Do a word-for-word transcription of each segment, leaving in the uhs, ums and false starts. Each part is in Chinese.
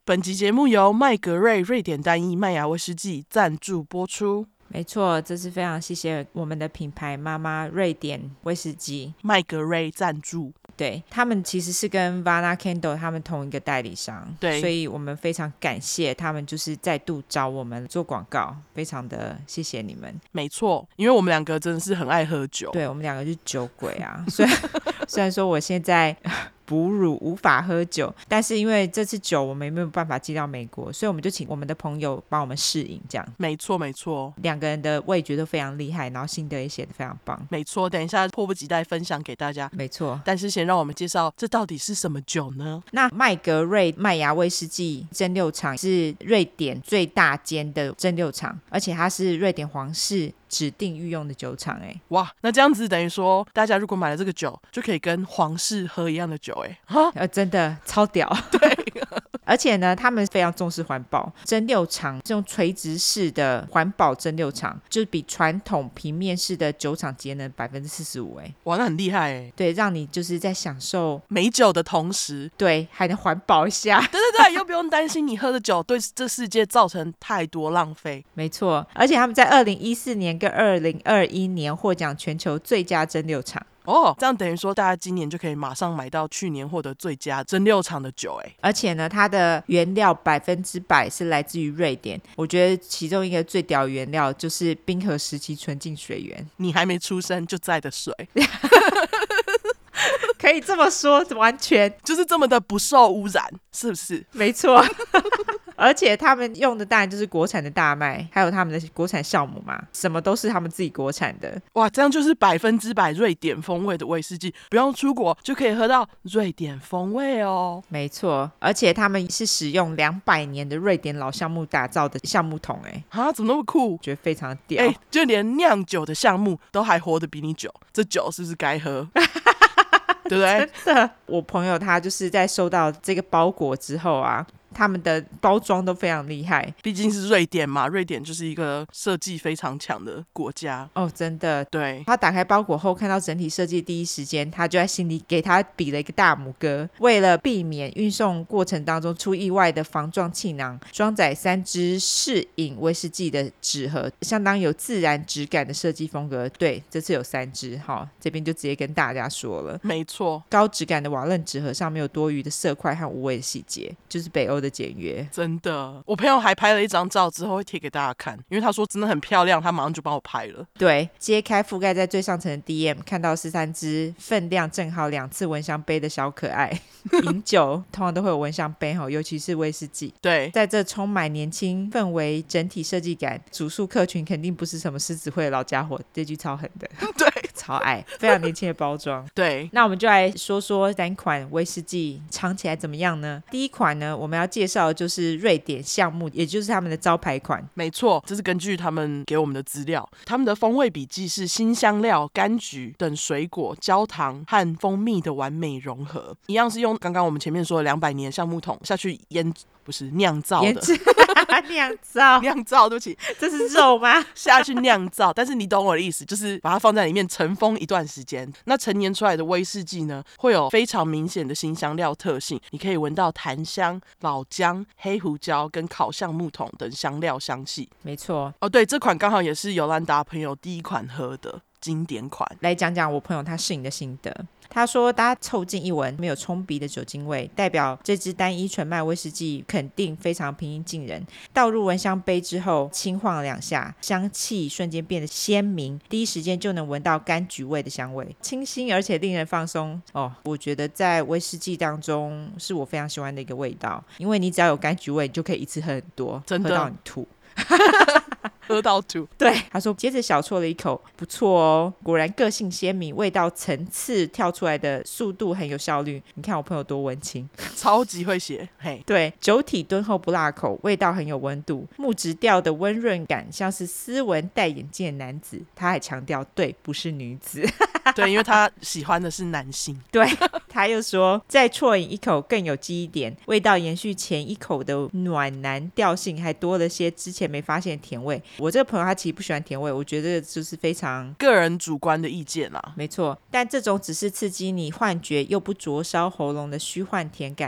本集节目由麦格瑞瑞典单一麦芽威士忌赞助播出。 没错，这是非常谢谢我们的品牌妈妈瑞典威士忌麦格瑞赞助， 对，他们其实是跟 Vana Candle 他们同一个代理商， 对， 所以我们非常感谢他们，就是再度找我们做广告，非常的谢谢你们。 没错，因为我们两个真的是很爱喝酒， 对，我们两个是酒鬼啊。虽然虽然说我现在哺乳无法喝酒，但是因为这次酒我们没有办法寄到美国，所以我们就请我们的朋友帮我们试饮，这样。 没错没错， 两个人的味觉都非常厉害，然后心得也写得非常棒。 没错，等一下迫不及待分享给大家。 没错， 但是先让我们介绍这到底是什么酒呢？ 那麦格瑞麦芽威士忌蒸馏厂是瑞典最大间的蒸馏厂，而且它是瑞典皇室指定御用的酒厂。哎， 哇，那这样子等于说大家如果买了这个酒就可以跟皇室喝一样的酒。哎， 呃，真的超屌。 对而且呢他们非常重视环保，蒸馏厂这种垂直式的环保蒸馏厂就是比传统平面式的酒厂节能 百分之四十五。 哎， 哇，那很厉害哎。 对，让你就是在享受美酒的同时， 对，还能环保一下。 对对对，又不用担心你喝的酒对这世界造成太多浪费。 没错，而且他们在二零一四年跟二零二一年获奖全球最佳蒸馏厂。 哦，这样等于说大家今年就可以马上买到去年获得最佳蒸馏厂的酒。哎， 而且呢它的原料百分之百是来自于瑞典，我觉得其中一个最屌的原料就是冰河时期纯净水源， 你还没出生就在的水。 可以这么说，完全就是这么的不受污染，是不是？ 没错。而且他们用的当然就是国产的大麦，还有他们的国产酵母嘛，什么都是他们自己国产的。 哇，这样就是百分之百瑞典风味的威士忌，不用出国就可以喝到瑞典风味哦。 没错，而且他们是使用两百年的瑞典老橡木打造的橡木桶。哎， 啊，怎么那么酷？ 觉得非常屌。 哎，就连酿酒的橡木都还活得比你久，这酒是不是该喝？对不对？ 真的，我朋友他就是在收到这个包裹之后啊，他们的包装都非常厉害， 毕竟是瑞典嘛，瑞典就是一个设计非常强的国家哦，真的。 对， 他打开包裹后看到整体设计的第一时间，他就在心里给他比了一个大拇哥。为了避免运送过程当中出意外的防撞气囊，装载三支适饮威士忌的纸盒，相当有自然质感的设计风格。对，这次有三支，好，这边就直接跟大家说了， 没错， 高质感的瓦楞纸盒上没有多余的色块和无谓的细节，就是北欧的简约。 真的，我朋友还拍了一张照，之后会贴给大家看，因为他说真的很漂亮，他马上就帮我拍了。 对，揭开覆盖在最上层的 D M， 看到是三只分量正好两次蚊香杯的小可爱。饮酒通常都会有蚊香杯，尤其是威士忌。 对， 在这充满年轻氛围整体设计感，主诉客群肯定不是什么狮子会的老家伙，这句超狠的。 对， 超爱，非常年轻的包装。 对， 那我们就来说说三款威士忌尝起来怎么样呢？第一款呢，我们要介绍的就是瑞典橡木，也就是他们的招牌款。 没错，这是根据他们给我们的资料，他们的风味笔记是新香料、柑橘等水果、焦糖和蜂蜜的完美融合，一样是用刚刚我们前面说的两百年橡木桶下去腌，不是酿造的， 酿造酿造，对不起， 这是肉吗？ 下去酿造，但是你懂我的意思，就是把它放在里面尘封一段时间。那陈年出来的威士忌呢，会有非常明显的新香料特性，你可以闻到檀香、老姜、黑胡椒跟烤橡木桶等香料香气。 没错， 哦，对，这款刚好也是尤兰达朋友第一款喝的经典款。 来讲讲我朋友他试饮的心得。他说大家凑近一闻，没有冲鼻的酒精味，代表这支单一纯麦威士忌肯定非常平易近人。倒入蚊香杯之后轻晃两下，香气瞬间变得鲜明，第一时间就能闻到柑橘味的香味，清新而且令人放松。哦，我觉得在威士忌当中是我非常喜欢的一个味道，因为你只要有柑橘味你就可以一次喝很多， 真的喝到你吐。 喝到吐。 对，他说接着小啜了一口，不错哦，果然个性鲜明，味道层次跳出来的速度很有效率。你看我朋友多文青， 超级会写。嘿， 对，酒体敦厚不辣口，味道很有温度，木质调的温润感像是斯文戴眼镜的男子。他还强调对，不是女子。 对，因为他喜欢的是男性。 对，他又说再啜饮一口更有记忆点，味道延续前一口的暖男调性，还多了些之前没发现的甜味。我这个朋友他其实不喜欢甜味，我觉得这就是非常个人主观的意见啦。 没错，但这种只是刺激你幻觉又不灼烧喉咙的虚幻甜感，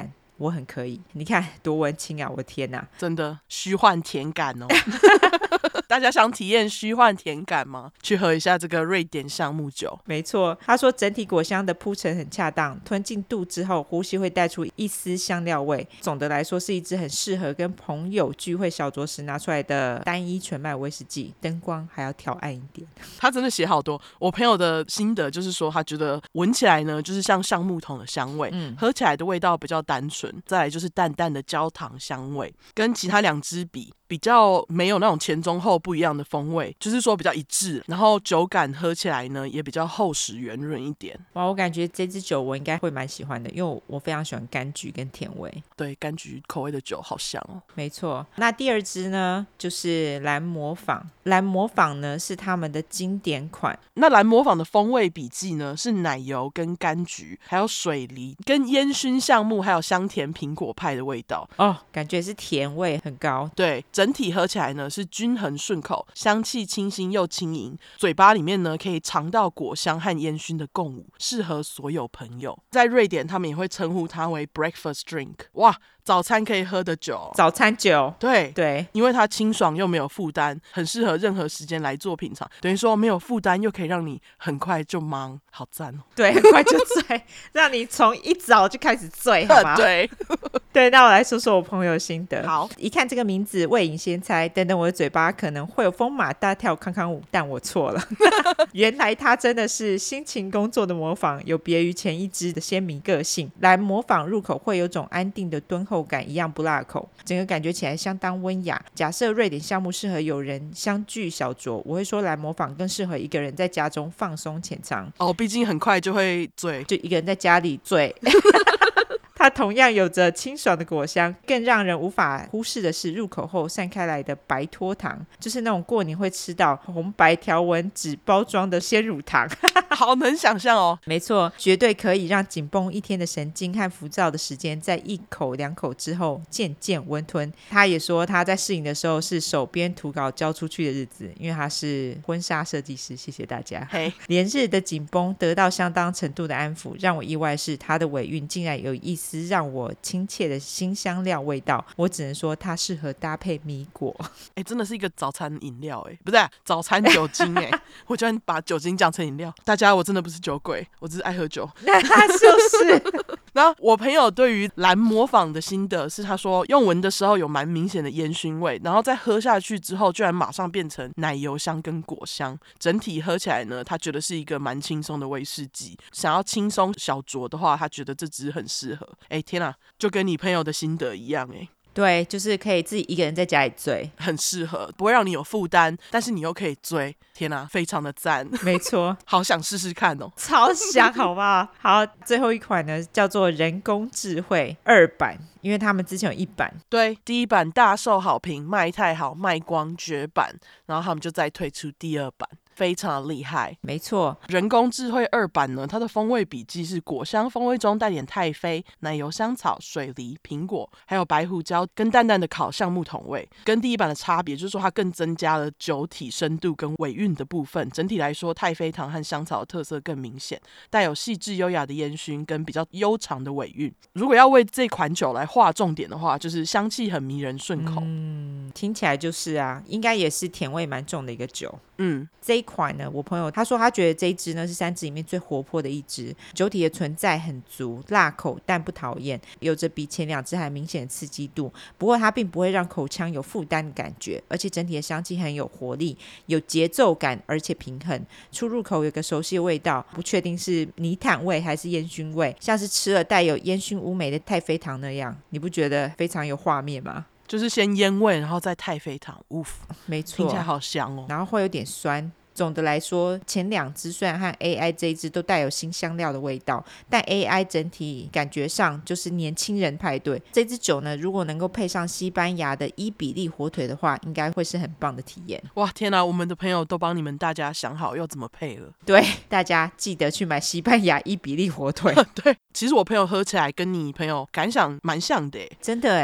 我很可以。你看多文青啊，我的天哪， 真的虚幻甜感哦。大家想体验虚幻甜感吗？去喝一下这个瑞典橡木酒。 没错，他说整体果香的铺陈很恰当，吞进肚之后呼吸会带出一丝香料味。总的来说是一支很适合跟朋友聚会小酌时拿出来的单一纯麦威士忌，灯光还要调暗一点。 他真的写好多，我朋友的心得就是说他觉得闻起来呢就是像橡木桶的香味、嗯、喝起来的味道比较单纯，再来就是淡淡的焦糖香味，跟其他两支比比较没有那种前中后不一样的风味，就是说比较一致，然后酒感喝起来呢也比较厚实圆润一点。 哇，我感觉这支酒我应该会蛮喜欢的，因为我非常喜欢柑橘跟甜味。 对，柑橘口味的酒好香哦。 没错，那第二支呢就是蓝模仿。蓝模仿呢是他们的经典款。 那蓝模仿的风味笔记呢是奶油跟柑橘还有水梨跟烟熏橡木还有香甜苹果派的味道哦，感觉是甜味很高。 对，整体喝起来呢是均衡顺口，香气清新又轻盈，嘴巴里面呢可以尝到果香和烟熏的共舞，适合所有朋友。在瑞典他们也会称呼它为 breakfast drink。 哇，早餐可以喝的酒， 早餐酒。 对对， 因为它清爽又没有负担，很适合任何时间来做品尝，等于说没有负担又可以让你很快就忙，好赞哦。 对，很快就醉，让你从一早就开始醉，好吗？ 对对，那我来说说我朋友的心得。 好， 一看这个名字未饮先猜，等等我的嘴巴可能会有风马大跳康康舞，但我错了。原来他真的是辛勤工作的模仿，有别于前一支的鲜明个性。蓝模仿入口会有种安定的敦厚感，一样不辣口，整个感觉起来相当温雅。假设瑞典项目适合有人相聚小酌，我会说蓝模仿更适合一个人在家中放松浅尝。 哦，毕竟很快就会醉， 就一个人在家里醉。它同样有着清爽的果香，更让人无法忽视的是入口后散开来的白脱糖，就是那种过年会吃到红白条纹纸包装的鲜乳糖。 好能想象哦。 没错，绝对可以让紧绷一天的神经和浮躁的时间在一口两口之后渐渐温吞。他也说他在试饮的时候是手边涂稿交出去的日子，因为他是婚纱设计师。谢谢大家。 Hey. 连日的紧绷得到相当程度的安抚，让我意外是他的尾韵竟然有一丝让我亲切的新香料味道。我只能说它适合搭配米果。 哎，真的是一个早餐饮料哎，不是、啊、早餐酒精哎。我居然把酒精讲成饮料，大家我真的不是酒鬼，我只是爱喝酒。 那他就是然后我朋友对于蓝模仿的心得是，他说用闻的时候有蛮明显的烟熏味，然后再喝下去之后居然马上变成奶油香跟果香，整体喝起来呢他觉得是一个蛮轻松的威士忌。想要轻松小酌的话，他觉得这支很适合。哎，天啊，就跟你朋友的心得一样哎。 对，就是可以自己一个人在家里醉， 很适合，不会让你有负担，但是你又可以醉。天啊，非常的赞。 没错， 好想试试看哦， 超香好不好？好，最后一款呢叫做人工智慧二版，因为他们之前有一版， 对，第一版大受好评，卖太好，卖光绝版，然后他们就再推出第二版，非常的厉害。 没错， 人工智慧二版呢，它的风味笔记是果香风味中带点太妃、奶油香草、水梨、苹果，还有白胡椒跟淡淡的烤橡木桶味。跟第一版的差别就是说它更增加了酒体深度跟尾韵的部分。整体来说，太妃糖和香草的特色更明显，带有细致优雅的烟熏跟比较悠长的尾韵。如果要为这款酒来划重点的话，就是香气很迷人顺口。 嗯，听起来就是啊，应该也是甜味蛮重的一个酒。 嗯， 这一款呢，我朋友他说他觉得这一支呢是三支里面最活泼的一支，酒体的存在很足，辣口但不讨厌，有着比前两支还明显的刺激度。不过它并不会让口腔有负担的感觉，而且整体的香气很有活力，有节奏感，而且平衡。出入口有个熟悉的味道，不确定是泥炭味还是烟熏味，像是吃了带有烟熏乌梅的太妃糖那样，你不觉得非常有画面吗？ 就是先烟味，然后再太妃糖，呜， 没错， 听起来好香哦。 然后会有点酸。总的来说，前两支虽然和 A I 这一支都带有新香料的味道，但 A I 整体感觉上就是年轻人派对。这支酒呢，如果能够配上西班牙的伊比利火腿的话，应该会是很棒的体验。 哇，天哪，我们的朋友都帮你们大家想好要怎么配了。 对，大家记得去买西班牙伊比利火腿。 对，其实我朋友喝起来跟你朋友感想蛮像的耶。 真的耶，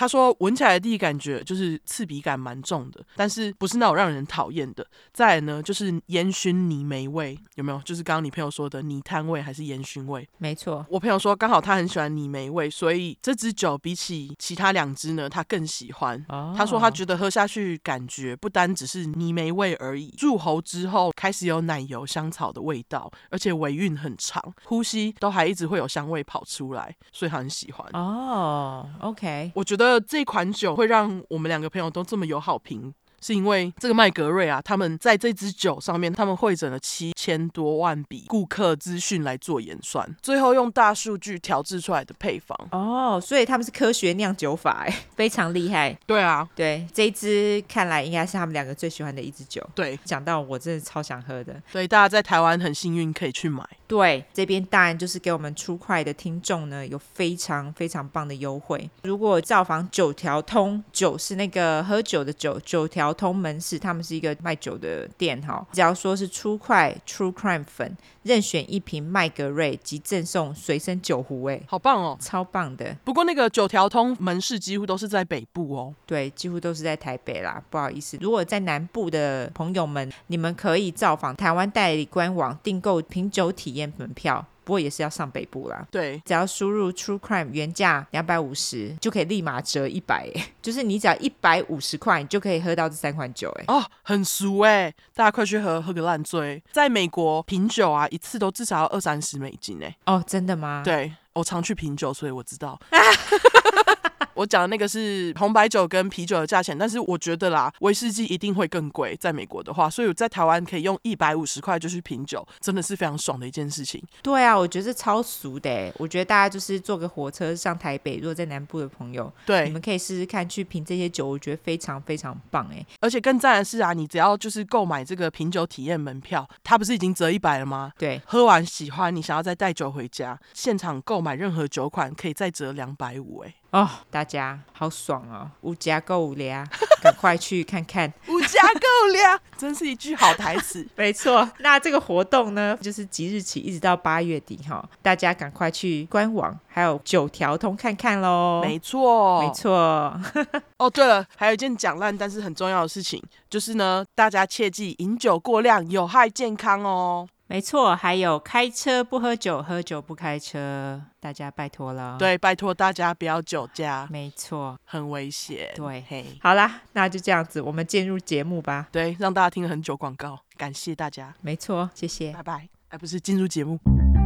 他说闻起来的第一感觉就是刺鼻感蛮重的，但是不是那种让人讨厌的。再来呢就是烟熏泥煤味，有没有？就是刚刚你朋友说的泥炭味还是烟熏味？ 没错。 我朋友说刚好他很喜欢泥煤味，所以这支酒比起其他两支呢他更喜欢、哦、他说他觉得喝下去感觉不单只是泥煤味而已，入喉之后开始有奶油香草的味道，而且尾韵很长，呼吸都还一直会有香味跑出来，所以他很喜欢。 哦 OK， 我觉得这款酒会让我们两个朋友都这么有好评，是因为这个麦格瑞啊，他们在这支酒上面，他们汇整了七千多万笔顾客资讯来做演算，最后用大数据调制出来的配方。 哦，所以他们是科学酿酒法，哎，非常厉害。 对啊， 对，这一支看来应该是他们两个最喜欢的一支酒。 对， 讲到我真的超想喝的。 对，大家在台湾很幸运可以去买。 对，这边当然就是给我们出快的听众呢有非常非常棒的优惠。如果造访九条通，酒是那个喝酒的酒，九条通门市，他们是一个卖酒的店哈，只要说是出快 True Crime 粉，任选一瓶麦格瑞及赠送随身酒壶，哎， 好棒哦， 超棒的。 不过那个九条通门市几乎都是在北部哦。 对，几乎都是在台北啦，不好意思。如果在南部的朋友们，你们可以造访台湾代理官网订购品酒体验门票，不过也是要上北部啦。 对， 只要输入 True Crime 原价两百五十，就可以立马折一百，就是你只要一百五十块，你就可以喝到这三款酒，哎， 哦，很熟哎，大家快去喝，喝个烂醉。在美国品酒啊，一次都至少要二三十美金哎。 哦，真的吗？ 对，我常去品酒，所以我知道。我讲的那个是红白酒跟啤酒的价钱，但是我觉得啦，威士忌一定会更贵，在美国的话，所以我在台湾可以用一百五十块就去品酒，真的是非常爽的一件事情。 对啊，我觉得这超俗的耶。我觉得大家就是坐个火车上台北，如果在南部的朋友， 对， 你们可以试试看去品这些酒，我觉得非常非常棒耶。 而且更赞的是啊，你只要就是购买这个品酒体验门票，它不是已经折一百了吗？ 对， 喝完喜欢，你想要再带酒回家，现场购买任何酒款可以再折两百五哎。 哦，大家好爽哦，有加购有俩，赶快去看看。 有加购俩，真是一句好台词。 没错，那这个活动呢，就是即日起一直到八月底哈，大家赶快去官网还有九条通看看咯。 没错， 没错。 哦，对了，还有一件讲烂但是很重要的事情，就是呢，大家切记饮酒过量有害健康哦。 没错，还有开车不喝酒，喝酒不开车，大家拜托了。 对，拜托大家不要酒驾， 没错， 很危险。 对， 嘿， 好啦，那就这样子，我们进入节目吧。 对，让大家听了很久广告，感谢大家。 没错，谢谢， 拜拜。哎，不是，进入节目。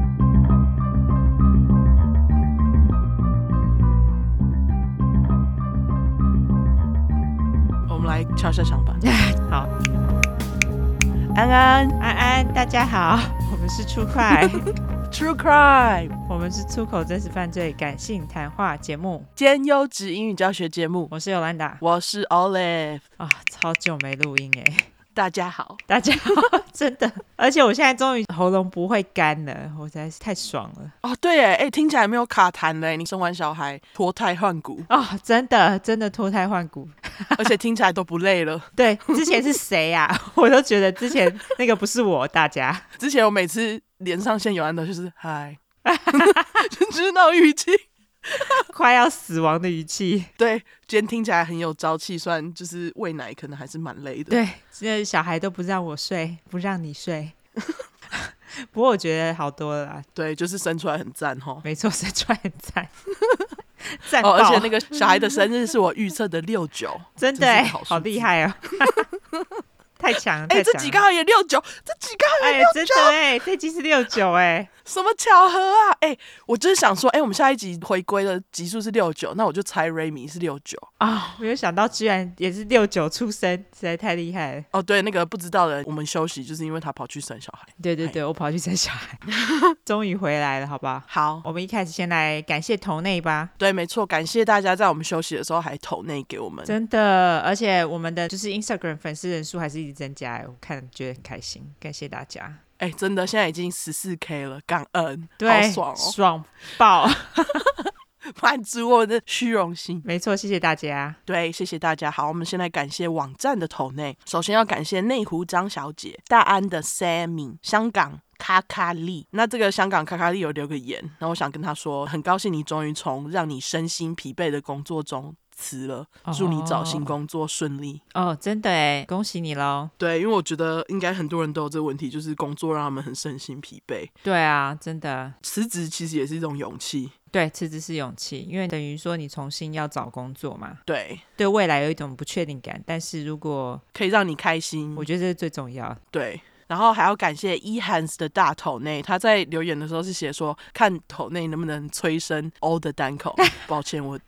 我们来敲下响板。 好。 安安安安，大家好，我们是出快 True Crime， 我们是出口真实犯罪感性谈话节目兼优质英语教学节目。 我是尤兰达， 我是 Olive 啊、哦，超久没录音哎。 大家好， 大家好，真的，而且我现在终于喉咙不会干了，我实在是太爽了。 哦，对耶，哎，听起来没有卡痰嘞，你生完小孩脱胎换骨哦，真的，真的脱胎换骨， 而且听起来都不累了。 对，之前是谁呀、啊？我都觉得之前那个不是我，大家。 之前我每次连上线有安的就是嗨，就是那种语气。 快要死亡的语气。 对，今天听起来很有朝气，虽然就是喂奶可能还是蛮累的。 对，现在小孩都不让我睡，不让你睡。不过我觉得好多了啦。 对，就是生出来很赞齁。 没错，生出来很赞。赞爆、 哦！而且那个小孩的生日是我预测的六九， 真的哎，好厉害哦！太强了！哎、欸， 这集刚好也六九，这集刚好也六九， 哎，真的哎，这集是六九哎， 什么巧合啊！哎、欸，我就是想说，哎、欸，我们下一集回归的集数是六九，那我就猜 Remy 是六九啊，没有想到居然也是六九出生，实在太厉害了。 哦，对，那个不知道的，我们休息就是因为他跑去生小孩。 对对对，我跑去生小孩，终于回来了，好不好？ 好， 我们一开始先来感谢投内吧。 对，没错，感谢大家在我们休息的时候还投内给我们， 真的，而且我们的就是 Instagram 粉丝人数还是一直增加，我看觉得很开心，感谢大家。 哎、欸，真的，现在已经 十四 K 了，感恩， 对， 好爽哦， 爽爆， 满足我的虚荣心。 没错，谢谢大家。 对，谢谢大家。好，我们先来感谢网站的投内。首先要感谢内湖张小姐、大安的 Sammy、香港卡卡利。那这个香港卡卡利有留个言，那我想跟他说，很高兴你终于从让你身心疲惫的工作中辞了，祝你找新工作顺利。 哦，真的耶，恭喜你咯。 对，因为我觉得应该很多人都有这个问题，就是工作让他们很身心疲惫。 对啊，真的， 辞职其实也是一种勇气。 对，辞职是勇气，因为等于说你重新要找工作嘛， 对， 对未来有一种不确定感，但是如果可以让你开心， 我觉得这是最重要。 对，然后还要感谢 Ehans 的大斗内，他在留言的时候是写说看斗内能不能催生 O 的单口。抱歉，我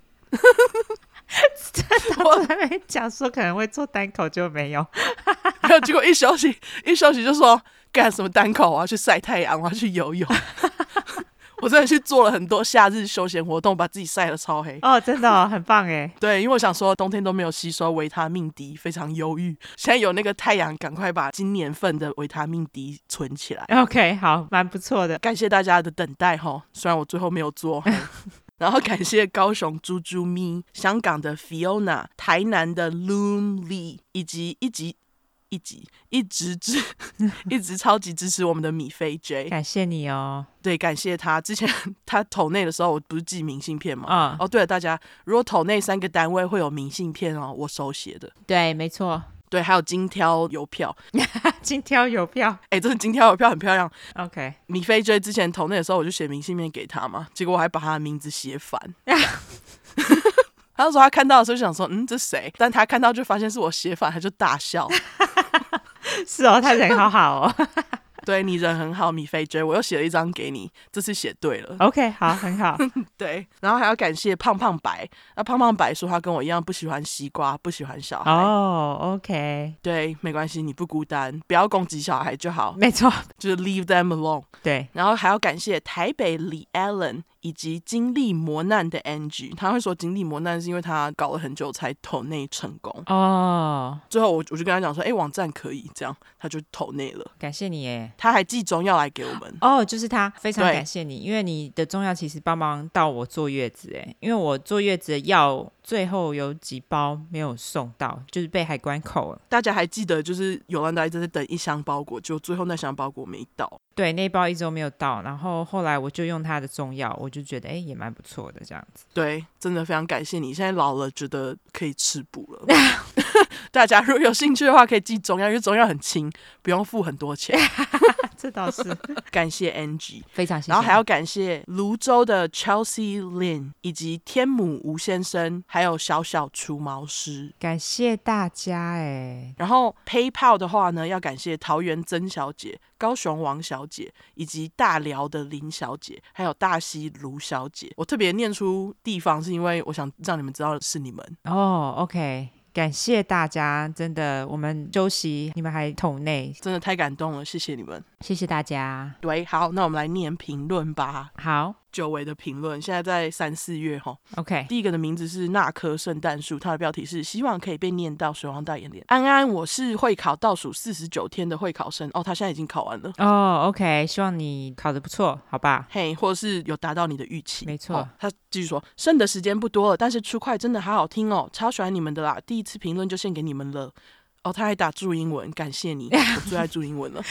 我还没讲说可能会做单口就没有， 没有，结果一休息一休息就说干什么单口，我要去晒太阳，我要去游泳。我真的去做了很多夏日休闲活动，把自己晒得超黑。 哦，真的哦，很棒耶。 对，因为我想说冬天都没有吸收维他命 D， 非常忧郁。现在有那个太阳，赶快把今年份的维他命 D 存起来。 OK， 好，蛮不错的。 感谢大家的等待齁，虽然我最后没有做。然后感谢高雄猪猪咪、香港的 Fiona、台南的 Loon Lee， 以及一集一集一直支一直超级支持我们的米菲 J， 感谢你哦。 对，感谢他。之前他投内的时候，我不是寄明信片吗？ 嗯、 哦，对了，大家如果投内三个单位会有明信片哦，我手写的。 对，没错。 对，还有精挑邮票。 精挑邮票， 哎、欸，这是精挑邮票，很漂亮。 OK， 米菲 J 之前投内的时候，我就写明信片给他嘛，结果我还把他的名字写反。他那时候他看到的时候就想说，嗯，这谁？但他看到就发现是我写反，他就大笑。 是哦，他人好好哦。 对，你人很好，米菲 J， 我又写了一张给你，这次写对了。 OK， 好，很好。 对，然后还要感谢胖胖白。那胖胖白说他跟我一样不喜欢西瓜，不喜欢小孩。 哦、oh, OK， 对，没关系，你不孤单，不要攻击小孩就好。 没错， 就是 leave them alone。 对， 然后还要感谢台北李 Allen 以及经历磨难的 Angie。他会说经历磨难是因为他搞了很久才投内成功。 哦、oh, 最后我我就跟他讲说，哎，网站可以这样，他就投内了。 感谢你耶。 他还寄中药来给我们。 哦、oh, 就是他，非常感谢你，因为你的中药其实帮忙到我坐月子哎，因为我坐月子的药最后有几包没有送到，就是被海关扣了。 大家还记得就是有兰达一直在等一箱包裹，就最后那箱包裹没到。 对，那包一直都没有到，然后后来我就用他的中药，我就觉得哎也蛮不错的这样子。 对，真的非常感谢你，现在老了觉得可以吃补了。大家如果有兴趣的话可以寄中药，因为中药很轻，不用付很多钱。 这倒是。 感谢 Angie， 非常谢谢。 然后还要感谢泸州的 Chelsea Lin 以及天母吴先生，还有小小除毛师， 感谢大家哎。 然后 PayPal 的话呢，要感谢桃园曾小姐、高雄王小姐，以及大寮的林小姐，还有大溪卢小姐。我特别念出地方是因为我想让你们知道是你们。 哦、oh, OK，感谢大家，真的，我们休息，你们还统内， 真的太感动了，谢谢你们， 谢谢大家。 对，好，那我们来念评论吧。 好， 久违的评论，现在在三四月齁。 OK， 第一个的名字是那棵圣诞树，它的标题是希望可以被念到水王大眼脸。安安，我是会考倒数四十九天的会考生哦，他现在已经考完了哦、oh, OK， 希望你考得不错，好吧？ 嘿、hey, 或者是有达到你的预期， 没错、哦。 他继续说，剩的时间不多了，但是出快真的好好听哦，超喜欢你们的啦，第一次评论就献给你们了。哦，他还打注英文，感谢你，我最爱注英文了。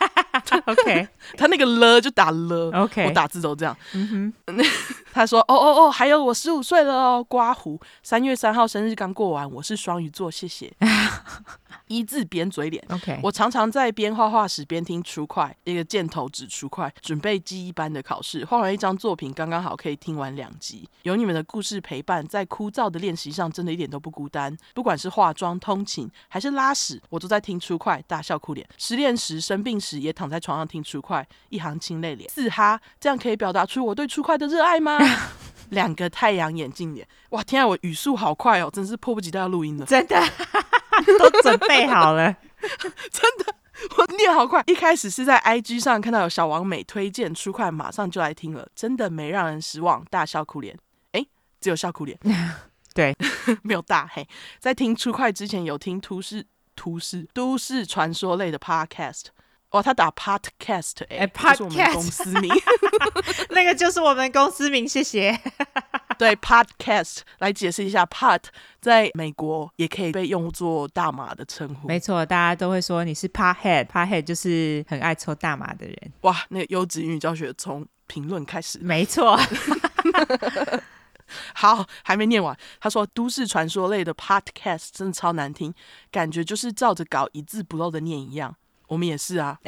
OK， 他那个了就打了 ，OK， 我打字都这样。 嗯哼，他说：“哦哦哦，还有我十五岁了哦，刮胡，三月三号生日刚过完，我是双鱼座，谢谢。”一字扁嘴脸。 OK， 我常常在边画画时边听出快，一个箭头指出快，准备记忆班的考试，画完一张作品刚刚好可以听完两集。有你们的故事陪伴，在枯燥的练习上真的一点都不孤单。不管是化妆、通勤还是拉屎，我都在听出快，大笑哭脸。失恋时、生病时也躺在床上听出快，一行清泪脸。四哈，这样可以表达出我对出快的热爱吗？两个太阳眼镜脸。哇，天啊，我语速好快哦，真是迫不及待要录音了。 真的都准备好了。 真的，我念好快。一开始是在 I G 上看到有小王美推荐出快，马上就来听了，真的没让人失望，大笑哭脸。哎，只有笑哭脸。 对， 没有大嘿。在听出快之前有听都市都市都市传说类的 podcast。哇，他打 podcast 哎、欸，这、欸、是我们公司名。 那个就是我们公司名，谢谢。 对 podcast 来解释一下 pot 在美国也可以被用作大麻的称呼。 没错，大家都会说你是 pothead， pothead 就是很爱抽大麻的人。 哇，那个优质英语教学从评论开始。 没错。 好，还没念完。他说都市传说类的 podcast 真的超难听，感觉就是照着稿一字不漏的念一样。我们也是啊，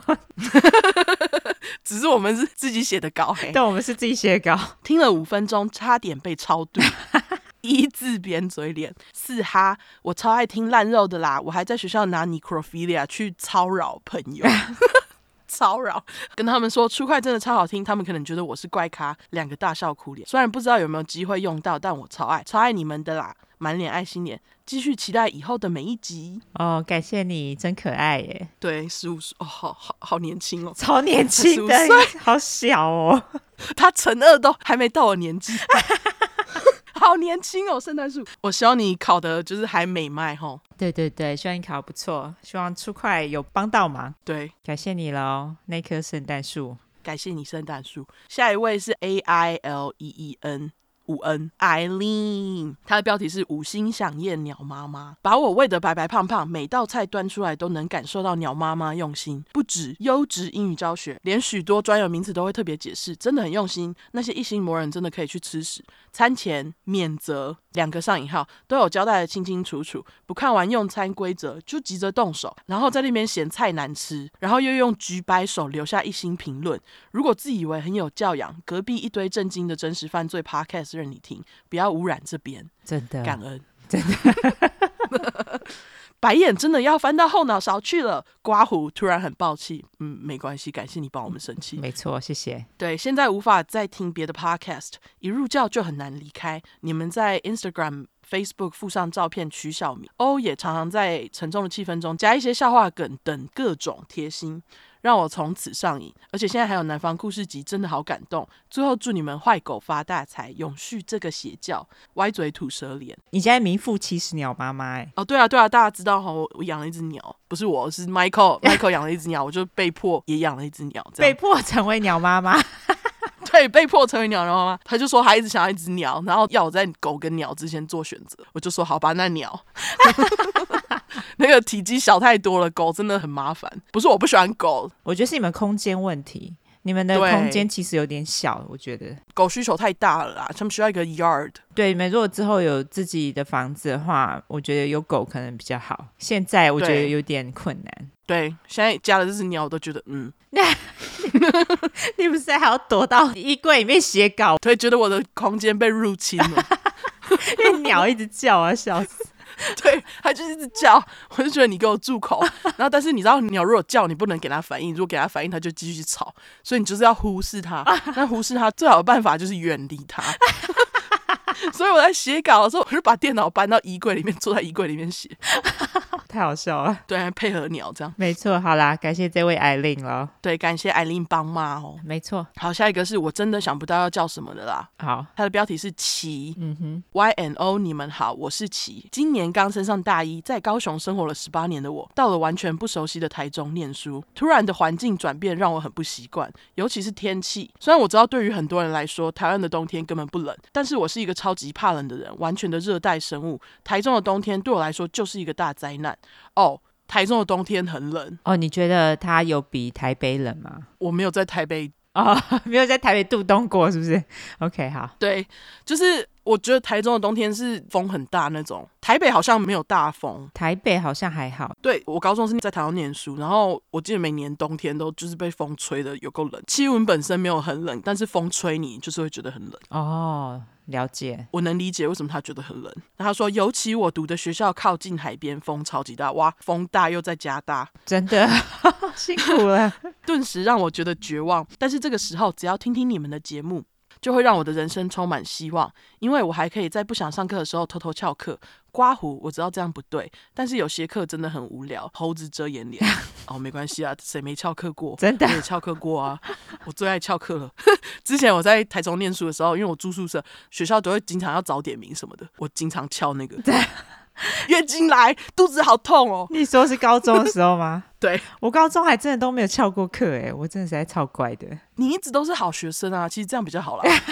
只是我们是自己写的稿。 对，我们是自己写的稿。 听了五分钟，差点被超度。一字扁嘴脸。四哈，我超爱听烂肉的啦，我还在学校拿 necrophilia 去骚扰朋友。骚扰，跟他们说出快真的超好听，他们可能觉得我是怪咖，两个大笑哭脸。虽然不知道有没有机会用到，但我超爱超爱你们的啦，满脸爱心脸，继续期待以后的每一集。 哦，感谢你，真可爱耶。 对，十五岁哦，好好好年轻哦， 超年轻的，好小哦。 他乘二都还没到我年纪。好年轻哦，圣诞树。我希望你考的就是还美迈齁。 对对对，希望你考得不错，希望出快有帮到忙。 对， 感谢你咯，那棵圣诞树。 感谢你，圣诞树。下一位是 A I L E E N。五恩 Eileen， 她的标题是五星响宴鸟妈妈，把我喂得白白胖胖，每道菜端出来都能感受到鸟妈妈用心，不止优质英语教学，连许多专有名词都会特别解释，真的很用心。那些一心魔人真的可以去吃屎。餐前免责两个上引号都有交代的清清楚楚，不看完用餐规则就急着动手，然后在那边嫌菜难吃，然后又用举摆手留下一星评论。如果自以为很有教养，隔壁一堆震惊的真实犯罪 podcast任你听，不要污染这边， 真的感恩， 真的。 白眼真的要翻到后脑勺去了。刮胡突然很爆气，嗯，没关系，感谢你帮我们生气。 没错，谢谢。 对，现在无法再听别的 podcast， 一入教就很难离开。你们在 Instagram、Facebook 附上照片取小名，欧也常常在沉重的气氛中加一些笑话梗等各种贴心，让我从此上瘾。而且现在还有南方故事集，真的好感动。最后祝你们坏狗发大财，永续这个邪教。歪嘴吐舌脸， 你现在名副其实鸟妈妈哎。 哦，对啊，对啊，大家知道哈，我我养了一只鸟，不是我，是 Michael，Michael 养了一只鸟，我就被迫也养了一只鸟，这样被迫成为鸟妈妈。 对，被迫成为鸟的妈妈。他就说他一直想要一只鸟，然后要我在狗跟鸟之间做选择，我就说好吧，那鸟。那个体积小太多了，狗真的很麻烦。不是我不喜欢狗， 我觉得是你们空间问题，你们的空间其实有点小，我觉得狗需求太大了啦，他们需要一个 yard。 对，你们如果之后有自己的房子的话，我觉得有狗可能比较好，现在我觉得有点困难。 对，现在加了这只鸟我都觉得嗯。 你不是还要躲到衣柜里面写稿？ 对，觉得我的空间被入侵了。 因为鸟一直叫啊，笑死。 对，它就一直叫，我就觉得你给我住口。然后但是你知道鸟如果叫你不能给它反应，如果给它反应它就继续吵，所以你就是要忽视它。那忽视它最好的办法就是远离它。所以我在写稿的时候，我就把电脑搬到衣柜里面，坐在衣柜里面写。 太好笑了。 对，配合鸟这样。 没错，好啦，感谢这位艾琳了。 对，感谢艾琳帮骂哦。 没错。 好，下一个是我真的想不到要叫什么的啦。 好， 它的标题是奇， 嗯哼 Y N O， 你们好，我是奇。今年刚升上大一，在高雄生活了十八年的我，到了完全不熟悉的台中念书，突然的环境转变让我很不习惯，尤其是天气。虽然我知道对于很多人来说，台湾的冬天根本不冷，但是我是一个超级怕冷的人，完全的热带生物。台中的冬天对我来说就是一个大灾难哦。台中的冬天很冷哦，你觉得它有比台北冷吗？ 我没有在台北哦，没有在台北度冬过，是不是 ？OK， 好。 对，就是我觉得台中的冬天是风很大那种，台北好像没有大风。 台北好像还好。 对，我高中是在台湾念书，然后我记得每年冬天都就是被风吹的有够冷，气温本身没有很冷，但是风吹你就是会觉得很冷。 哦，了解。 我能理解为什么他觉得很冷。那他说尤其我读的学校靠近海边，风超级大，哇，风大又再加大， 真的辛苦了。 顿时让我觉得绝望。但是这个时候只要听听你们的节目，就会让我的人生充满希望，因为我还可以在不想上课的时候偷偷翘课。刮胡我知道这样不对，但是有些课真的很无聊，猴子遮眼脸。哦，没关系啊，谁没翘课过？ 真的， 我也翘课过啊，我最爱翘课了。之前我在台中念书的时候，因为我住宿舍，学校都会经常要早点名什么的，我经常翘那个。月经来，肚子好痛哦。 你说是高中的时候吗？ 对， 我高中还真的都没有翘过课，哎，我真的实在超乖的。 你一直都是好学生啊，其实这样比较好啦。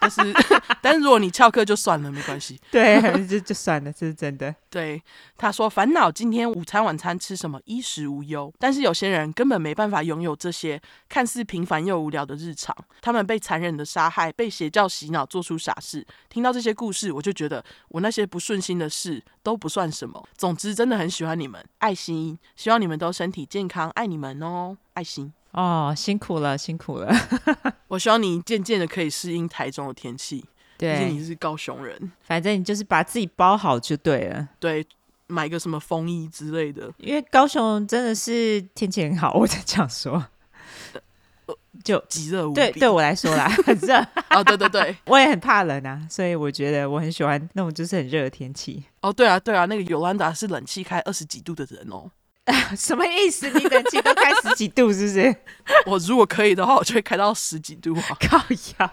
但是但是如果你翘课就算了，没关系。 对，就就算了，这是真的。 对，他说烦恼今天午餐晚餐吃什么，衣食无忧。但是有些人根本没办法拥有这些看似平凡又无聊的日常，他们被残忍的杀害，被邪教洗脑，做出傻事。听到这些故事，我就觉得我那些不顺心的事都不算什么。总之，真的很喜欢你们，爱心，希望你们都身体健康，爱你们哦，爱心。 哦，辛苦了，辛苦了。 我希望你渐渐的可以适应台中的天气，毕竟对， 你是高雄人。 反正你就是把自己包好就对了。 对，买个什么风衣之类的。 因为高雄真的是天气很好，我在这样说，就极热无比。 对对我来说啦，很热。 哦，对对对， 我也很怕冷啊，所以我觉得我很喜欢那种就是很热的天气。 哦，对啊，对啊，那个尤兰达是冷气开二十几度的人哦。 什么意思？你冷气都开十几度是不是？ 我如果可以的话，我就会开到十几度啊。 靠腰。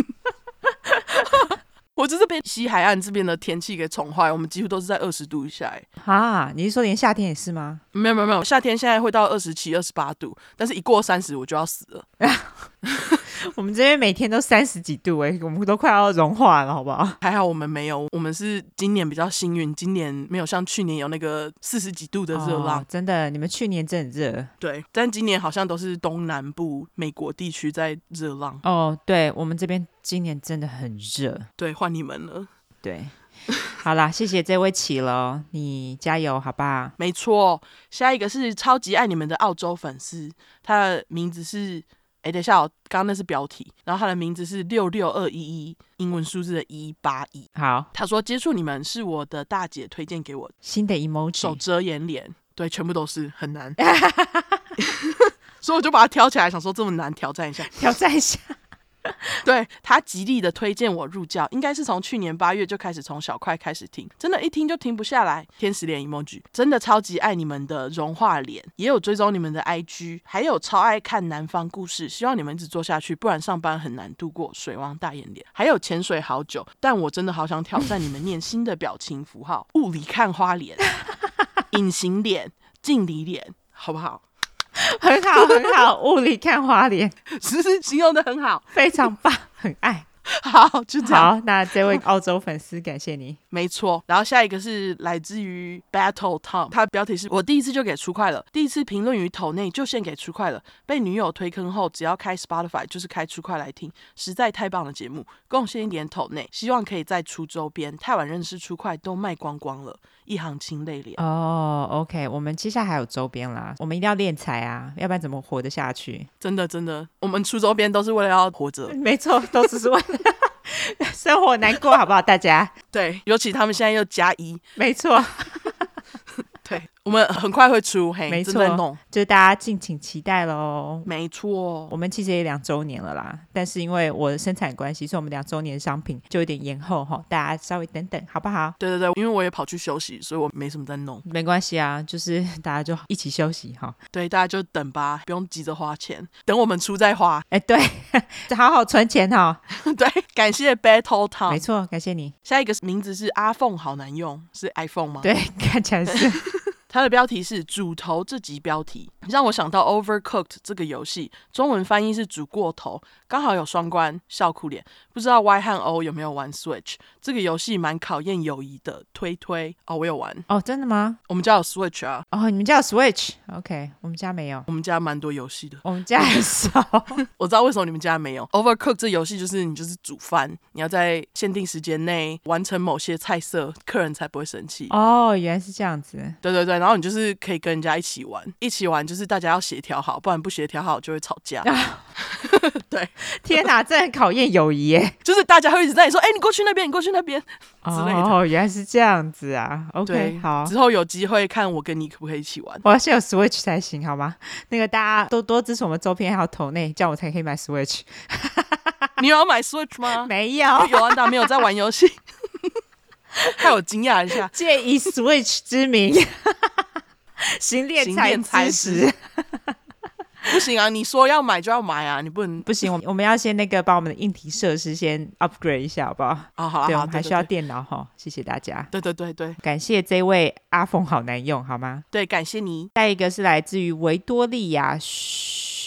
我就是被西海岸这边的天气给宠坏，我们几乎都是在二十度以下。 啊，你是说连夏天也是吗？ 没有没有没有，夏天现在会到二十七、二十八度，但是一过三十我就要死了。 我们这边每天都三十几度哎、欸，我们都快要融化了，好不好？ 还好我们没有，我们是今年比较幸运，今年没有像去年有那个四十几度的热浪。 哦、真的，你们去年真的很热。 对，但今年好像都是东南部美国地区在热浪。 哦，对，我们这边今年真的很热。 对，换你们了。 对，好啦，谢谢这位启了，你加油好吧？ 没错，下一个是超级爱你们的澳洲粉丝，他的名字是，哎，等一下、哦，刚刚那是标题，然后他的名字是六六二一一，英文数字的一八一。 好， 他说接触你们是我的大姐推荐给我， 新的 emoji， 手遮眼脸，对，全部都是很难，所以我就把它挑起来，想说这么难挑战一下， 挑战一下。 对，他极力的推荐我入教，应该是从去年八月就开始从小块开始听，真的一听就停不下来。天使脸 emoji， 真的超级爱你们的融化脸，也有追踪你们的 I G， 还有超爱看南方故事，希望你们一直做下去，不然上班很难度过。水汪大眼脸，还有潜水好久，但我真的好想挑战你们念新的表情符号，雾里看花脸、隐形脸、敬礼脸，好不好？ 很好很好，雾里看花脸， 是是形容的很好， 非常棒，很爱。 好，就这样。 好，那这位澳洲粉丝，感谢你。 没错，然后下一个是来自于 Battle Tom， 他的标题是我第一次就给出快了，第一次评论于斗内就献给出快了，被女友推坑后，只要开 Spotify 就是开出快来听，实在太棒的节目，贡献一点斗内，希望可以再出周边，太晚认识出快都卖光光了，一行清泪脸。 哦、oh, OK， 我们接下来还有周边啦，我们一定要练财啊，要不然怎么活得下去？ 真的真的，我们出周边都是为了要活着， 没错，都只是为了生活难过，好不好？大家对，尤其他们现在又加一， 没错。 对，我们很快会出，嘿， 没错， 正在弄， 就是大家敬请期待咯。 没错， 我们其实也两周年了啦，但是因为我的生产关系，所以我们两周年的商品就有点延后哈，大家稍微等等好不好？ 对对对，因为我也跑去休息，所以我没什么在弄。 没关系啊，就是大家就一起休息哈。 对，大家就等吧，不用急着花钱，等我们出再花。 哎，对，好好存钱哈。 对，感谢 Battle Tom， 没错，感谢你。 下一个名字是阿凤，好难用，是 iPhone 吗？ 对，看起来是。 它的标题是主头，这集标题让我想到 Overcooked 这个游戏，中文翻译是煮过头，刚好有双关笑哭脸。不知道 Y 和 O 有没有玩 Switch？ 这个游戏蛮考验友谊的，推推哦，我有玩哦，真的吗？ 我们家有 Switch 啊。 哦，你们家有 Switch？OK， 我们家没有。 我们家蛮多游戏的， 我们家很少。 我知道为什么你们家没有。Overcooked 这游戏就是你就是煮饭，你要在限定时间内完成某些菜色，客人才不会生气。 哦，原来是这样子。 对对对，然后你就是可以跟人家一起玩，一起玩就是大家要协调好，不然不协调好就会吵架。对， 天哪，这很考验友谊耶！ 就是大家会一直在你说，哎、欸，你过去那边，你过去那边之类的。 哦，原来是这样子啊。OK， 好， 之后有机会看我跟你可不可以一起玩。 我要先有 Switch 才行，好吗？那个大家多多支持我们周边还有投内，这样我才可以买 Switch。 你有要买 Switch 吗？ 没有， 有安达没有在玩游戏，害我惊讶一下。 借以 Switch 之名，行敛财之实。 不行啊！你说要买就要买啊！你不能不行，我们要先那个把我们的硬体设施先 upgrade 一下，好不好？ 哦，好啊， 对， 好我们还需要电脑哈。谢谢大家。 对对对对， 感谢这位阿凤好难用，好吗？ 对，感谢你。 下一个是来自于维多利亚 Sugar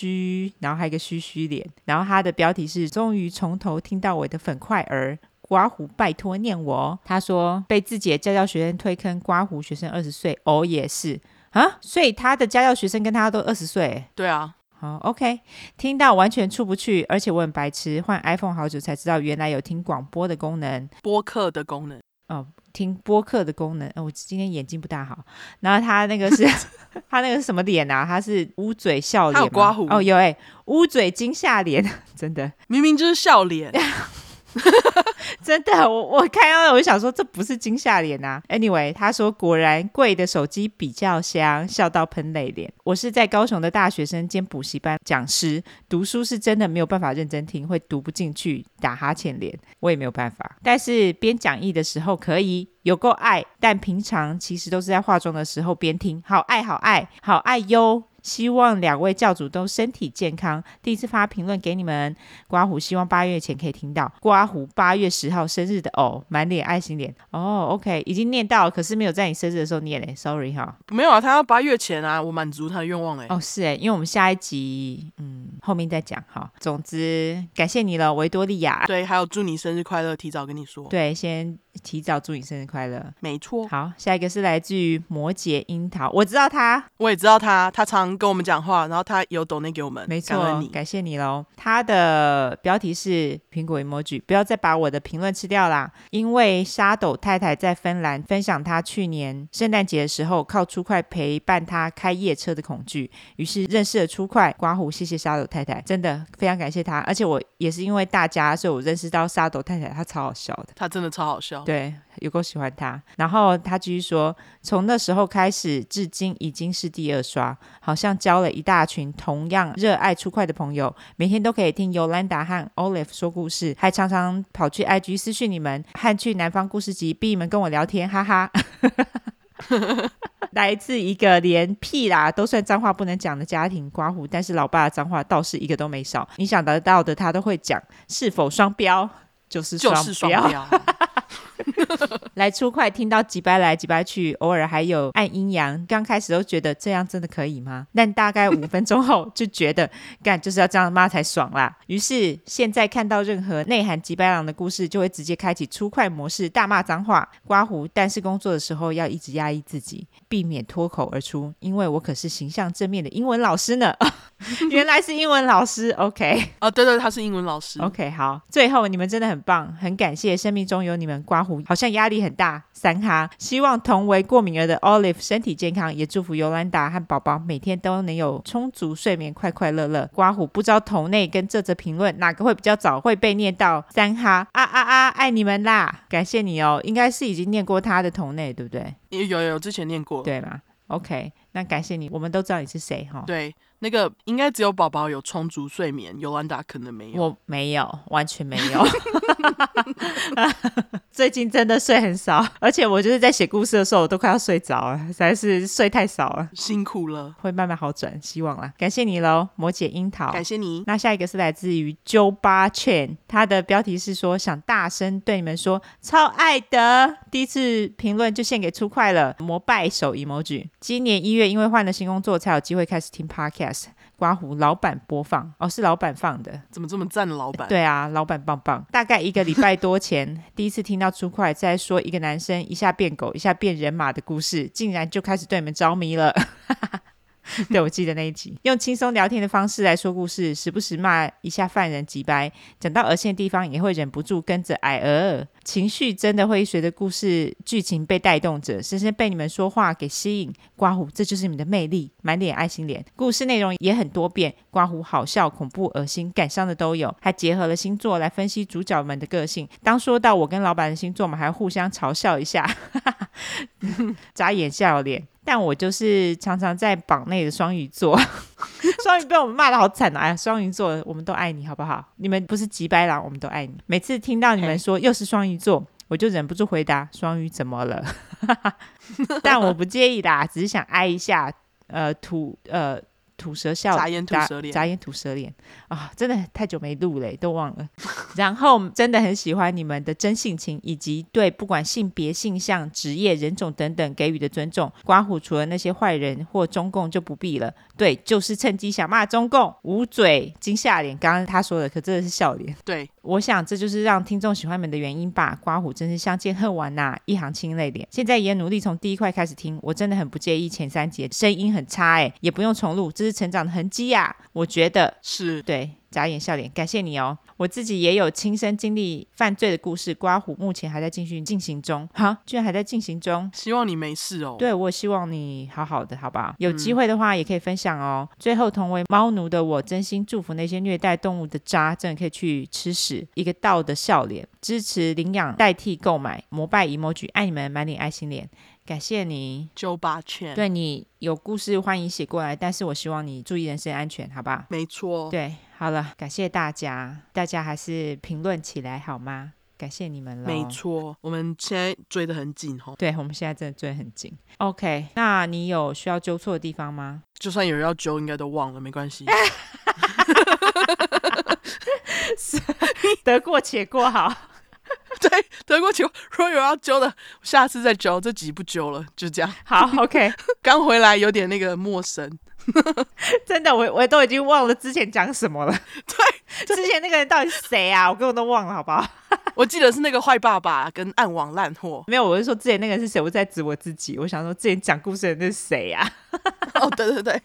嘘，然后还有一个嘘嘘脸，然后他的标题是终于从头听到尾的粉块儿，刮胡拜托念我。他说被自己的家教学生推坑，刮胡学生二十岁，哦也是啊，所以他的家教学生跟他都二十岁。 对啊， 好 OK， 听到完全出不去，而且我很白痴，换 iPhone 好久才知道原来有听广播的功能， 播客的功能哦，听播客的功能、哦、我今天眼睛不大好。然后他那个是他那个是什么脸啊？他是捂嘴笑脸吗？ 他有刮胡哦，有哎，捂嘴惊吓脸，真的明明就是笑脸真的，我我看到我就想说这不是惊吓脸啊。 Anyway， 他说果然贵的手机比较香，笑到喷泪脸。我是在高雄的大学生兼补习班讲师，读书是真的没有办法认真听，会读不进去，打哈欠脸，我也没有办法。但是边讲义的时候可以，有够爱，但平常其实都是在化妆的时候边听，好爱好爱好爱哟。希望两位教主都身体健康。第一次发评论给你们，刮胡希望八月前可以听到。刮胡八月十号生日的哦，满脸爱心脸哦。OK， 已经念到了，可是没有在你生日的时候念嘞 ，sorry 哈。 没有啊，他要八月前啊，我满足他的愿望哎。 哦，是哎，因为我们下一集嗯后面再讲哈。总之感谢你了，维多利亚。 对，还有祝你生日快乐，提早跟你说。 对，先提早祝你生日快乐。 没错。 好，下一个是来自于摩羯樱桃，我知道他， 我也知道他，他常跟我们讲话，然后他有抖内给我们， 没错， 感恩你， 感谢你咯。他的标题是苹果 emoji， 不要再把我的评论吃掉啦。因为沙斗太太在芬兰分享她去年圣诞节的时候靠出快陪伴她开夜车的恐惧，于是认识了出快。刮胡，谢谢沙斗太太，真的非常感谢她。而且我也是因为大家，所以我认识到沙斗太太，她超好笑的， 他真的超好笑。 对，有够喜欢他。然后他继续说，从那时候开始至今已经是第二刷，好像交了一大群同样热爱出快的朋友，每天都可以听尤兰达和 Olive 说故事，还常常跑去 I G 私讯你们，和去南方故事集逼你们跟我聊天，哈哈来自一个连屁啦都算脏话不能讲的家庭，刮胡，但是老爸的脏话倒是一个都没少，你想得到的他都会讲，是否双标？就是双标， 就是双标来出快听到几掰来几掰去，偶尔还有按阴阳，刚开始都觉得这样真的可以吗？但大概五分钟后就觉得干就是要这样骂才爽啦。于是现在看到任何内涵几掰郎的故事就会直接开启出快模式，大骂脏话刮胡，但是工作的时候要一直压抑自己，避免脱口而出，因为我可是形象正面的英文老师呢原来是英文老师 OK 啊，对对，他是英文老师。 OK， 好，最后你们真的很棒，很感谢生命中有你们，刮胡好像压力很大，三哈，希望同为过敏儿的 Olive 身体健康，也祝福尤兰达和宝宝每天都能有充足睡眠，快快乐乐。刮胡不知道头内跟这则评论哪个会比较早会被念到，三哈啊啊啊，爱你们啦，感谢你哦，应该是已经念过他的头内对不对？ 有有有，之前念过， 对吗？ OK， 那感谢你，我们都知道你是谁哈。 对，那个应该只有宝宝有充足睡眠，尤兰达可能没有。 我没有，完全没有最近真的睡很少，而且我就是在写故事的时候我都快要睡着了，实在是睡太少了， 辛苦了， 会慢慢好转，希望啦。感谢你咯，摩羯樱桃， 感谢你。 那下一个是来自于 Joba Chen， 他的标题是说想大声对你们说超爱的，第一次评论就献给出快了，膜拜手 emoji。今年一月因为换了新工作才有机会开始听 podcast， 刮胡老板播放，哦，是老板放的， 怎么这么赞的老板？ 对啊，老板棒棒。大概一个礼拜多前第一次听到出快在说一个男生一下变狗一下变人马的故事，竟然就开始对你们着迷了对，我记得那一集，用轻松聊天的方式来说故事，时不时骂一下犯人几掰，讲到恶心的地方也会忍不住跟着哎呃，情绪真的会随着故事剧情被带动着，深深被你们说话给吸引。刮胡，这就是你们的魅力，满脸爱心脸。故事内容也很多变，刮胡好笑、恐怖、恶心、感伤的都有，还结合了星座来分析主角们的个性。当说到我跟老板的星座，我们还互相嘲笑一下眨眼笑脸。但我就是常常在榜内的双鱼座双鱼被我们骂得好惨啊！哎呀，双鱼座我们都爱你好不好？你们不是几百郎，我们都爱你。每次听到你们说又是双鱼座，我就忍不住回答双鱼怎么了但我不介意啦，只是想挨一下呃土呃吐舌笑， 眨眼吐舌脸， 眨眼吐舌脸啊，真的太久没录了，都忘了。然后真的很喜欢你们的真性情，以及对不管性别、性向、职业、人种等等给予的尊重。刮胡除了那些坏人或中共就不必了，对，就是趁机想骂中共，捂嘴、惊吓脸。刚刚他说的，可真的是笑脸。 对， 我想这就是让听众喜欢你们的原因吧。刮胡真是相见恨晚呐、啊，一行清泪脸。现在也努力从第一块开始听，我真的很不介意前三节声音很差哎，也不用重录，这是成长的痕迹呀、啊。我觉得是对。眨眼笑脸，感谢你哦。我自己也有亲身经历犯罪的故事，刮胡目前还在继续进行中。哈，居然还在进行中， 希望你没事哦。 对，我希望你好好的，好不好？有机会的话也可以分享哦。嗯、最后，同为猫奴的我，真心祝福那些虐待动物的渣，真的可以去吃屎。一个道的笑脸，支持领养代替购买，膜拜 emoji， 爱你们，满脸爱心脸。感谢你， 九八千。 对，你有故事欢迎写过来，但是我希望你注意人身安全，好吧？ 没错。 对，好了，感谢大家，大家还是评论起来好吗？感谢你们了。 没错，我们现在追得很紧哦。 对，我们现在真的追得很紧。OK， 那你有需要纠错的地方吗？ 就算有人要揪，应该都忘了，没关系。 得过且过好。 对，得过且过。如果有要揪的，下次再揪，这集不揪了，就这样。 好 ，OK。 刚回来有点那个陌生， 真的，我我都已经忘了之前讲什么了。 对， 之前那个人到底是谁啊？我根本都忘了，好不好？ 我记得是那个坏爸爸跟暗网烂货。 没有，我是说之前那个人是谁？我在指我自己。我想说之前讲故事的人是谁啊？ 哦，对对对。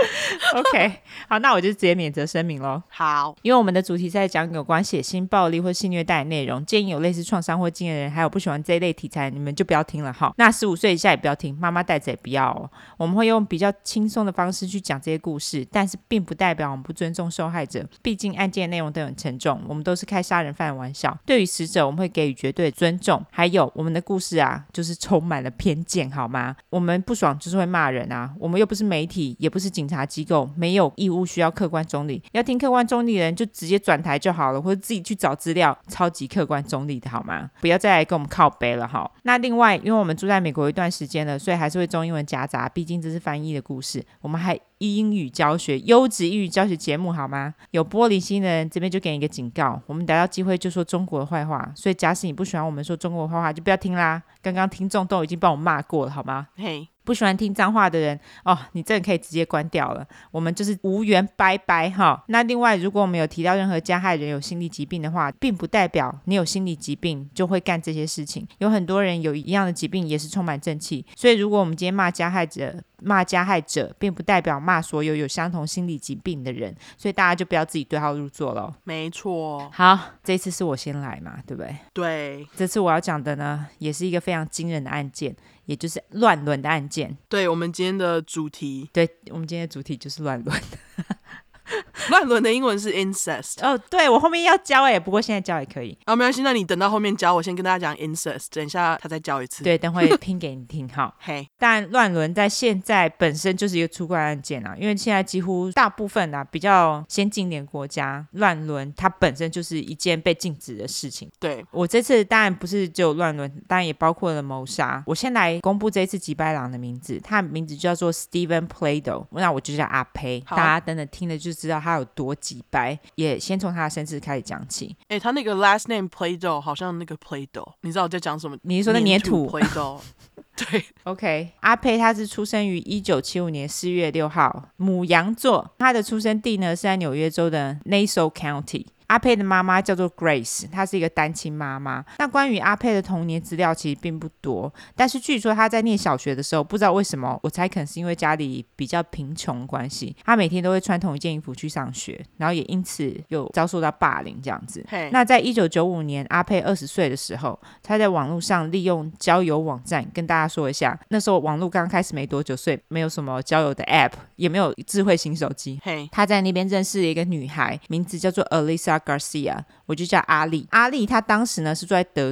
OK， 好，那我就直接免责声明咯。 好， 因为我们的主题在讲有关血腥暴力或性虐待的内容，建议有类似创伤或经验的人，还有不喜欢这一类题材，你们就不要听了哈。那十五岁以下也不要听，妈妈带着也不要哦。我们会用比较轻松的方式去讲这些故事，但是并不代表我们不尊重受害者，毕竟案件内容都很沉重，我们都是开杀人犯的玩笑。对于死者，我们会给予绝对的尊重。还有我们的故事啊，就是充满了偏见，好吗？我们不爽就是会骂人啊，我们又不是媒体，也不是警察机构，没有义务需要客观中立。要听客观中立的人就直接转台就好了，或者自己去找资料，超级客观中立的好吗？不要再来跟我们靠北了哈。那另外，因为我们住在美国一段时间了，所以还是会中英文夹杂，毕竟这是翻译的故事。我们还英语教学，优质英语教学节目好吗？有玻璃心的人这边就给你一个警告，我们逮到机会就说中国的坏话，所以假使你不喜欢我们说中国的坏话，就不要听啦。刚刚听众都已经帮我骂过了好吗？ 嘿、hey. 不喜欢听脏话的人哦，你真的可以直接关掉了，我们就是无缘拜拜哈。那另外，如果我们有提到任何加害人有心理疾病的话，并不代表你有心理疾病就会干这些事情。有很多人有一样的疾病也是充满正气，所以如果我们今天骂加害者骂加害者，并不代表骂所有有相同心理疾病的人，所以大家就不要自己对号入座了。 没错。 好，这次是我先来嘛，对不对？ 对， 这次我要讲的呢，也是一个非常惊人的案件，也就是乱伦的案件。 对，我们今天的主题， 对，我们今天的主题就是乱伦。 乱伦的英文是 incest。 哦，对，我后面要教哎，不过现在教也可以啊，没关系，那你等到后面教，我先跟大家讲 incest， 等一下他再教一次。 对，等会拼给你听哈。 嘿， 但乱伦在现在本身就是一个出怪案件啊，因为现在几乎大部分啊比较先进点国家，乱伦它本身就是一件被禁止的事情。 对， 我这次当然不是只有乱伦，当然也包括了谋杀。我先来公布这一次吉白狼的名字，他的名字叫做 Steven Plado， 那我就叫阿呸，大家等等听了就知道他有多吉白，也先从他的身世开始讲起。 哎、欸，他那个 last name Plado 好像那个 Plado， 你知道我在讲什么？ 你是说那粘土 Plado？ 对 ，OK， 阿佩他是出生于一九七五年四月六号，牡羊座。他的出生地呢是在纽约州的 Nassau County。阿佩的妈妈叫做 Grace， 她是一个单亲妈妈。那关于阿佩的童年资料其实并不多，但是据说她在念小学的时候，不知道为什么，我猜可能是因为家里比较贫穷关系，她每天都会穿同一件衣服去上学，然后也因此有遭受到霸凌这样子。 Hey. 那在一九九五年阿佩二十岁的时候，她在网络上利用交友网站，跟大家说一下，那时候网络刚开始没多久，所以没有什么交友的 app， 也没有智慧型手机。 Hey. 她在那边认识了一个女孩，名字叫做 Alyssa Garcia， 我就叫阿丽。阿丽她当时呢是住在德州，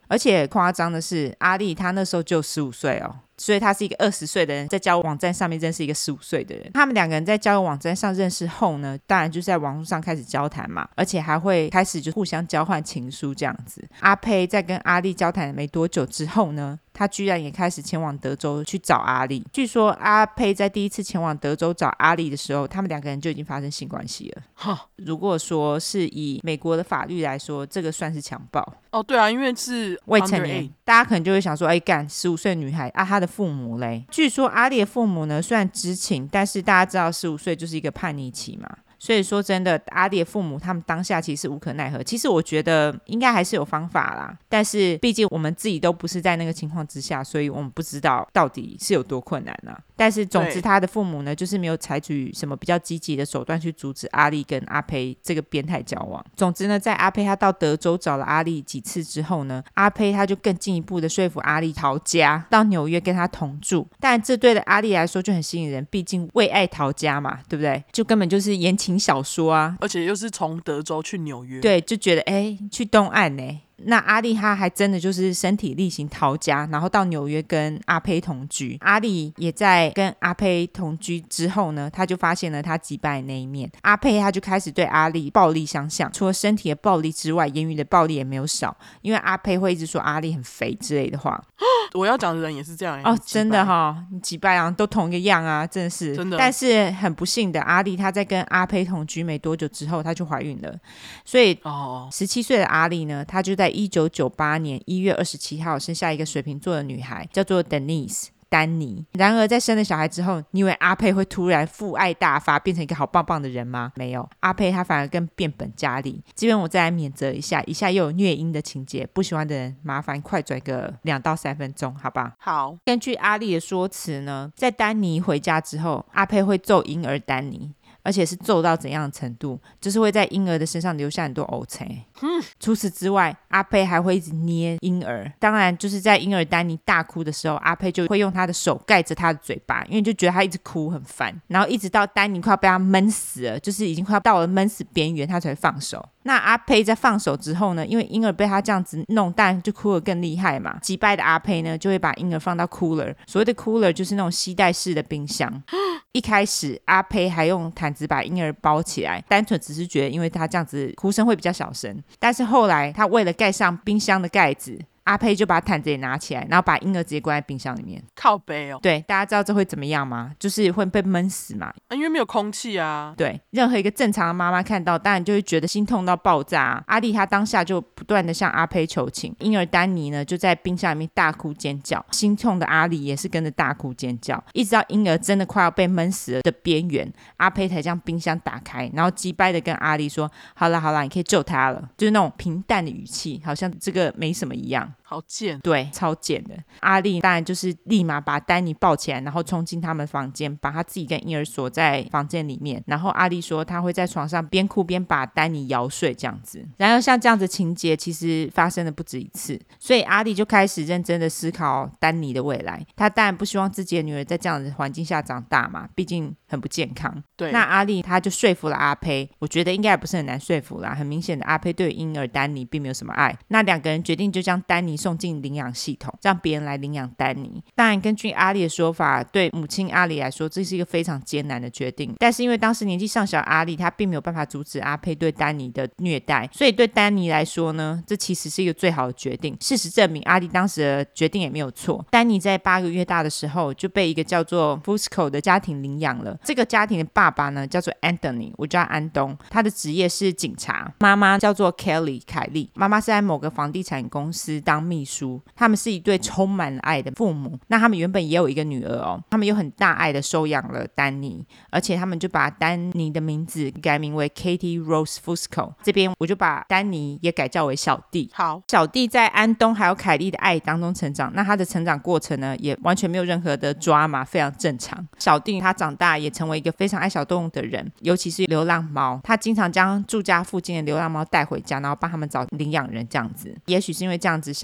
而且夸张的是，阿丽她那时候就十五岁哦，所以他是一个二十岁的人，在交友网站上面认识一个十五岁的人。他们两个人在交友网站上认识后呢，当然就是在网络上开始交谈嘛，而且还会开始就互相交换情书这样子。阿佩在跟阿丽交谈没多久之后呢，他居然也开始前往德州去找阿丽。据说阿佩在第一次前往德州找阿丽的时候，他们两个人就已经发生性关系了。如果说是以美国的法律来说，这个算是强暴。 哦，对啊，因为是未成年，大家可能就会想说，哎，干十五岁的女孩啊，她的父母嘞？据说阿丽的父母呢，虽然知情，但是大家知道十五岁就是一个叛逆期嘛。所以说真的，阿丽的父母他们当下其实是无可奈何。其实我觉得应该还是有方法啦，但是毕竟我们自己都不是在那个情况之下，所以我们不知道到底是有多困难啊。但是总之他的父母呢，就是没有采取什么比较积极的手段去阻止阿丽跟阿佩这个变态交往。总之呢，在阿佩他到德州找了阿丽几次之后呢，阿佩他就更进一步的说服阿丽逃家到纽约跟他同住。但这对的阿丽来说就很吸引人，毕竟为爱逃家嘛，对不对？就根本就是言情小说啊， 而且又是从德州去纽约， 对，就觉得哎，去东岸呢。那阿丽她还真的就是身体力行逃家，然后到纽约跟阿佩同居。阿丽也在跟阿佩同居之后呢，他就发现了他击败的那一面。阿佩他就开始对阿丽暴力相向，除了身体的暴力之外，言语的暴力也没有少，因为阿佩会一直说阿丽很肥之类的话。 我要讲的人也是这样哦，真的哈、哦，你几拜啊，都同一个样啊，真的是真的。 但是很不幸的，阿丽她在跟阿佩同居没多久之后，她就怀孕了。所以十七岁的阿丽呢，她就在一九九八年一月二十七号生下一个水瓶座的女孩，叫做 Denise。丹尼。然而在生了小孩之后，你以为阿佩会突然父爱大发，变成一个好棒棒的人吗？没有，阿佩他反而更变本加厉。这边我再来免责一下，以下又有虐婴的情节，不喜欢的人麻烦快转个两到三分钟，好吧？ 好。 根据阿丽的说辞呢，在丹尼回家之后，阿佩会揍婴儿丹尼。而且是揍到怎样的程度，就是会在婴儿的身上留下很多凹槽、嗯、除此之外，阿佩还会一直捏婴儿。当然就是在婴儿丹尼大哭的时候，阿佩就会用他的手盖着他的嘴巴，因为就觉得他一直哭很烦，然后一直到丹尼快要被他闷死了，就是已经快要到了闷死边缘，他才会放手。那阿佩在放手之后呢，因为婴儿被他这样子弄，当然就哭得更厉害嘛。击败的阿佩呢，就会把婴儿放到 cooler， 所谓的 cooler 就是那种吸带式的冰箱。一开始阿佩还用毯子把婴儿包起来，单纯只是觉得因为他这样子哭声会比较小声，但是后来他为了盖上冰箱的盖子，阿佩就把毯子也拿起来，然后把婴儿直接关在冰箱里面。 靠北哦。 对，大家知道这会怎么样吗？就是会被闷死嘛、 啊、因为没有空气啊。 对，任何一个正常的妈妈看到当然就会觉得心痛到爆炸、啊、阿丽她当下就不断的向阿佩求情，婴儿丹尼呢就在冰箱里面大哭尖叫，心痛的阿丽也是跟着大哭尖叫，一直到婴儿真的快要被闷死了的边缘，阿佩才将冰箱打开，然后击败的跟阿丽说，好啦好啦，你可以救他了，就是那种平淡的语气，好像这个没什么一样。 好贱。 对，超贱的。阿丽当然就是立马把丹尼抱起来，然后冲进他们房间，把他自己跟婴儿锁在房间里面，然后阿丽说他会在床上边哭边把丹尼摇睡这样子。然而像这样子情节其实发生了不止一次，所以阿丽就开始认真的思考丹尼的未来。他当然不希望自己的女儿在这样的环境下长大嘛，毕竟很不健康。 对， 那阿丽他就说服了阿佩，我觉得应该也不是很难说服啦，很明显的阿佩对婴儿丹尼并没有什么爱，那两个人决定就将丹尼送进领养系统，让别人来领养丹尼。当然根据阿丽的说法，对母亲阿丽来说这是一个非常艰难的决定，但是因为当时年纪尚小的阿丽她并没有办法阻止阿佩对丹尼的虐待，所以对丹尼来说呢，这其实是一个最好的决定。事实证明阿丽当时的决定也没有错，丹尼在八个月大的时候就被一个叫做 Fusco 的家庭领养了。这个家庭的爸爸呢叫做 Anthony， 我叫安东，他的职业是警察，妈妈叫做 Kelly 凯莉，妈妈是在某个房地产公司当秘书。他们是一对充满了爱的父母，那他们原本也有一个女儿哦，他们有很大爱的收养了丹尼，而且他们就把丹尼的名字改名为 Katie Rose Fusco， 这边我就把丹尼也改叫为小弟。 好， 小弟在安东还有凯莉的爱当中成长，那他的成长过程呢也完全没有任何的抓马，非常正常。小弟他长大也成为一个非常爱小动物的人，尤其是流浪猫，他经常将住家附近的流浪猫带回家，然后帮他们找领养人这样子。也许是因为这样子，小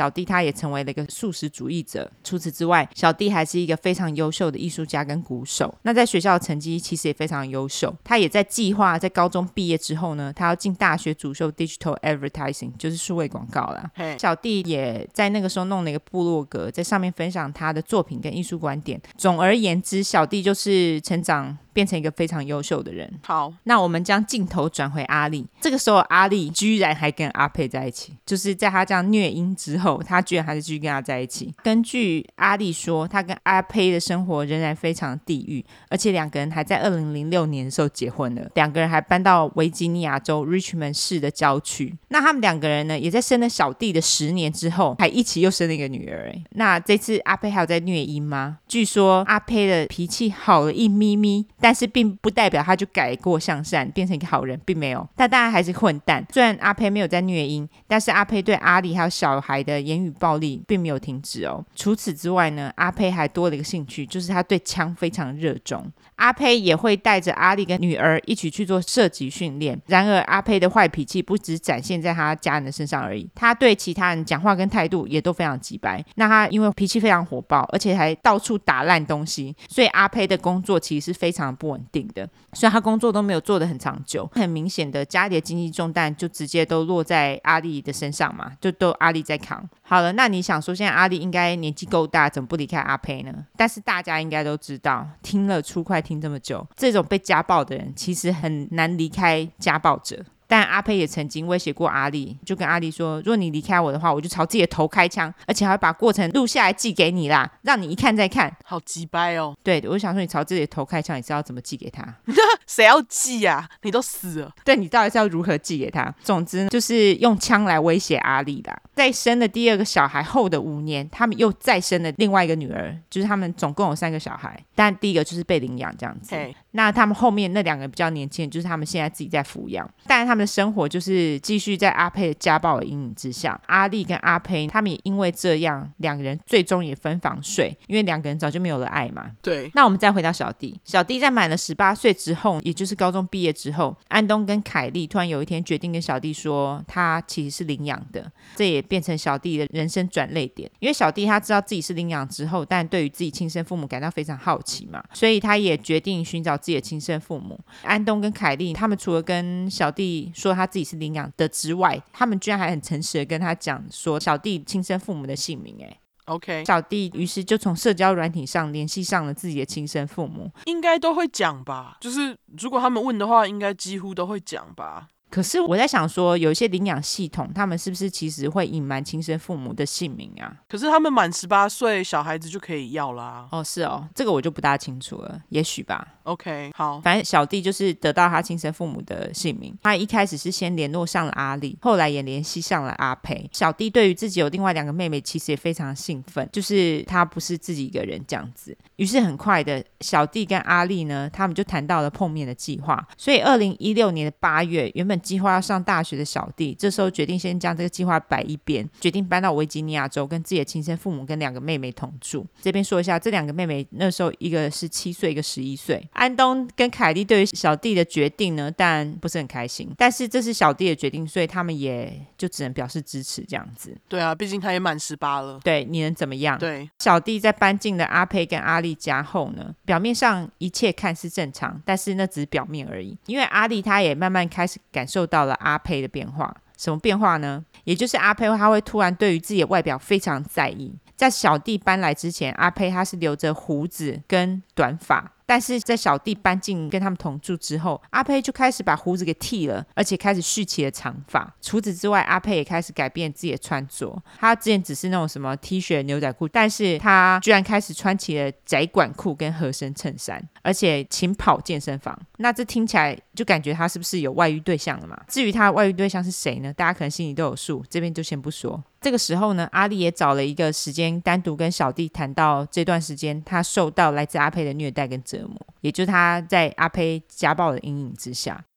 小弟他也成为了一个素食主义者。除此之外，小弟还是一个非常优秀的艺术家跟鼓手，那在学校的成绩其实也非常优秀。他也在计划在高中毕业之后呢，他要进大学主修 Digital Advertising， 就是数位广告啦。 Hey. 小弟也在那个时候弄了一个部落格，在上面分享他的作品跟艺术观点。总而言之，小弟就是成长变成一个非常优秀的人。 好， 那我们将镜头转回阿力，这个时候阿力居然还跟阿佩在一起，就是在他这样虐婴之后，他居然还是继续跟他在一起。根据阿力说，他跟阿佩的生活仍然非常地狱，而且两个人还在二零零六年的时候结婚了，两个人还搬到维吉尼亚州 Richmond 市的郊区。那他们两个人呢，也在生了小弟的十年之后，还一起又生了一个女儿。那这次阿佩还有在虐婴吗？据说阿佩的脾气好了一咪咪，但是并不代表他就改过向善变成一个好人，并没有，他当然还是混蛋。虽然阿佩没有在虐婴，但是阿佩对阿里还有小孩的言语暴力并没有停止哦。除此之外呢，阿佩还多了一个兴趣，就是他对枪非常热衷。阿佩也会带着阿里跟女儿一起去做射击训练。然而阿佩的坏脾气不只展现在他家人的身上而已，他对其他人讲话跟态度也都非常急白。那他因为脾气非常火爆，而且还到处打烂东西，所以阿佩的工作其实是非常不稳定的，所以他工作都没有做得很长久。很明显的，家里的经济重担就直接都落在阿力的身上嘛，就都阿力在扛。好了，那你想说现在阿力应该年纪够大，怎么不离开阿佩呢？但是大家应该都知道，听了出快听这么久，这种被家暴的人其实很难离开家暴者。但阿佩也曾经威胁过阿力，就跟阿力说，如果你离开我的话，我就朝自己的头开枪，而且还会把过程录下来寄给你啦，让你一看再看。 好鸡掰哦。 对，我想说你朝自己的头开枪，你是要怎么寄给他？ 谁要寄啊？你都死了。 对，你到底是要如何寄给他？总之就是用枪来威胁阿力啦。在生了第二个小孩后的五年，他们又再生了另外一个女儿，就是他们总共有三个小孩，但第一个就是被领养这样子。 Hey. 那他们后面那两个比较年轻，就是他们现在自己在抚养，但是他们的生活就是继续在阿佩的家暴的阴影之下。阿力跟阿佩他们也因为这样，两个人最终也分房睡，因为两个人早就没有了爱嘛。 对， 那我们再回到小弟，小弟在满了十八岁之后，也就是高中毕业之后，安东跟凯莉突然有一天决定跟小弟说，他其实是领养的，这也变成小弟的人生转捩点。因为小弟他知道自己是领养之后，但对于自己亲生父母感到非常好奇嘛，所以他也决定寻找自己的亲生父母。安东跟凯莉他们除了跟小弟说他自己是领养的之外，他们居然还很诚实的跟他讲说小弟亲生父母的姓名。哎 ，OK， 小弟于是就从社交软体上联系上了自己的亲生父母。 应该都会讲吧，就是如果他们问的话，应该几乎都会讲吧。 可是我在想说，有一些领养系统，他们是不是其实会隐瞒亲生父母的姓名啊？ 可是他们满十八岁，小孩子就可以要啦。 哦，是哦，这个我就不大清楚了，也许吧。 OK， 好， 反正小弟就是得到他亲生父母的姓名。他一开始是先联络上了阿力，后来也联系上了阿佩。小弟对于自己有另外两个妹妹，其实也非常兴奋，就是他不是自己一个人这样子。于是很快的，小弟跟阿力呢，他们就谈到了碰面的计划。所以二零一六年的八月，原本计划要上大学的小弟，这时候决定先将这个计划摆一边，决定搬到维吉尼亚州，跟自己的亲生父母跟两个妹妹同住。这边说一下，这两个妹妹那时候一个是七岁，一个十一岁。安东跟凯莉对于小弟的决定呢，当然不是很开心，但是这是小弟的决定，所以他们也就只能表示支持这样子。 对啊，毕竟他也满十八了。 对，你能怎么样？ 对， 小弟在搬进了阿佩跟阿力家后呢，表面上一切看似正常，但是那只是表面而已。因为阿力他也慢慢开始感受到了阿佩的变化。什么变化呢？也就是阿佩他会突然对于自己的外表非常在意。在小弟搬来之前，阿佩他是留着胡子跟短发，但是在小弟搬进跟他们同住之后，阿佩就开始把胡子给剃了，而且开始蓄起了长发。除此之外，阿佩也开始改变自己的穿着，他之前只是那种什么 T 恤牛仔裤，但是他居然开始穿起了窄管裤跟合身衬衫，而且勤跑健身房。那这听起来就感觉他是不是有外遇对象了嘛？至于他的外遇对象是谁呢？大家可能心里都有数，这边就先不说。这个时候呢，阿力也找了一个时间单独跟小弟谈到这段时间他受到来自阿佩的虐待跟折磨，也就是他在阿佩家暴的阴影之下。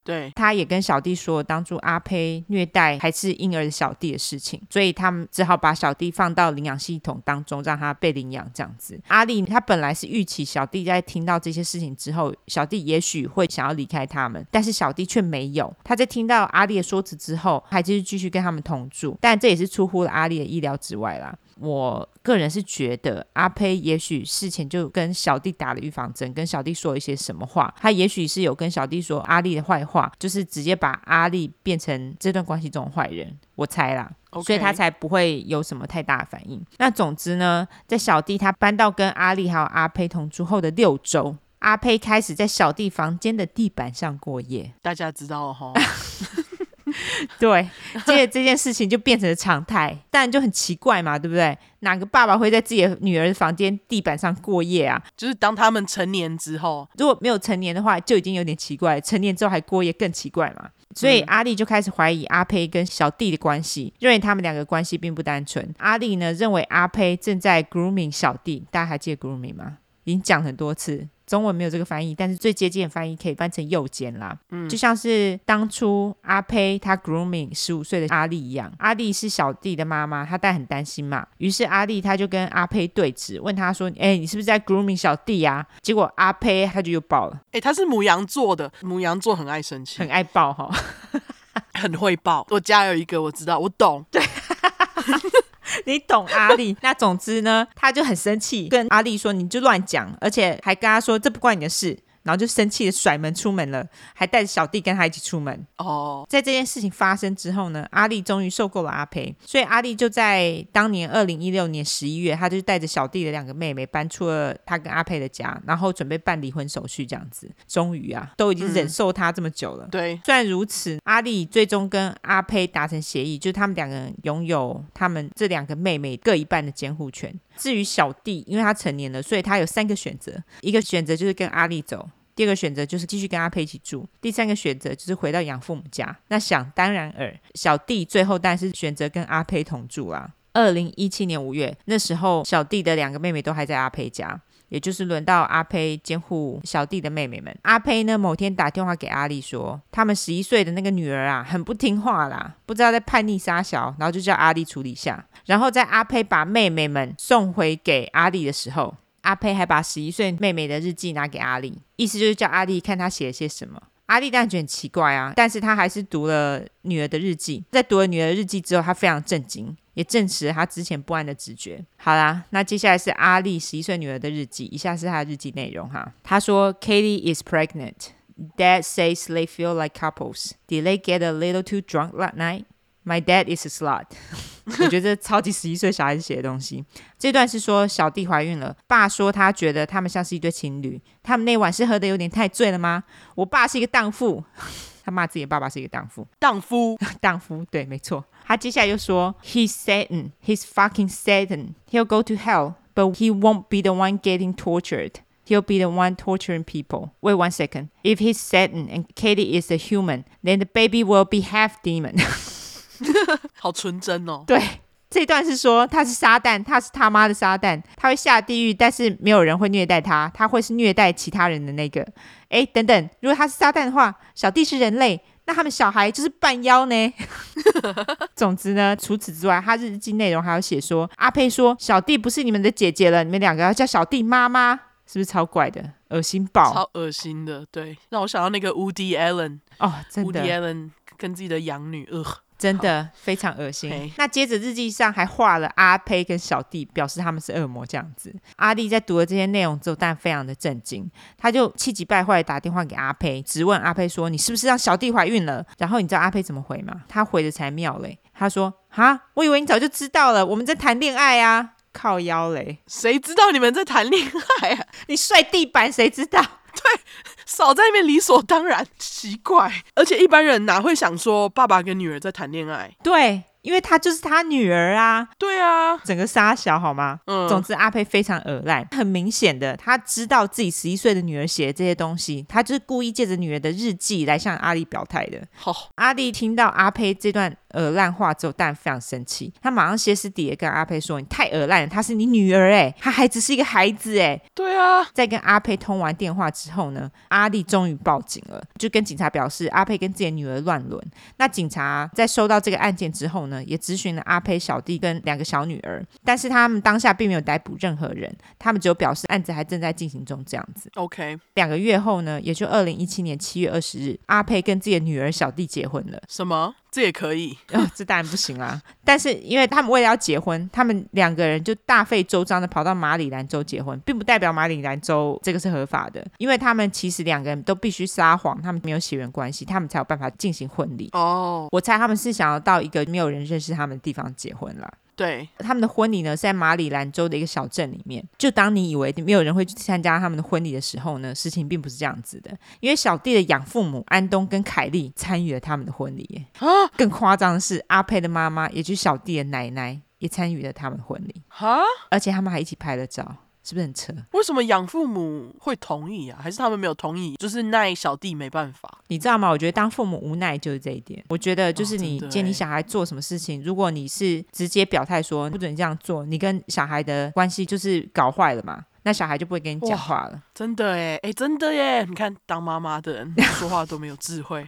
对， 他也跟小弟说当初阿胚虐待还是婴儿的小弟的事情，所以他们只好把小弟放到领养系统当中，让他被领养这样子。阿丽他本来是预期小弟在听到这些事情之后，小弟也许会想要离开他们，但是小弟却没有。他在听到阿丽的说辞之后，还是继续跟他们同住，但这也是出乎了阿丽的意料之外啦。我个人是觉得阿胚也许事前就跟小弟打了预防针，跟小弟说了一些什么话，他也许是有跟小弟说阿丽的坏话，就是直接把阿丽变成这段关系中的坏人，我猜啦。Okay. 所以他才不会有什么太大的反应。那总之呢，在小弟他搬到跟阿丽还有阿胚同住后的六周，阿胚开始在小弟房间的地板上过夜。 大家知道哦对，接着这件事情就变成了常态，但就很奇怪嘛，对不对？哪个爸爸会在自己的女儿的房间地板上过夜啊？ 就是当他们成年之后， 如果没有成年的话就已经有点奇怪，成年之后还过夜更奇怪嘛。所以阿丽就开始怀疑阿胚跟小弟的关系，认为他们两个关系并不单纯。阿丽呢认为阿胚正在 grooming 小弟，大家还记得 grooming 吗？已经讲很多次，中文没有这个翻译，但是最接近的翻译可以翻成诱奸啦、嗯、就像是当初阿胚他 grooming 十五岁的阿丽一样。阿丽是小弟的妈妈，她当然很担心嘛，于是阿丽他就跟阿胚对峙，问他说哎、欸，你是不是在 grooming 小弟啊？结果阿胚他就又爆了。 哎、欸，他是牡羊座的，牡羊座很爱生气， 很爱爆齁很会爆。我家有一个我知道，我懂。对你懂阿丽。那总之呢，他就很生气，跟阿丽说你就乱讲，而且还跟他说这不关你的事，然后就生气的甩门出门了，还带着小弟跟他一起出门。哦，在这件事情发生之后呢，阿丽终于受够了阿胚，所以阿丽就在当年二零一六年十一月，他就带着小弟的两个妹妹搬出了他跟阿胚的家，然后准备办离婚手续这样子。终于啊，都已经忍受他这么久了、嗯、对。虽然如此，阿丽最终跟阿胚达成协议，就是他们两个人拥有他们这两个妹妹各一半的监护权。至于小弟，因为他成年了，所以他有三个选择，一个选择就是跟阿丽走，第二个选择就是继续跟阿胚一起住，第三个选择就是回到养父母家。那想当然尔，小弟最后当然是选择跟阿胚同住啦。二零一七年五月，那时候小弟的两个妹妹都还在阿胚家，也就是轮到阿胚监护小弟的妹妹们。阿胚呢，某天打电话给阿丽说，他们十一岁的那个女儿啊，很不听话啦，不知道在叛逆撒小，然后就叫阿丽处理一下。然后在阿胚把妹妹们送回给阿丽的时候，阿胚还把十一岁妹妹的日记拿给阿丽，意思就是叫阿丽看她写了些什么。阿丽当然觉得很奇怪啊，但是她还是读了女儿的日记。在读了女儿的日记之后，她非常震惊，也证实了她之前不安的直觉。好啦，那接下来是阿丽十一岁女儿的日记，以下是她的日记内容哈。她说 Katie is pregnant. Dad says they feel like couples. Did they get a little too drunk that night?My dad is a slut 我觉得这超级十一岁小孩子写的东西。这段是说小弟怀孕了，爸说他觉得他们像是一对情侣，他们那晚是喝得有点太醉了吗？我爸是一个荡妇他骂自己的爸爸是一个荡妇荡夫荡夫，对，没错。他接下来又说 He's Satan, he's fucking Satan. He'll go to hell, but he won't be the one getting tortured.He'll be the one torturing people. Wait one second. If he's Satan and Katie is a human, then the baby will be half demon 好纯真哦。 对，这段是说他是撒旦，他是他妈的撒旦，他会下地狱，但是没有人会虐待他，他会是虐待其他人的那个。哎，等等，如果他是撒旦的话，小弟是人类，那他们小孩就是半妖呢总之呢，除此之外，他日记内容还有写说，阿胚说小弟不是你们的姐姐了，你们两个要叫小弟妈妈，是不是超怪的，恶心爆， 超恶心的。对，让我想到那个 Woody Allen 哦，真的 Woody Allen 跟自己的养女，呃真的非常恶心。那接着日记上还画了阿胚跟小弟，表示他们是恶魔这样子。阿丽在读了这些内容之后，但非常的震惊，他就气急败坏打电话给阿胚，质问阿胚说你是不是让小弟怀孕了？然后你知道阿胚怎么回吗？他回的才妙嘞，他说哈，我以为你早就知道了，我们在谈恋爱啊。靠腰嘞， 谁知道你们在谈恋爱啊？ 你睡地板谁知道？ 对，少在那边理所当然，奇怪。而且一般人哪会想说爸爸跟女儿在谈恋爱？ 对，因为她就是他女儿啊。 对啊， 整个杀小好吗？嗯。总之阿胚非常恶烂，很明显的他知道自己十一岁的女儿写的这些东西，他就是故意借着女儿的日记来向阿丽表态的。哦、阿丽听到阿胚这段鹅烂话之后，当然非常生气，他马上歇斯底里跟阿佩说：“你太鹅烂了，她是你女儿哎，她还只是一个孩子哎。” 对啊， 在跟阿佩通完电话之后呢，阿丽终于报警了，就跟警察表示阿佩跟自己的女儿乱伦。那警察在收到这个案件之后呢，也咨询了阿佩小弟跟两个小女儿，但是他们当下并没有逮捕任何人，他们只有表示案子还正在进行中这样子。 OK， 两个月后呢，也就二零一七年七月二十日，阿佩跟自己的女儿小弟结婚了。 什么？这也可以？ 哦，这当然不行啦。但是因为他们为了要结婚，他们两个人就大费周章的跑到马里兰州结婚，并不代表马里兰州这个是合法的，因为他们其实两个人都必须撒谎，他们没有血缘关系，他们才有办法进行婚礼。 哦， 我猜他们是想要到一个没有人认识他们的地方结婚啦。 对， 他们的婚礼呢是在马里兰州的一个小镇里面。就当你以为没有人会去参加他们的婚礼的时候呢，事情并不是这样子的，因为小弟的养父母安东跟凯莉参与了他们的婚礼耶。 啊更夸张的是，阿佩的妈妈也就是小弟的奶奶也参与了他们婚礼， 哈， 而且他们还一起拍了照，是不是很扯？ 为什么养父母会同意啊？还是他们没有同意？就是奈小弟没办法。 你知道吗？我觉得当父母无奈就是这一点。我觉得就是你哦真的耶今天你小孩做什么事情，如果你是直接表态说不准这样做，你跟小孩的关系就是搞坏了嘛，那小孩就不会跟你讲话了。 真的耶，哎，真的耶！你看，当妈妈的人说话都没有智慧。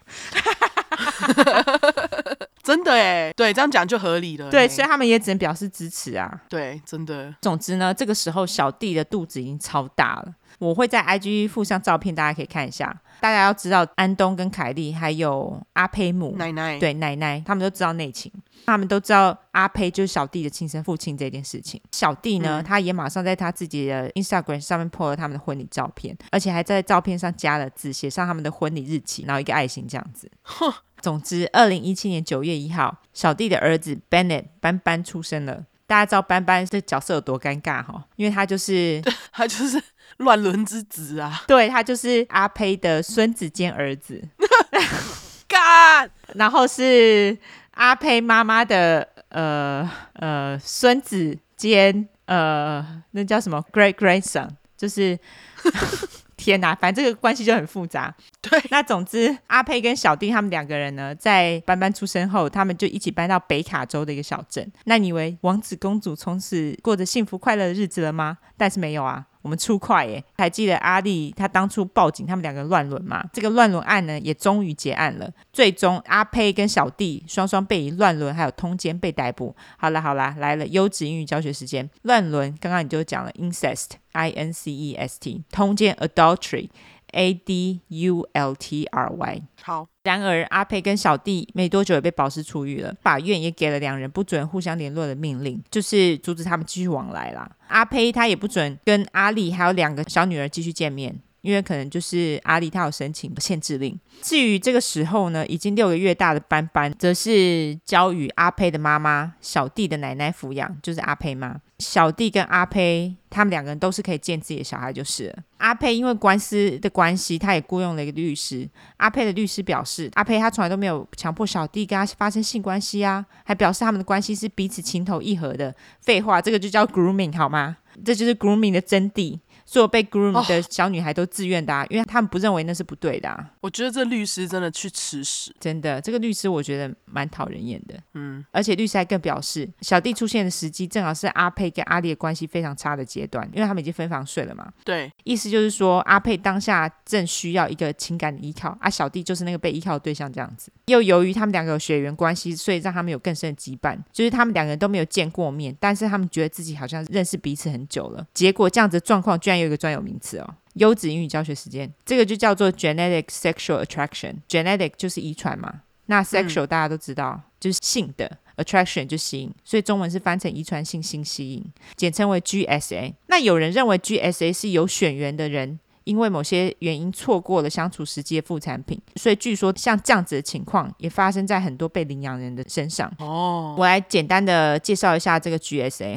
真的耶，对，这样讲就合理了。 对，所以他们也只能表示支持啊。 对，真的。 总之呢，这个时候小弟的肚子已经超大了。我会在 I G 附上照片，大家可以看一下。大家要知道，安东跟凯莉还有阿佩姆奶奶， 对奶奶，他们都知道内情，他们都知道阿佩就是小弟的亲生父亲这件事情。小弟呢，嗯、他也马上在他自己的 Instagram 上面 po 了他们的婚礼照片，而且还在照片上加了字，写上他们的婚礼日期，然后一个爱心这样子。总之，二零一七年九月一号，小弟的儿子 Bennett 班班出生了。大家知道班班这角色有多尴尬哈？因为他就是他就是乱伦之子啊， 对，他就是阿佩的孙子兼儿子， 干， 然后是阿佩妈妈的呃呃孙子兼呃那叫什么 great grandson， 就是天哪，反正这个关系就很复杂。 对， 那总之阿佩跟小弟他们两个人呢，在班班出生后，他们就一起搬到北卡州的一个小镇。那你以为王子公主从此过着幸福快乐的日子了吗？但是没有啊，我们出快耶！还记得阿丽她当初报警他们两个乱伦嘛？这个乱伦案呢也终于结案了，最终阿佩跟小弟双双被以乱伦还有通奸被逮捕。好啦好啦，来了优质英语教学时间。乱伦刚刚你就讲了 incest I N C E S T， 通奸 adultery A D U L T R Y。 好， 然而阿佩跟小弟没多久也被保释出狱了，法院也给了两人不准互相联络的命令，就是阻止他们继续往来啦。阿佩他也不准跟阿丽还有两个小女儿继续见面，因为可能就是阿丽她有申请限制令。至于这个时候呢，已经六个月大的班班则是交予阿佩的妈妈小弟的奶奶抚养，就是阿佩妈。小弟跟阿佩他们两个人都是可以见自己的小孩就是了。阿佩因为官司的关系，他也雇佣了一个律师。阿佩的律师表示，阿佩他从来都没有强迫小弟跟他发生性关系啊，还表示他们的关系是彼此情投意合的。废话，这个就叫 grooming 好吗？这就是 grooming 的真谛。所有被 groom 的小女孩都自愿的、啊哦、因为他们不认为那是不对的、啊、 我觉得这律师真的去吃屎， 真的，这个律师我觉得蛮讨人厌的。 嗯， 而且律师还更表示，小弟出现的时机正好是阿佩跟阿丽的关系非常差的阶段，因为他们已经分房睡了嘛。 对， 意思就是说阿佩当下正需要一个情感的依靠啊，小弟就是那个被依靠的对象这样子。又由于他们两个有血缘关系，所以让他们有更深的羁绊，就是他们两个人都没有见过面，但是他们觉得自己好像认识彼此很久了。结果这样子的状况居然有一个专有名词哦，优质英语教学时间，这个就叫做 genetic sexual attraction。genetic 就是遗传嘛，那 sexual 大家都知道、嗯、就是性的， attraction 就吸引，所以中文是翻成遗传性性吸引，简称为 G S A。 那有人认为 G S A 是有血缘的人因为某些原因错过了相处时机的副产品，所以据说像这样子的情况也发生在很多被领养人的身上。 哦， 我来简单的介绍一下这个 G S A 哈。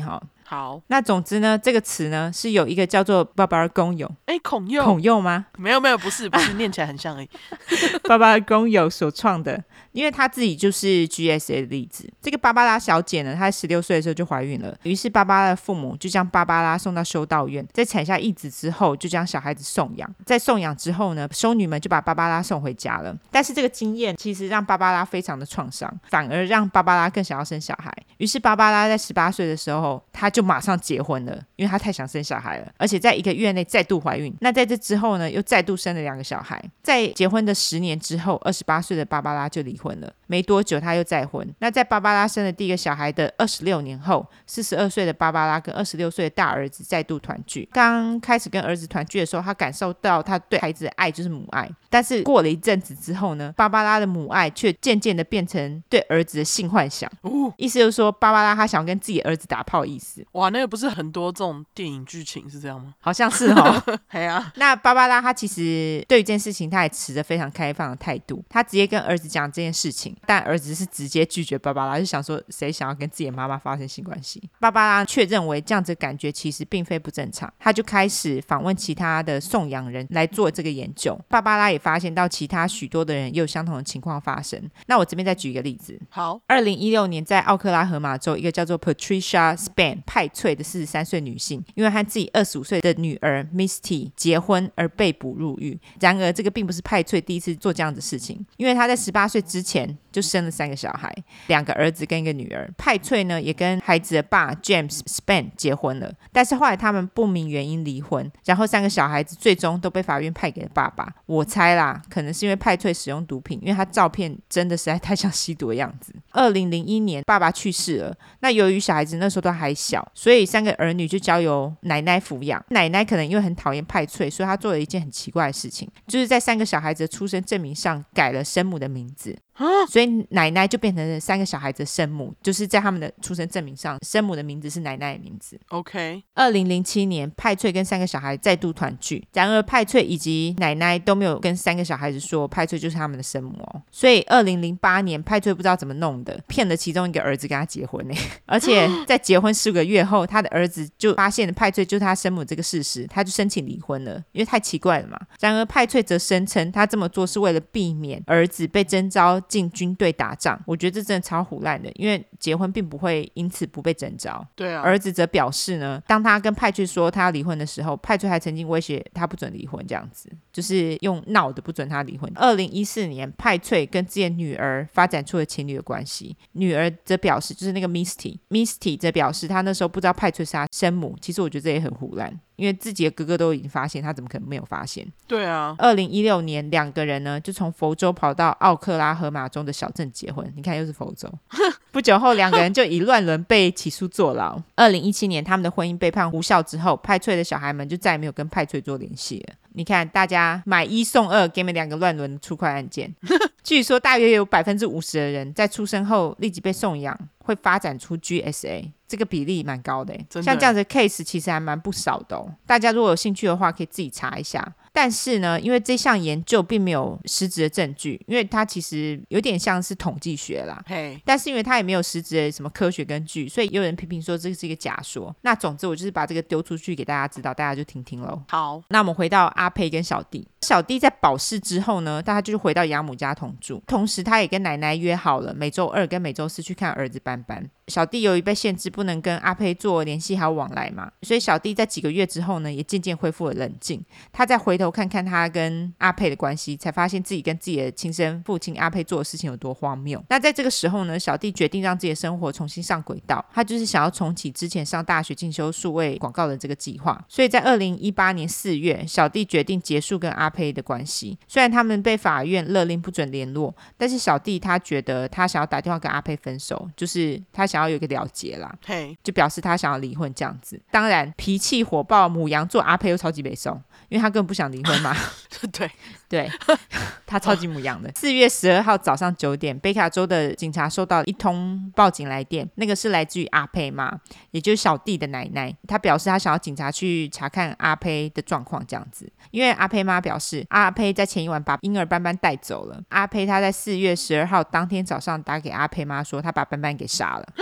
好， 那总之呢，这个词呢是有一个叫做巴巴尔公友， 哎，孔佑， 孔佑吗？ 没有没有，不是不是，念起来很像而已。 芭芭拉公友所创的，因为她自己就是 G S A 的例子。这个芭芭拉小姐呢，她在十六岁的时候就怀孕了，于是芭芭拉的父母就将芭芭拉送到修道院，在产下一子之后，就将小孩子送养。在送养之后呢，修女们就把芭芭拉送回家了。但是这个经验其实让芭芭拉非常的创伤，反而让芭芭拉更想要生小孩。于是芭芭拉在十八岁的时候，她就马上结婚了，因为她太想生小孩了，而且在一个月内再度怀孕。那在这之后呢，又再度生了两个小孩。在结婚的十年之后，二十八岁的芭芭拉就离婚了。没多久，她又再婚。那在芭芭拉生了第一个小孩的二十六年后，四十二岁的芭芭拉跟二十六岁的大儿子再度团聚。刚开始跟儿子团聚的时候，她感受到她对孩子的爱就是母爱。但是过了一阵子之后呢，芭芭拉的母爱却渐渐的变成对儿子的性幻想。 哦， 意思就是说，芭芭拉她想要跟自己儿子打炮的意思。 哇，那个不是很多这种电影剧情是这样吗？ 好像是哦。 嘿啊， 那芭芭拉她其实对于这件事情，她也持着非常开放的态度。她直接跟儿子讲这件事情，但儿子是直接拒绝芭芭拉，就想说谁想要跟自己的妈妈发生性关系。芭芭拉却认为这样子的感觉其实并非不正常，她就开始访问其他的送养人来做这个研究。芭芭拉也发现到其他许多的人也有相同的情况发生。那我这边再举一个例子。 好， 二零一六年在奥克拉荷马州，一个叫做 Patricia Span 派翠的四十三岁女性，因为和自己二十五岁的女儿 Misty 结婚而被捕入狱。然而这个并不是派翠第一次做这样的事情，因为她在十八岁之前就生了三个小孩，两个儿子跟一个女儿。派翠呢也跟孩子的爸 James Span 结婚了，但是后来他们不明原因离婚，然后三个小孩子最终都被法院派给了爸爸。我猜啦，可能是因为派翠使用毒品，因为他照片真的实在太像吸毒的样子。二零零一年爸爸去世了，那由于小孩子那时候都还小，所以三个儿女就交由奶奶抚养。奶奶可能因为很讨厌派翠，所以她做了一件很奇怪的事情，就是在三个小孩子的出生证明上改了生母的名字，所以奶奶就变成了三个小孩子的生母，就是在他们的出生证明上，生母的名字是奶奶的名字。 OK， 二零零七年派翠跟三个小孩再度团聚，然而派翠以及奶奶都没有跟三个小孩子说派翠就是他们的生母哦。所以二零零八年派翠不知道怎么弄的，骗了其中一个儿子跟他结婚耶。而且在结婚十个月后，他的儿子就发现了派翠就是他生母这个事实，他就申请离婚了，因为太奇怪了嘛。然而派翠则声称他这么做是为了避免儿子被征召进军队打仗。我觉得这真的超唬烂的，因为结婚并不会因此不被征召。 对啊， 儿子则表示呢，当他跟派翠说他要离婚的时候，派翠还曾经威胁他不准离婚，这样子就是用闹的不准他离婚。二零一四年派翠跟自己的女儿发展出了情侣的关系，女儿则表示就是那个 Misty Misty 则表示他那时候不知道派翠是他生母。其实我觉得这也很唬烂，因为自己的哥哥都已经发现，他怎么可能没有发现？ 对啊， 二零一六年两个人呢就从佛州跑到奥克拉荷马中的小镇结婚，你看又是佛州。不久后两个人就以乱伦被起诉坐牢。二零一七年他们的婚姻被判无效之后，派翠的小孩们就再也没有跟派翠做联系了。你看大家买一送二，给你们两个乱伦的出快案件。据说大约有百分之五十的人在出生后立即被送养会发展出 G S A， 这个比例蛮高的耶， 真的耶， 像这样子的 case 其实还蛮不少的哦。大家如果有兴趣的话可以自己查一下。但是呢，因为这项研究并没有实质的证据，因为它其实有点像是统计学啦， 嘿， 但是因为它也没有实质的什么科学根据，所以有人批评说这是一个假说。那总之我就是把这个丢出去给大家知道，大家就听听咯。 好， 那我们回到阿佩跟小弟。小弟在保释之后呢，他就是回到养母家同住，同时他也跟奶奶约好了每周二跟每周四去看儿子班班。小弟由于被限制不能跟阿佩做联系还有往来嘛，所以小弟在几个月之后呢也渐渐恢复了冷静。他再回头看看他跟阿佩的关系，才发现自己跟自己的亲生父亲阿佩做的事情有多荒谬。那在这个时候呢，小弟决定让自己的生活重新上轨道，他就是想要重启之前上大学进修数位广告的这个计划。所以在二零一八年四月，小弟决定结束跟阿佩的关系。虽然他们被法院勒令不准联络，但是小弟他觉得他想要打电话跟阿佩分手，就是他想要有一个了结啦， 嘿， 就表示他想要离婚这样子。当然脾气火爆母羊座阿佩又超级北宋，因为他根本不想离婚嘛。 对对，他超级母羊的。四月十二号早上九点，北卡州的警察收到一通报警来电，那个是来自于阿佩妈，也就是小弟的奶奶。他表示他想要警察去查看阿佩的状况这样子，因为阿佩妈表示阿佩在前一晚把婴儿班班带走了。阿佩他在四月十二号当天早上打给阿佩妈说他把班班给杀了。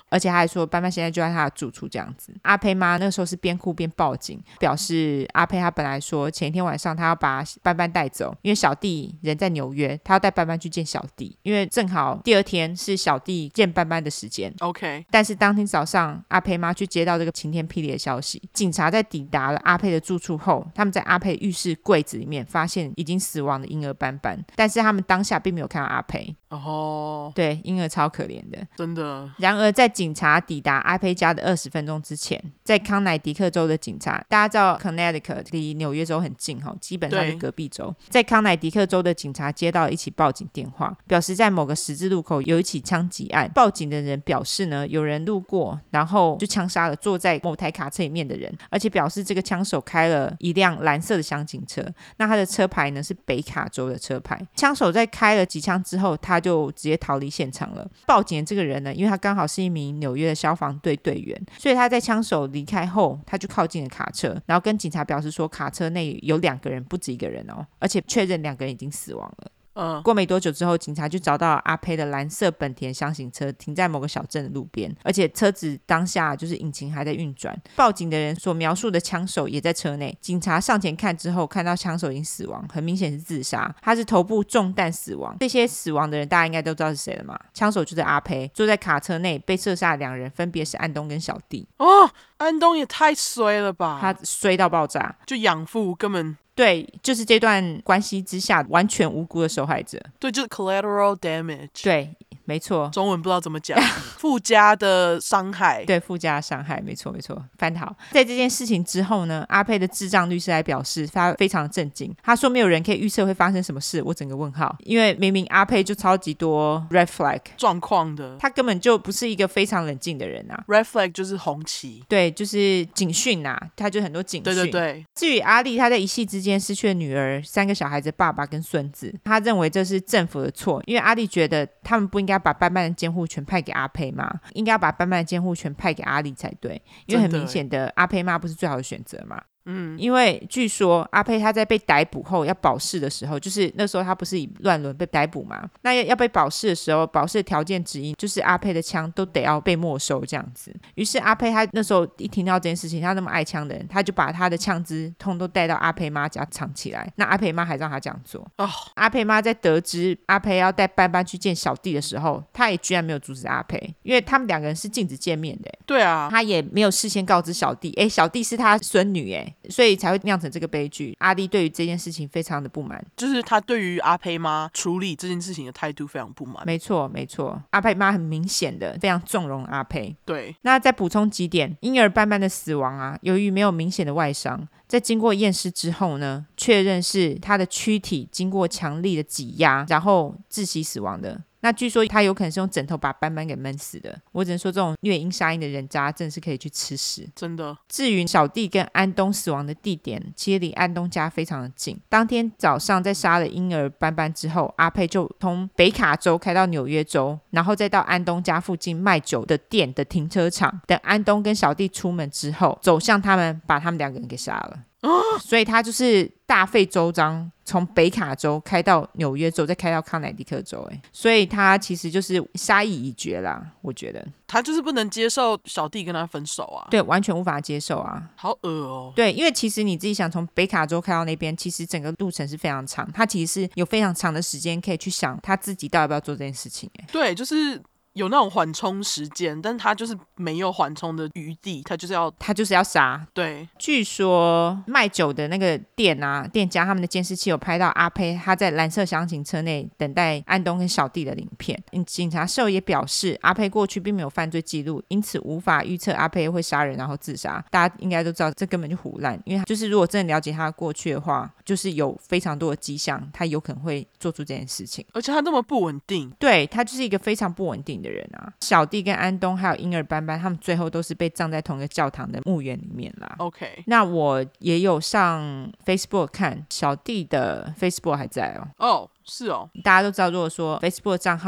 而且他还说班班现在就在他的住处这样子。阿佩妈那个时候是边哭边报警，表示阿佩他本来说前一天晚上他要把班班带走，因为小弟人在纽约，他要带班班去见小弟，因为正好第二天是小弟见班班的时间。 OK， 但是当天早上阿佩妈去接到这个晴天霹雳的消息，警察在抵达了阿佩的住处后，他们在阿佩浴室柜子里面发现已经死亡的婴儿班班，但是他们当下并没有看到阿佩。 哦， 对，婴儿超可怜的， 真的。 然而在警察抵达阿佩家的二十分钟之前，在康乃狄克州的警察，大家知道 Connecticut 离纽约州很近，基本上是隔壁州，在康乃狄克州的警察接到了一起报警电话，表示在某个十字路口有一起枪击案。报警的人表示呢，有人路过然后就枪杀了坐在某台卡车里面的人，而且表示这个枪手开了一辆蓝色的厢型车，那他的车牌呢是北卡州的车牌。枪手在开了几枪之后，他就直接逃离现场了。报警的这个人呢，因为他刚好是一名纽约的消防队队员，所以他在枪手离开后，他就靠近了卡车，然后跟警察表示说卡车内有两个人，不止一个人哦，而且确认两个人已经死亡了。 嗯， 过没多久之后，警察就找到阿佩的蓝色本田箱型车停在某个小镇的路边，而且车子当下就是引擎还在运转。报警的人所描述的枪手也在车内，警察上前看之后，看到枪手已经死亡，很明显是自杀，他是头部中弹死亡。这些死亡的人大家应该都知道是谁了嘛？枪手就是阿佩，坐在卡车内被射杀的两人分别是安东跟小弟。 哦，安东也太衰了吧， 他衰到爆炸， 就养父根本对，就是这段关系之下完全无辜的受害者。 对，就是 collateral damage。 对，没错， 中文不知道怎么讲，附加的伤害。 对，附加伤害，没错没错，翻得好。在这件事情之后呢，阿佩的智障律师还表示他非常震惊，他说没有人可以预测会发生什么事。我整个问号，因为明明阿佩就超级多 red flag 状况的， 他根本就不是一个非常冷静的人啊。 red flag 就是红旗， 对，就是警讯啊，他就很多警讯。 对对对。 至于阿力，他在一夕之间失去了女儿、三个小孩子爸爸跟孙子，他认为这是政府的错，因为阿力觉得他们不应该把班班的监护权派给阿佩妈，应该把班班的监护权派给阿力才对，因为很明显的阿佩妈不是最好的选择嘛。嗯，因为据说阿佩他在被逮捕后要保释的时候，就是那时候他不是以乱伦被逮捕嘛，那要被保释的时候，保释的条件之一就是阿佩的枪都得要被没收这样子。于是阿佩他那时候一听到这件事情，他那么爱枪的人，他就把他的枪支通都带到阿佩妈家藏起来，那阿佩妈还让他这样做。哦，阿佩妈在得知阿佩要带班班去见小弟的时候，他也居然没有阻止阿佩，因为他们两个人是禁止见面的。 对啊， 他也没有事先告知小弟，哎，小弟是他孙女，哎，所以才会酿成这个悲剧。阿力对于这件事情非常的不满， 就是他对于阿佩妈处理这件事情的态度非常不满。 没错没错，阿佩妈很明显的非常纵容阿佩。 对， 那再补充几点，婴儿班班的死亡啊，由于没有明显的外伤，在经过验尸之后呢，确认是他的躯体经过强力的挤压，然后窒息死亡的。那据说他有可能是用枕头把班班给闷死的。我只能说这种虐婴杀婴的人渣真的是可以去吃屎， 真的。 至于小弟跟安东死亡的地点，其实离安东家非常的近。当天早上在杀了婴儿班班之后，阿佩就从北卡州开到纽约州，然后再到安东家附近卖酒的店的停车场，等安东跟小弟出门之后，走向他们，把他们两个人给杀了。所以他就是大费周章从北卡州开到纽约州，再开到康乃狄克州，所以他其实就是杀意已决啦。我觉得他就是不能接受小弟跟他分手啊， 对，完全无法接受啊， 好恶哦。 对，因为其实你自己想从北卡州开到那边，其实整个路程是非常长，他其实是有非常长的时间可以去想他自己到底要不要做这件事情。 对，就是有那种缓冲时间，但他就是没有缓冲的余地，他就是要他就是要杀。 对， 据说卖酒的那个店啊，店家他们的监视器有拍到阿佩他在蓝色厢型车内等待安东跟小弟的影片。警察事后也表示，阿佩过去并没有犯罪记录，因此无法预测阿佩会杀人然后自杀。大家应该都知道这根本就胡乱，因为就是如果真的了解他的过去的话，就是有非常多的迹象他有可能会做出这件事情， 而且他那么不稳定。对， 他就是一个非常不稳定的人啊。小弟跟安东还有婴儿班班，他们最后都是被葬在同一个教堂的墓园里面啦。 OK， 那我也有上 Facebook 看，小弟的 Facebook 还在哦。 哦，是哦， 大家都知道，如果说 Facebook 账号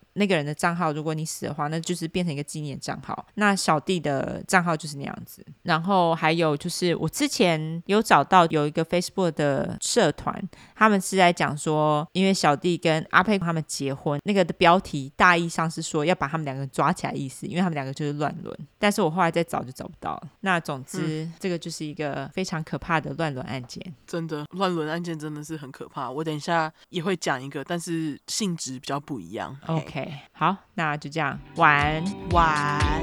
那个人的账号如果你死的话，那就是变成一个纪念账号，那小弟的账号就是那样子。然后还有就是我之前有找到有一个 Facebook 的社团，他们是在讲说因为小弟跟阿佩他们结婚，那个的标题大意上是说要把他们两个抓起来的意思，因为他们两个就是乱伦，但是我后来再找就找不到了。那总之、嗯、这个就是一个非常可怕的乱伦案件。 真的乱伦案件真的是很可怕，我等一下也会讲一个，但是性质比较不一样。 OK， 好，那就这样，晚晚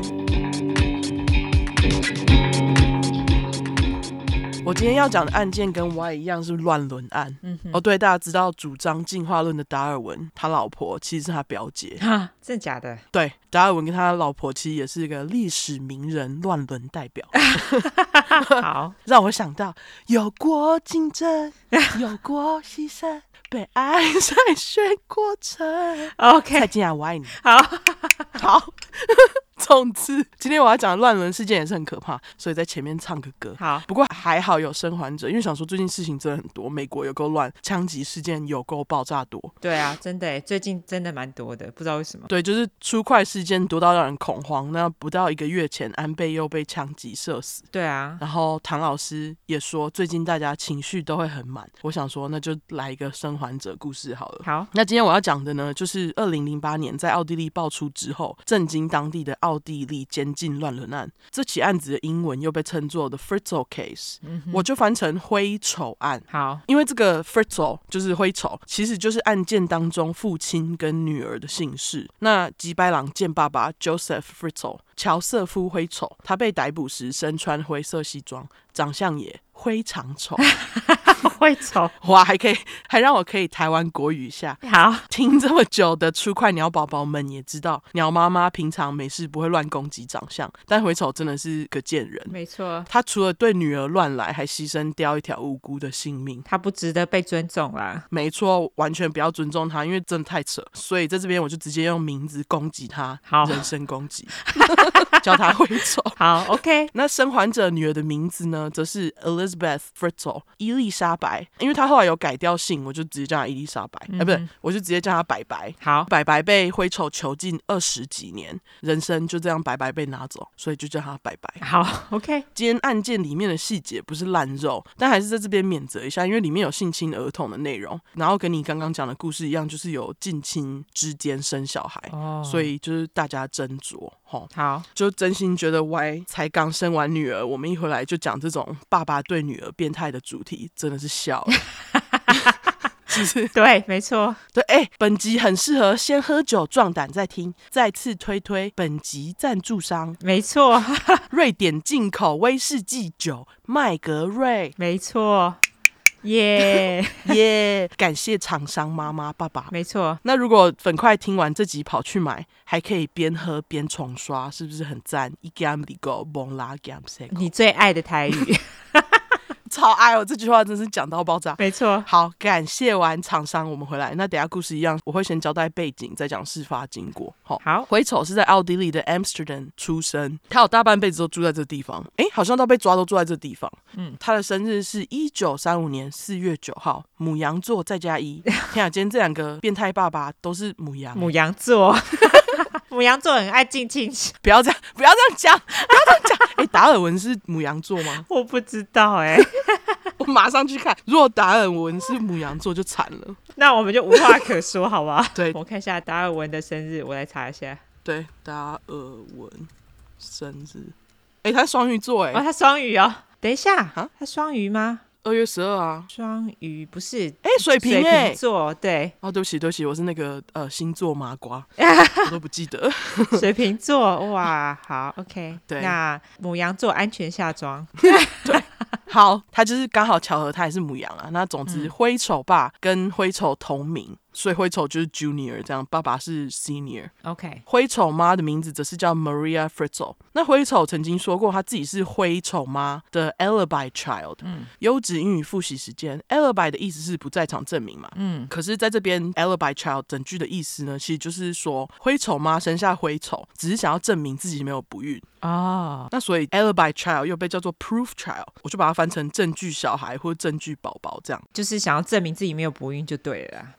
我今天要讲的案件跟 Y 一样是乱伦案、嗯、哦对，大家知道主张进化论的达尔文，他老婆其实是他表姐。 哈，真的假的？ 对，达尔文跟他老婆其实也是一个历史名人乱伦代表。 好， 让我想到有过竞争，有过牺牲，被爱筛选过程。 OK， 蔡健雅我爱你。 好好总之今天我要讲的乱伦事件也是很可怕，所以在前面唱个歌。 好， 不过还好有生还者，因为想说最近事情真的很多，美国有够乱，枪击事件有够爆炸多。 对啊，真的耶，最近真的蛮多的，不知道为什么。 对，就是出快事件多到让人恐慌。那不到一个月前，安倍又被枪击射死。 对啊， 然后唐老师也说最近大家情绪都会很满，我想说那就来一个生还者故事好了。 好， 那今天我要讲的呢，就是二零零八年在奥地利爆出之后震惊当地的奥地利监禁乱伦案。这起案子的英文又被称作 The Fritzl Case、嗯、我就翻成灰丑案。 好， 因为这个 Fritzl 就是灰丑，其实就是案件当中父亲跟女儿的姓氏。那吉白朗见爸爸 Joseph Fritzl 乔瑟夫灰丑，他被逮捕时身穿灰色西装，长相也非常丑。 会丑哇，还可以，还让我可以台湾国语一下。 好， 听这么久的出快鸟宝宝们也知道，鸟妈妈平常没事不会乱攻击长相，但灰丑真的是个贱人。 没错， 他除了对女儿乱来，还牺牲掉一条无辜的性命。 他不值得被尊重啦。 没错，完全不要尊重他，因为真的太扯。所以在这边我就直接用名字攻击他， 好， 人身攻击。叫他灰丑。 好 OK。 那生还者女儿的名字呢，则是 Elizabeth Fritzl 伊丽莎白，因为她后来有改掉姓，我就直接叫她伊丽莎白、嗯、啊不对，我就直接叫她白白。 好， 白白被灰丑囚禁二十几年，人生就这样白白被拿走，所以就叫她白白。 好 OK。 今天案件里面的细节不是烂肉，但还是在这边免责一下，因为里面有性侵儿童的内容，然后跟你刚刚讲的故事一样，就是有近亲之间生小孩、哦、所以就是大家斟酌。 好， 就真心觉得 Y 才刚生完女儿，我们一回来就讲这种爸爸对女儿变态的主题，真的是笑了。是不是？ 对，没错。 对，哎、欸，本集很适合先喝酒壮胆再听，再次推推本集赞助商， 没错， 瑞典进口威士忌酒麦格瑞， 没错。耶耶！感谢厂商妈妈爸爸， 没错。 那如果粉快听完这集跑去买，还可以边喝边重刷，是不是很赞？一 gam 里go 蒙拉 gam 你最爱的台语。 超爱哦，这句话真是讲到爆炸。 没错。 好，感谢完厂商，我们回来。那等一下故事一样，我会先交代背景，再讲事发经过。好， 好。 灰丑是在奥地利的 Amsterdam 出生，他有大半辈子都住在这地方。哎，好像到被抓都住在这地方。嗯，他的生日是一九三五年四月九号，牡羊座再加一。天啊，今天这两个变态爸爸都是牡羊。 牡羊座。牡羊座很爱近亲， 不要这样，不要这样讲，不要这样讲。哎，达尔文是牡羊座吗？ 我不知道哎、欸， 我马上去看。如果达尔文是牡羊座，就惨了。 那我们就无话可说，好不好？ 对， 我看一下达尔文的生日，我来查一下。 对，达尔文生日，哎，他双鱼座哎， 哦，他双鱼哦。等一下啊，他双鱼吗？ 二月十二啊， 双鱼不是， 哎、欸，水瓶哎、欸， 水瓶座对。 哦，对不起对不起，我是那个呃星座麻瓜，我都不记得。 水瓶座哇，好 OK， 对，那牡羊座安全下装。 对，好，他就是刚好巧合，他也是牡羊啊。那总之，灰丑爸跟灰丑同名。所以灰丑就是 Junior 这样，爸爸是 Senior。OK， 灰丑妈的名字则是叫 Maria Fritzl。那灰丑曾经说过，他自己是灰丑妈的 alibi child。嗯，优质英语复习时间 ，alibi 的意思是不在场证明嘛。嗯，可是在这边 alibi child 整句的意思呢，其实就是说灰丑妈生下灰丑，只是想要证明自己没有不孕。哦，那所以 alibi child 又被叫做 proof child， 我就把它翻成证据小孩或证据宝宝这样， 就是想要证明自己没有不孕就对了啦。 对，就是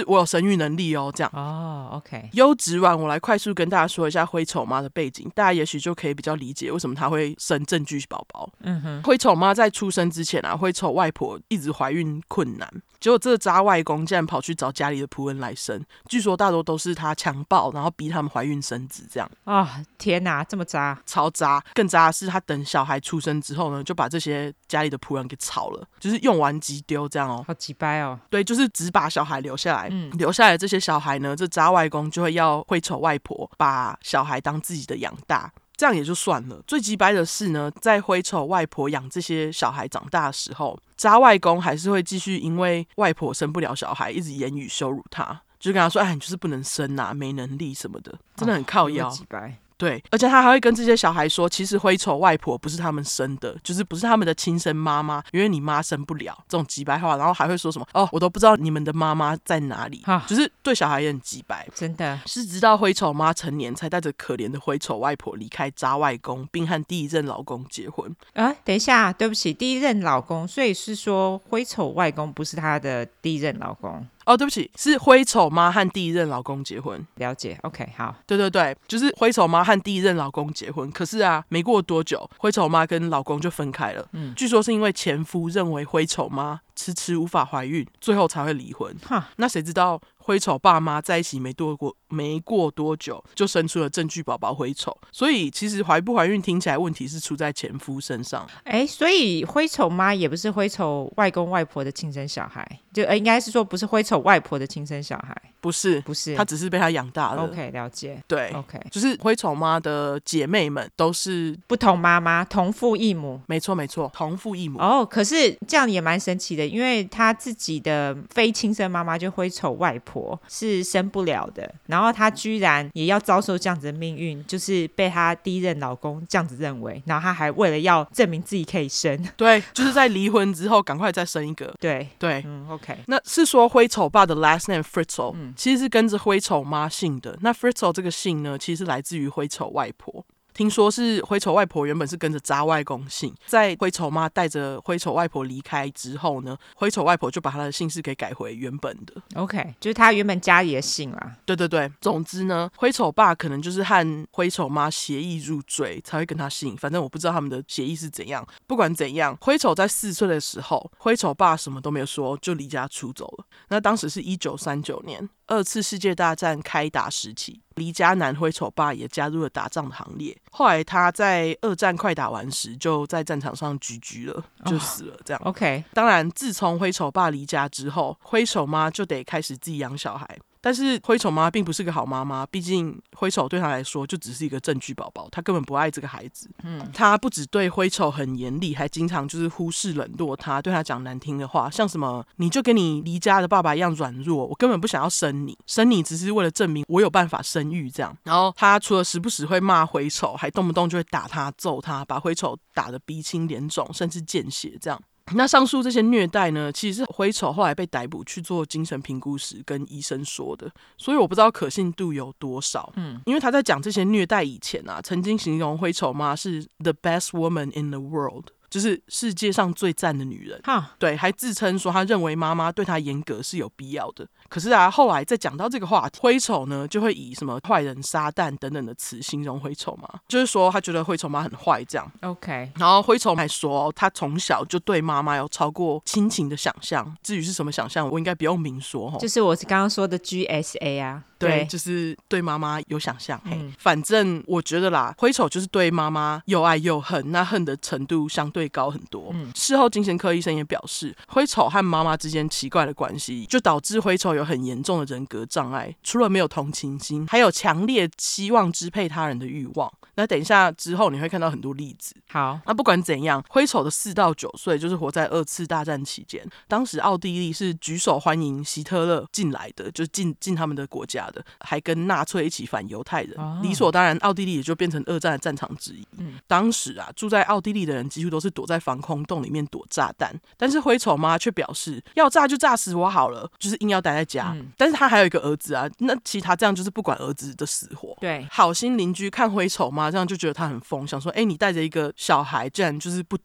我有生育能力哦，这样。 哦 ，OK。 优质卵，我来快速跟大家说一下灰丑妈的背景，大家也许就可以比较理解为什么她会生证据宝宝。 嗯哼， 灰丑妈在出生之前啊，灰丑外婆一直怀孕困难，结果这个渣外公竟然跑去找家里的仆人来生，据说大多都是他强暴，然后逼他们怀孕生子，这样。 哦，天哪，这么渣， 超渣！更渣的是，他等小孩出生之后呢，就把这些家里的仆人给炒了，就是用完即丢这样哦。 好鸡掰哦。 对，就是只把小孩留下来， 嗯留下来的这些小孩呢，这渣外公就会要灰丑外婆把小孩当自己的养大。这样也就算了，最鸡掰的是呢，在灰丑外婆养这些小孩长大的时候，渣外公还是会继续因为外婆生不了小孩，一直言语羞辱他，就跟他说：“哎，你就是不能生啊，没能力什么的，真的很靠腰。 哦”鸡掰。 对，而且他还会跟这些小孩说，其实灰丑外婆不是他们生的，就是不是他们的亲生妈妈，因为你妈生不了，这种鸡掰话，然后还会说什么哦，我都不知道你们的妈妈在哪里，就是对小孩也很鸡掰， 真的是直到灰丑妈成年，才带着可怜的灰丑外婆离开渣外公，并和第一任老公结婚。 啊，等一下，对不起，第一任老公，所以是说灰丑外公不是她的第一任老公。 哦，对不起，是灰丑妈和第一任老公结婚。 了解 ，OK， 好。 对对对，就是灰丑妈和第一任老公结婚，可是啊，没过多久，灰丑妈跟老公就分开了。嗯，据说是因为前夫认为灰丑妈迟迟无法怀孕，最后才会离婚。哈，那谁知道灰丑爸妈在一起没多过没过多久，就生出了证据宝宝灰丑。所以其实怀不怀孕听起来问题是出在前夫身上。 哎，所以灰丑妈也不是灰丑外公外婆的亲生小孩，就、呃、应该是说不是灰丑外婆的亲生小孩。 不是， 不是， 他只是被他养大的。 OK， 了解。 对 ，OK， 就是灰丑妈的姐妹们都是不同妈妈，同父异母。 没错没错，同父异母。 哦，可是这样也蛮神奇的，因为他自己的非亲生妈妈就灰丑外婆是生不了的，然后他居然也要遭受这样子的命运，就是被他第一任老公这样子认为，然后他还为了要证明自己可以生， 对，就是在离婚之后赶快再生一个。 对对， 嗯 ，OK。 那是说灰丑爸的 last name Fritzl，嗯，其实是跟着灰丑妈姓的。那 Fritzl 这个姓呢，其实来自于灰丑外婆。听说是灰丑外婆原本是跟着渣外公姓，在灰丑妈带着灰丑外婆离开之后呢，灰丑外婆就把她的姓氏给改回原本的。 OK， 就是他原本家里的姓啦。 对对对，总之呢，灰丑爸可能就是和灰丑妈协议入赘才会跟他姓，反正我不知道他们的协议是怎样。不管怎样，灰丑在四岁的时候，灰丑爸什么都没有说就离家出走了。那当时是一九三九年，二次世界大战开打时期，离家南灰丑爸也加入了打仗的行列。后来他在二战快打完时，就在战场上居居了，就死了。这样、 oh, OK。 当然，自从灰丑爸离家之后，灰丑妈就得开始自己养小孩。但是灰丑妈并不是个好妈妈，毕竟灰丑对她来说就只是一个证据宝宝，她根本不爱这个孩子。嗯，她不只对灰丑很严厉，还经常就是忽视冷落他，对他讲难听的话，像什么你就跟你离家的爸爸一样软弱，我根本不想要生你，生你只是为了证明我有办法生育这样。然后他除了时不时会骂灰丑，还动不动就会打他揍他，把灰丑打得鼻青脸肿，甚至见血这样。那上述这些虐待呢，其实是灰丑后来被逮捕去做精神评估时跟医生说的，所以我不知道可信度有多少。嗯，因为他在讲这些虐待以前啊，曾经形容灰丑妈是 the best woman in the world，就是世界上最赞的女人。 哈， 对，还自称说他认为妈妈对他严格是有必要的。可是啊，后来再讲到这个话题，灰丑呢就会以什么坏人、撒旦等等的词形容灰丑妈，就是说他觉得灰丑妈很坏这样。 OK， 然后灰丑还说、哦、他从小就对妈妈有超过亲情的想象，至于是什么想象，我应该不用明说、哦、 就是我刚刚说的 G S A 啊。 对， 对， 就是对妈妈有想象、 嗯、 反正我觉得啦，灰丑就是对妈妈又爱又恨，那恨的程度相对高很多、嗯、事后精神科医生也表示，灰丑和妈妈之间奇怪的关系就导致灰丑有很严重的人格障碍，除了没有同情心，还有强烈希望支配他人的欲望。那等一下之后你会看到很多例子。 好， 那不管怎样，灰丑的四到九岁就是活在二次大战期间，当时奥地利是举手欢迎希特勒进来的，就是进进他们的国家的，还跟纳粹一起反犹太人、哦、理所当然奥地利也就变成二战的战场之一、嗯、当时啊，住在奥地利的人几乎都是躲在防空洞里面躲炸弹，但是灰丑妈却表示要炸就炸死我好了，就是硬要待在家、嗯、但是他还有一个儿子啊，那其他这样就是不管儿子的死活。 对， 好心邻居看灰丑妈这样就觉得他很疯，想说哎，你带着一个小孩竟然就是不躲，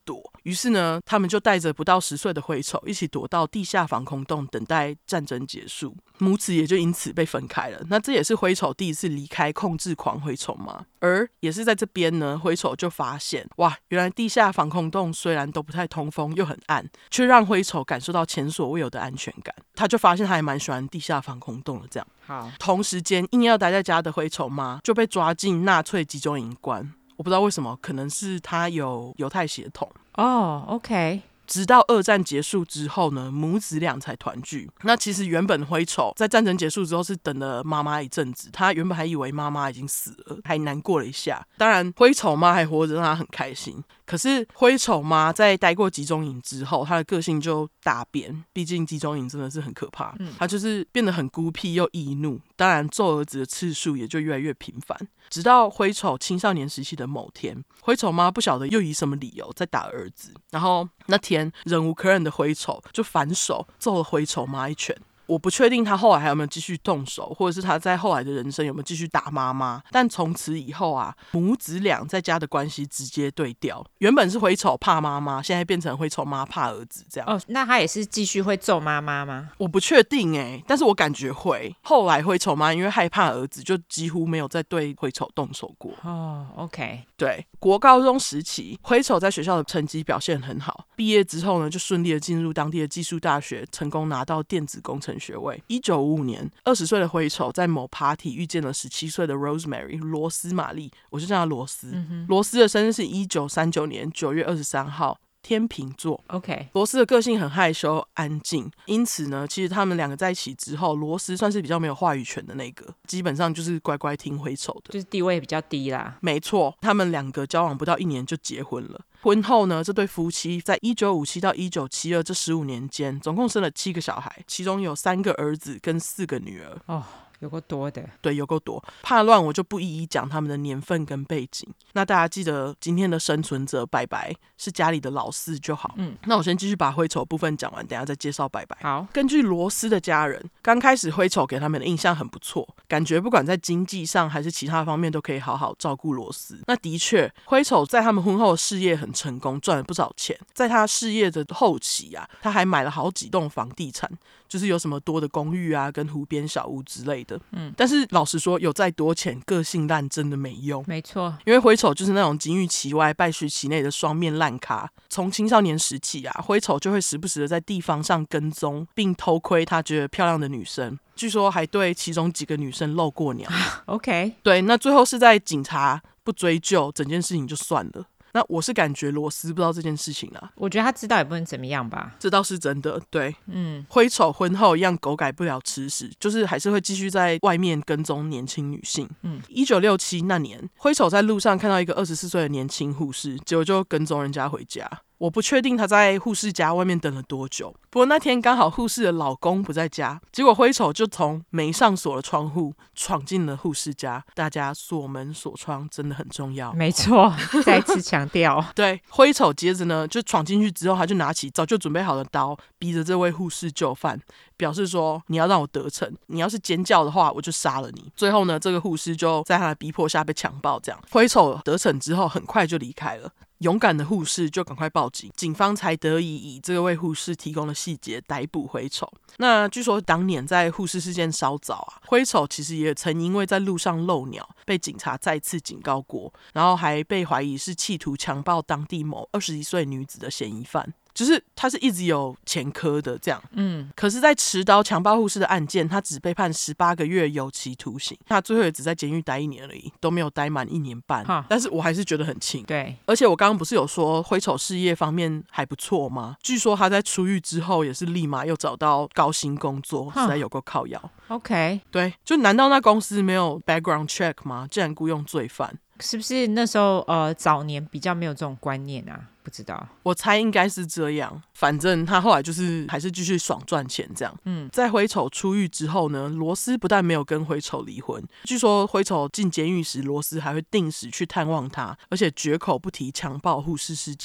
于是呢，他们就带着不到十岁的灰丑一起躲到地下防空洞，等待战争结束。母子也就因此被分开了。那这也是灰丑第一次离开控制狂灰丑妈。而也是在这边呢，灰丑就发现，哇，原来地下防空洞虽然都不太通风又很暗，却让灰丑感受到前所未有的安全感。他就发现他还蛮喜欢地下防空洞的这样。 好， 同时间硬要待在家的灰丑妈就被抓进纳粹集中营关。我不知道为什么，可能是他有犹太血统哦、oh, OK。 直到二战结束之后呢，母子俩才团聚。那其实原本灰丑在战争结束之后是等了妈妈一阵子，他原本还以为妈妈已经死了，还难过了一下。当然灰丑妈还活着让他很开心。可是灰丑妈在待过集中营之后，她的个性就大变，毕竟集中营真的是很可怕。嗯、她就是变得很孤僻又易怒，当然揍儿子的次数也就越来越频繁。直到灰丑青少年时期的某天，灰丑妈不晓得又以什么理由在打儿子，然后那天忍无可忍的灰丑就反手揍了灰丑妈一拳。我不确定他后来还有没有继续动手，或者是他在后来的人生有没有继续打妈妈，但从此以后啊，母子俩在家的关系直接对调。原本是灰丑怕妈妈，现在变成灰丑妈怕儿子这样。 哦，那他也是继续会揍妈妈吗？ 我不确定欸，但是我感觉会。后来灰丑妈因为害怕儿子，就几乎没有再对灰丑动手过。 哦 OK。 对，国高中时期灰丑在学校的成绩表现很好，毕业之后呢，就顺利的进入当地的技术大学，成功拿到电子工程学位。一九五五年，二十岁的灰丑在某 party 遇见了十七岁的 Rosemary 罗斯玛丽，我就叫她罗斯。嗯、罗斯的生日是一九三九年九月二十三号。天秤座。 OK。 罗斯的个性很害羞安静，因此呢，其实他们两个在一起之后，罗斯算是比较没有话语权的那个，基本上就是乖乖听灰丑的， 就是地位比较低啦。 没错，他们两个交往不到一年就结婚了。婚后呢，这对夫妻在一九五七到一九七二这十五年间，总共生了七个小孩，其中有三个儿子跟四个女儿。 哦，有够多的。 对，有够多。怕乱我就不一一讲他们的年份跟背景。那大家记得今天的生存者白白是家里的老四就好。嗯，那我先继续把灰丑部分讲完，等一下再介绍白白。 好， 根据罗斯的家人，刚开始灰丑给他们的印象很不错，感觉不管在经济上还是其他方面都可以好好照顾罗斯。那的确，灰丑在他们婚后的事业很成功，赚了不少钱。在他事业的后期啊，他还买了好几栋房地产，就是有什么多的公寓啊跟湖边小屋之类的。嗯，但是老实说，有再多钱，个性烂真的没用。 没错， 因为灰丑就是那种金玉其外败絮其内的双面烂咖。从青少年时期啊，灰丑就会时不时的在地方上跟踪并偷窥他觉得漂亮的女生，据说还对其中几个女生露过鸟。 OK。 对，那最后是在警察不追究，整件事情就算了。那我是感觉罗斯不知道这件事情啊， 我觉得他知道也不能怎么样吧。 这倒是真的。对，嗯，灰丑婚后一样狗改不了吃屎，就是还是会继续在外面跟踪年轻女性。嗯，一九六七那年，灰丑在路上看到一个二十四岁的年轻护士，结果就跟踪人家回家。我不确定他在护士家外面等了多久，不过那天刚好护士的老公不在家，结果灰丑就从没上锁的窗户闯进了护士家。大家锁门锁窗真的很重要。 没错，再次强调。 对，灰丑接着呢就闯进去之后，他就拿起早就准备好的刀，逼着这位护士就范，表示说你要让我得逞，你要是尖叫的话我就杀了你。最后呢，这个护士就在他的逼迫下被强暴。这样灰丑得逞之后很快就离开了，勇敢的护士就赶快报警，警方才得以以这位护士提供的细节逮捕灰丑。那据说当年在护士事件稍早啊，灰丑其实也曾因为在路上漏鸟被警察再次警告过，然后还被怀疑是企图强暴当地某二十一岁女子的嫌疑犯，就是他是一直有前科的这样。嗯，可是在持刀强暴护士的案件，他只被判十八个月有期徒刑，他最后也只在监狱待一年而已，都没有待满一年半。但是我还是觉得很轻。 对， 而且我刚刚不是有说灰丑事业方面还不错吗？据说他在出狱之后也是立马又找到高薪工作，实在有够靠腰。 OK。 对，就难道那公司没有 background check 吗？竟然雇佣罪犯， 是不是那时候呃早年比较没有这种观念啊？不知道， 我猜应该是这样。反正他后来就是还是继续爽赚钱这样。嗯，在灰丑出狱之后呢，罗斯不但没有跟灰丑离婚，据说灰丑进监狱时，罗斯还会定时去探望他，而且绝口不提强暴护士事件。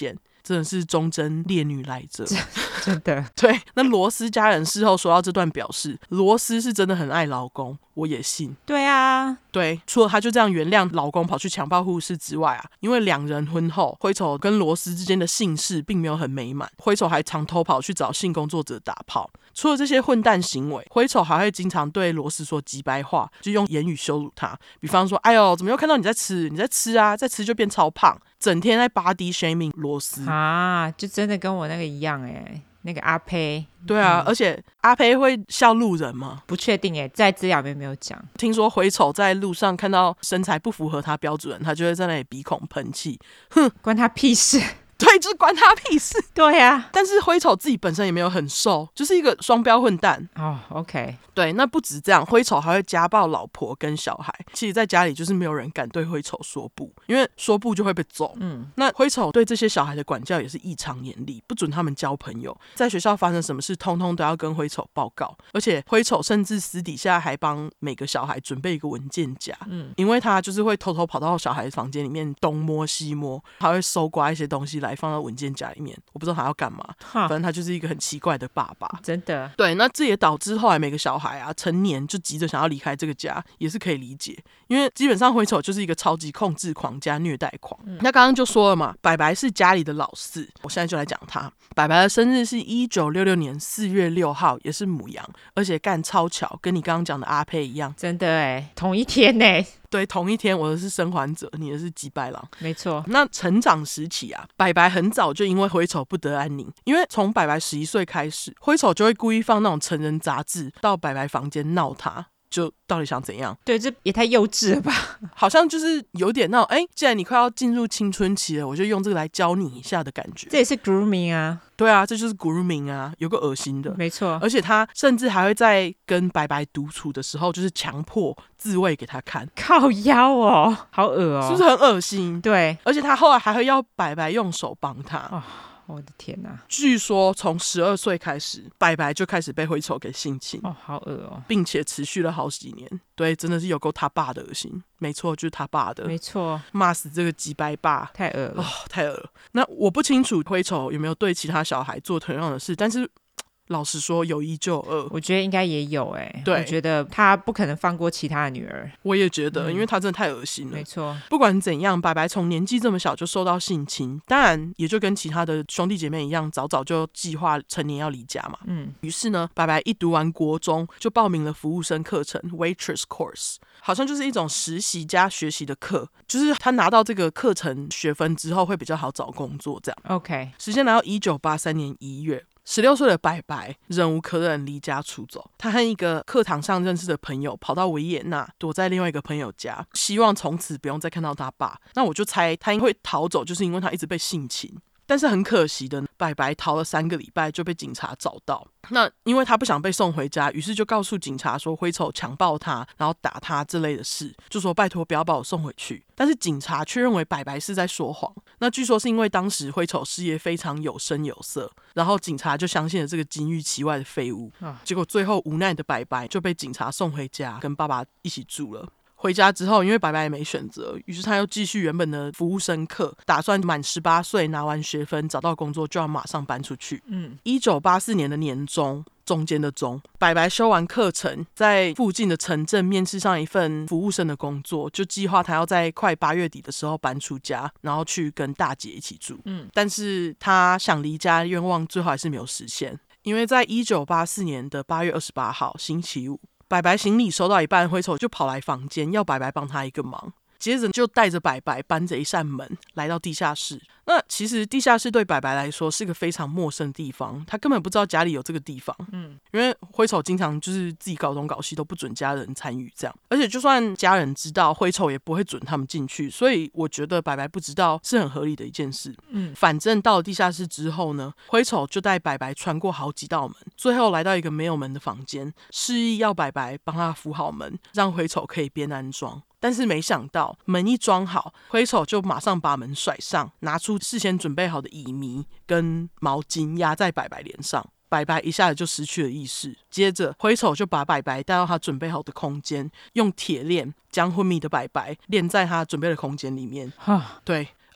真的是忠贞烈女来着， 真的。 对，那罗斯家人事后说到这段表示，罗斯是真的很爱老公，我也信。 对啊， 对，除了她就这样原谅老公跑去强暴护士之外啊，因为两人婚后，灰丑跟罗斯之间的性事并没有很美满，灰丑还常偷跑去找性工作者打炮。除了这些混蛋行为，灰丑还会经常对罗斯说鸡掰话，就用言语羞辱他，比方说哎呦怎么又看到你在吃，你在吃啊，再吃就变超胖，整天在 body shaming 罗斯啊，就真的跟我那个一样哎，那个阿佩。 对啊、嗯、而且阿佩会笑路人吗？ 不确定耶，在资料里面没有讲。 听说灰丑在路上看到身材不符合他标准，他就会在那里鼻孔喷气，哼， 关他屁事。 对，就是关他屁事。 对啊， 但是灰丑自己本身也没有很瘦，就是一个双标混蛋。 哦、oh, OK。 对，那不止这样，灰丑还会家暴老婆跟小孩。其实在家里就是没有人敢对灰丑说不，因为说不就会被揍。嗯，那灰丑对这些小孩的管教也是异常严厉，不准他们交朋友，在学校发生什么事通通都要跟灰丑报告。而且灰丑甚至私底下还帮每个小孩准备一个文件夹，嗯，因为他就是会偷偷跑到小孩房间里面东摸西摸，还会搜刮一些东西来放到文件夹里面。我不知道他要干嘛，反正他就是一个很奇怪的爸爸。 真的。 对，那这也导致后来每个小孩啊成年就急着想要离开这个家，也是可以理解，因为基本上灰丑就是一个超级控制狂加虐待狂。嗯、那刚刚就说了嘛，白白是家里的老四，我现在就来讲他。白白的生日是一九六六年四月六号，也是牡羊，而且干超巧，跟你刚刚讲的阿佩一样。 真的耶，同一天耶。 对，同一天，我的是生还者，你的是击败狼。 没错。 那成长时期啊，白白很早就因为灰丑不得安宁，因为从白白十一岁开始，灰丑就会故意放那种成人杂志到白白房间闹他。就到底想怎样？ 对，这也太幼稚了吧。 好像就是有点那种哎，既然你快要进入青春期了，我就用这个来教你一下的感觉。 这也是 grooming 啊。 对啊，这就是 grooming 啊，有个恶心的。 没错。 而且他甚至还会在跟白白独处的时候，就是强迫自慰给他看。 靠腰哦，好恶哦， 是不是很恶心？ 对。 而且他后来还会要白白用手帮他。 哦，我的天哪！ 据说从十二岁开始，白白就开始被灰丑给性侵。 哦，好恶哦， 并且持续了好几年。对，真的是有够他爸的恶心。没错，就是他爸的。 没错， 骂死这个鸡掰爸， 太恶了、 哦、太恶了。那我不清楚灰丑有没有对其他小孩做同样的事，但是老实说，有一就有二。 我觉得应该也有哎、欸， 对， 我觉得他不可能放过其他的女儿。 我也觉得， 嗯、 因为他真的太恶心了。 没错， 不管怎样，白白从年纪这么小就受到性侵，当然也就跟其他的兄弟姐妹一样，早早就计划成年要离家嘛。嗯，于是呢，白白一读完国中就报名了服务生课程 （waitress course）， 好像就是一种实习加学习的课，就是他拿到这个课程学分之后会比较好找工作这样。 OK， 时间来到一九八三年一月。十六岁的白白忍无可忍离家出走，他和一个课堂上认识的朋友跑到维也纳，躲在另外一个朋友家，希望从此不用再看到他爸。那我就猜他会逃走，就是因为他一直被性侵。但是很可惜的，白白逃了三个礼拜就被警察找到。那因为他不想被送回家，于是就告诉警察说灰丑强暴他，然后打他之类的事，就说拜托不要把我送回去。但是警察却认为白白是在说谎。那据说是因为当时灰丑事业非常有声有色，然后警察就相信了这个金玉其外的废物。结果最后无奈的白白就被警察送回家，跟爸爸一起住了。回家之后，因为白白也没选择，于是他又继续原本的服务生课，打算满十八岁拿完学分找到工作就要马上搬出去。嗯，一九八四年的年中，中间的中，白白修完课程，在附近的城镇面试上一份服务生的工作，就计划他要在快八月底的时候搬出家，然后去跟大姐一起住。嗯，但是他想离家愿望最后还是没有实现，因为在一九八四年的八月二十八号星期五，白白行李收到一半，灰丑就跑来房间要白白帮他一个忙，接着就带着白白搬着一扇门来到地下室。那其实地下室对白白来说是个非常陌生的地方，他根本不知道家里有这个地方。嗯，因为灰丑经常就是自己搞东搞西，都不准家人参与这样，而且就算家人知道，灰丑也不会准他们进去，所以我觉得白白不知道是很合理的一件事。嗯，反正到了地下室之后呢，灰丑就带白白穿过好几道门，最后来到一个没有门的房间，示意要白白帮他扶好门，让灰丑可以边安装。但是没想到门一装好，灰丑就马上把门甩上，拿出事先准备好的乙醚跟毛巾压在白白脸上，白白一下子就失去了意识。接着灰丑就把白白带到他准备好的空间，用铁链将昏迷的白白链在他准备的空间里面。对，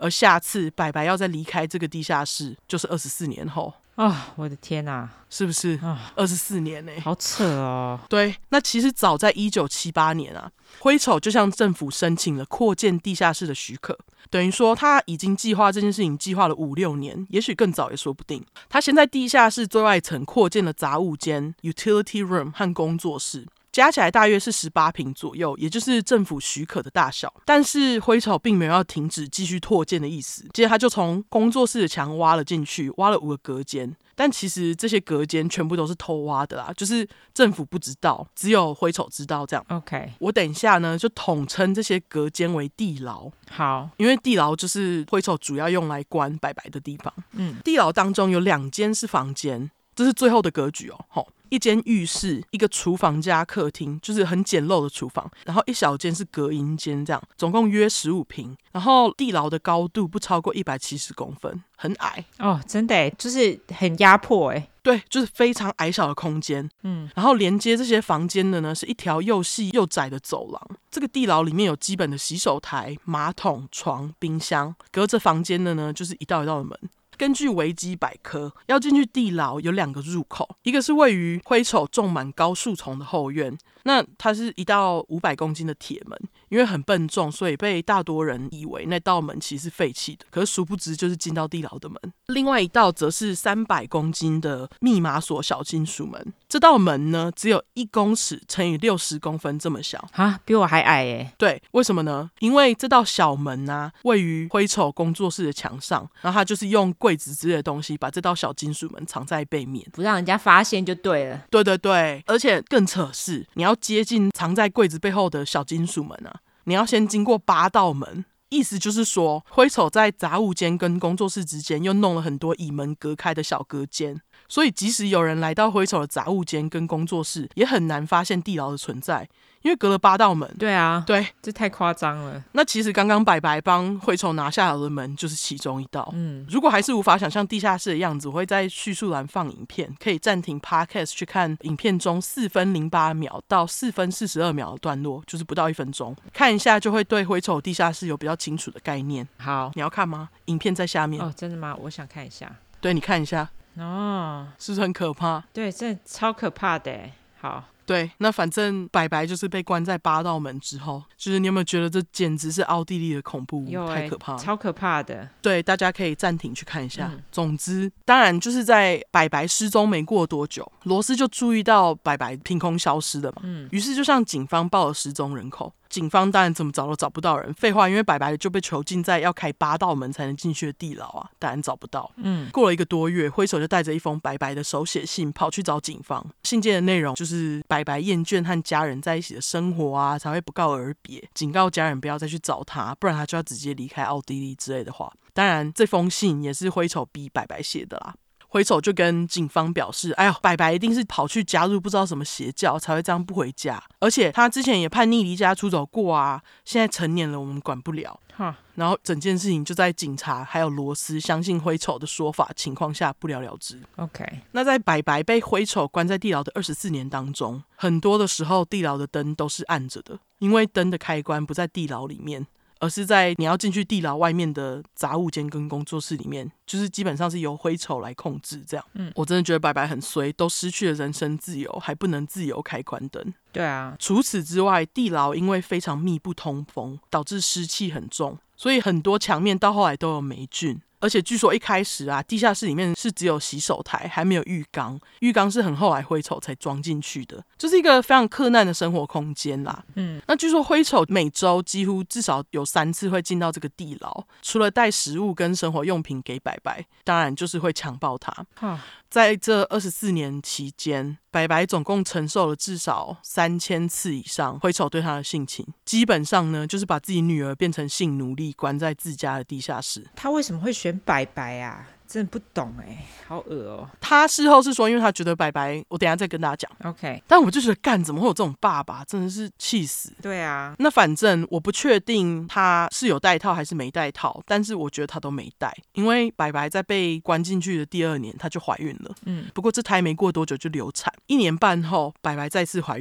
而下次白白要再离开这个地下室，就是二十四年后。 哦，我的天哪、啊， 是不是？二十四年呢、欸， 好扯哦。 对，那其实早在一九七八年啊，灰丑就向政府申请了扩建地下室的许可，等于说他已经计划这件事情计划了五六年，也许更早也说不定。他先在地下室最外层扩建了杂物间 （utility room） 和工作室。加起来大约是十八坪左右，也就是政府许可的大小。但是灰丑并没有要停止继续拓建的意思，接着他就从工作室的墙挖了进去，挖了五个隔间。但其实这些隔间全部都是偷挖的啦，就是政府不知道，只有灰丑知道这样。 OK， 我等一下呢就统称这些隔间为地牢。 好， 因为地牢就是灰丑主要用来关白白的地方。 嗯， 地牢当中有两间是房间，这是最后的格局哦。吼，一间浴室，一个厨房加客厅，就是很简陋的厨房，然后一小间是隔音间，这样总共约十五坪。然后地牢的高度不超过一百七十公分，很矮哦，真的耶，就是很压迫哎。 对，就是非常矮小的空间。嗯，然后连接这些房间的呢是一条又细又窄的走廊。这个地牢里面有基本的洗手台、马桶、床、冰箱，隔着房间的呢就是一道一道的门。根据维基百科，要进去地牢有两个入口，一个是位于灰丑种满高树丛的后院，那它是一道五百公斤的铁门，因为很笨重，所以被大多人以为那道门其实是废弃的，可是殊不知就是进到地牢的门。另外一道则是三百公斤的密码锁小金属门，这道门呢只有一公尺乘以六十公分这么小啊，比我还矮耶。 对，为什么呢？因为这道小门啊位于灰丑工作室的墙上，然后他就是用柜子之类的东西把这道小金属门藏在背面， 不让人家发现就对了。 对对对，而且更扯是，你要接近藏在柜子背后的小金属门啊，你要先经过八道门。意思就是说，灰丑在杂物间跟工作室之间又弄了很多以门隔开的小隔间，所以即使有人来到灰丑的杂物间跟工作室，也很难发现地牢的存在，因为隔了八道门。 对啊， 对， 这太夸张了。 那其实刚刚白白帮灰丑拿下来的门就是其中一道。嗯，如果还是无法想象地下室的样子，我会在叙述栏放影片，可以暂停 podcast 去看影片中四分零八秒到四分四十二秒的段落，就是不到一分钟，看一下就会对灰丑地下室有比较清楚的概念。 好， 你要看吗？影片在下面。 哦，真的吗？我想看一下。 对，你看一下。 哦， 是不是很可怕？ 对，真的超可怕的耶。好。 对，那反正白白就是被关在八道门之后，就是你有没有觉得这简直是奥地利的恐怖， 有、欸、 太可怕了， 超可怕的。对， 大家可以暂停去看一下。嗯、总之，当然就是在白白失踪没过多久，罗斯就注意到白白凭空消失了嘛，嗯，于是就向警方报了失踪人口。警方当然怎么找都找不到人，废话，因为白白就被囚禁在要开八道门才能进去的地牢啊，当然找不到。嗯，过了一个多月，灰手就带着一封白白的手写信跑去找警方。信件的内容就是白白厌倦和家人在一起的生活啊，才会不告而别，警告家人不要再去找他，不然他就要直接离开奥地利之类的话。当然，这封信也是灰手逼白白写的啦。灰手就跟警方表示，哎呦，白白一定是跑去加入不知道什么邪教才会这样不回家，而且他之前也叛逆离家出走过啊，现在成年了我们管不了。然后整件事情就在警察还有罗斯相信灰丑的说法情况下不了了之。 OK， 那在白白被灰丑关在地牢的二十四年当中，很多的时候地牢的灯都是暗着的，因为灯的开关不在地牢里面，而是在你要进去地牢外面的杂物间跟工作室里面，就是基本上是由灰丑来控制这样。嗯，我真的觉得白白很衰，都失去了人身自由，还不能自由开关灯。 对啊， 除此之外，地牢因为非常密不通风，导致湿气很重，所以很多墙面到后来都有霉菌。而且据说一开始啊，地下室里面是只有洗手台，还没有浴缸，浴缸是很后来灰丑才装进去的，就是一个非常克难的生活空间啦。嗯，那据说灰丑每周几乎至少有三次会进到这个地牢，除了带食物跟生活用品给白白，当然就是会强暴他。哦，在这二十四年期间，白白总共承受了至少三千次以上灰丑对他的性侵，基本上呢就是把自己女儿变成性奴隶，关在自家的地下室。 他为什么会选白白啊？真的不懂哎、欸，好恶哦。 他事后是说，因为他觉得白白，我等一下再跟大家讲。 OK， 但我就觉得干怎么会有这种爸爸，真的是气死。 对啊， 那反正我不确定他是有戴套还是没戴套，但是我觉得他都没戴，因为白白在被关进去的第二年，她就怀孕了。嗯，不过这胎没过多久就流产，一年半后，白白再次怀孕了。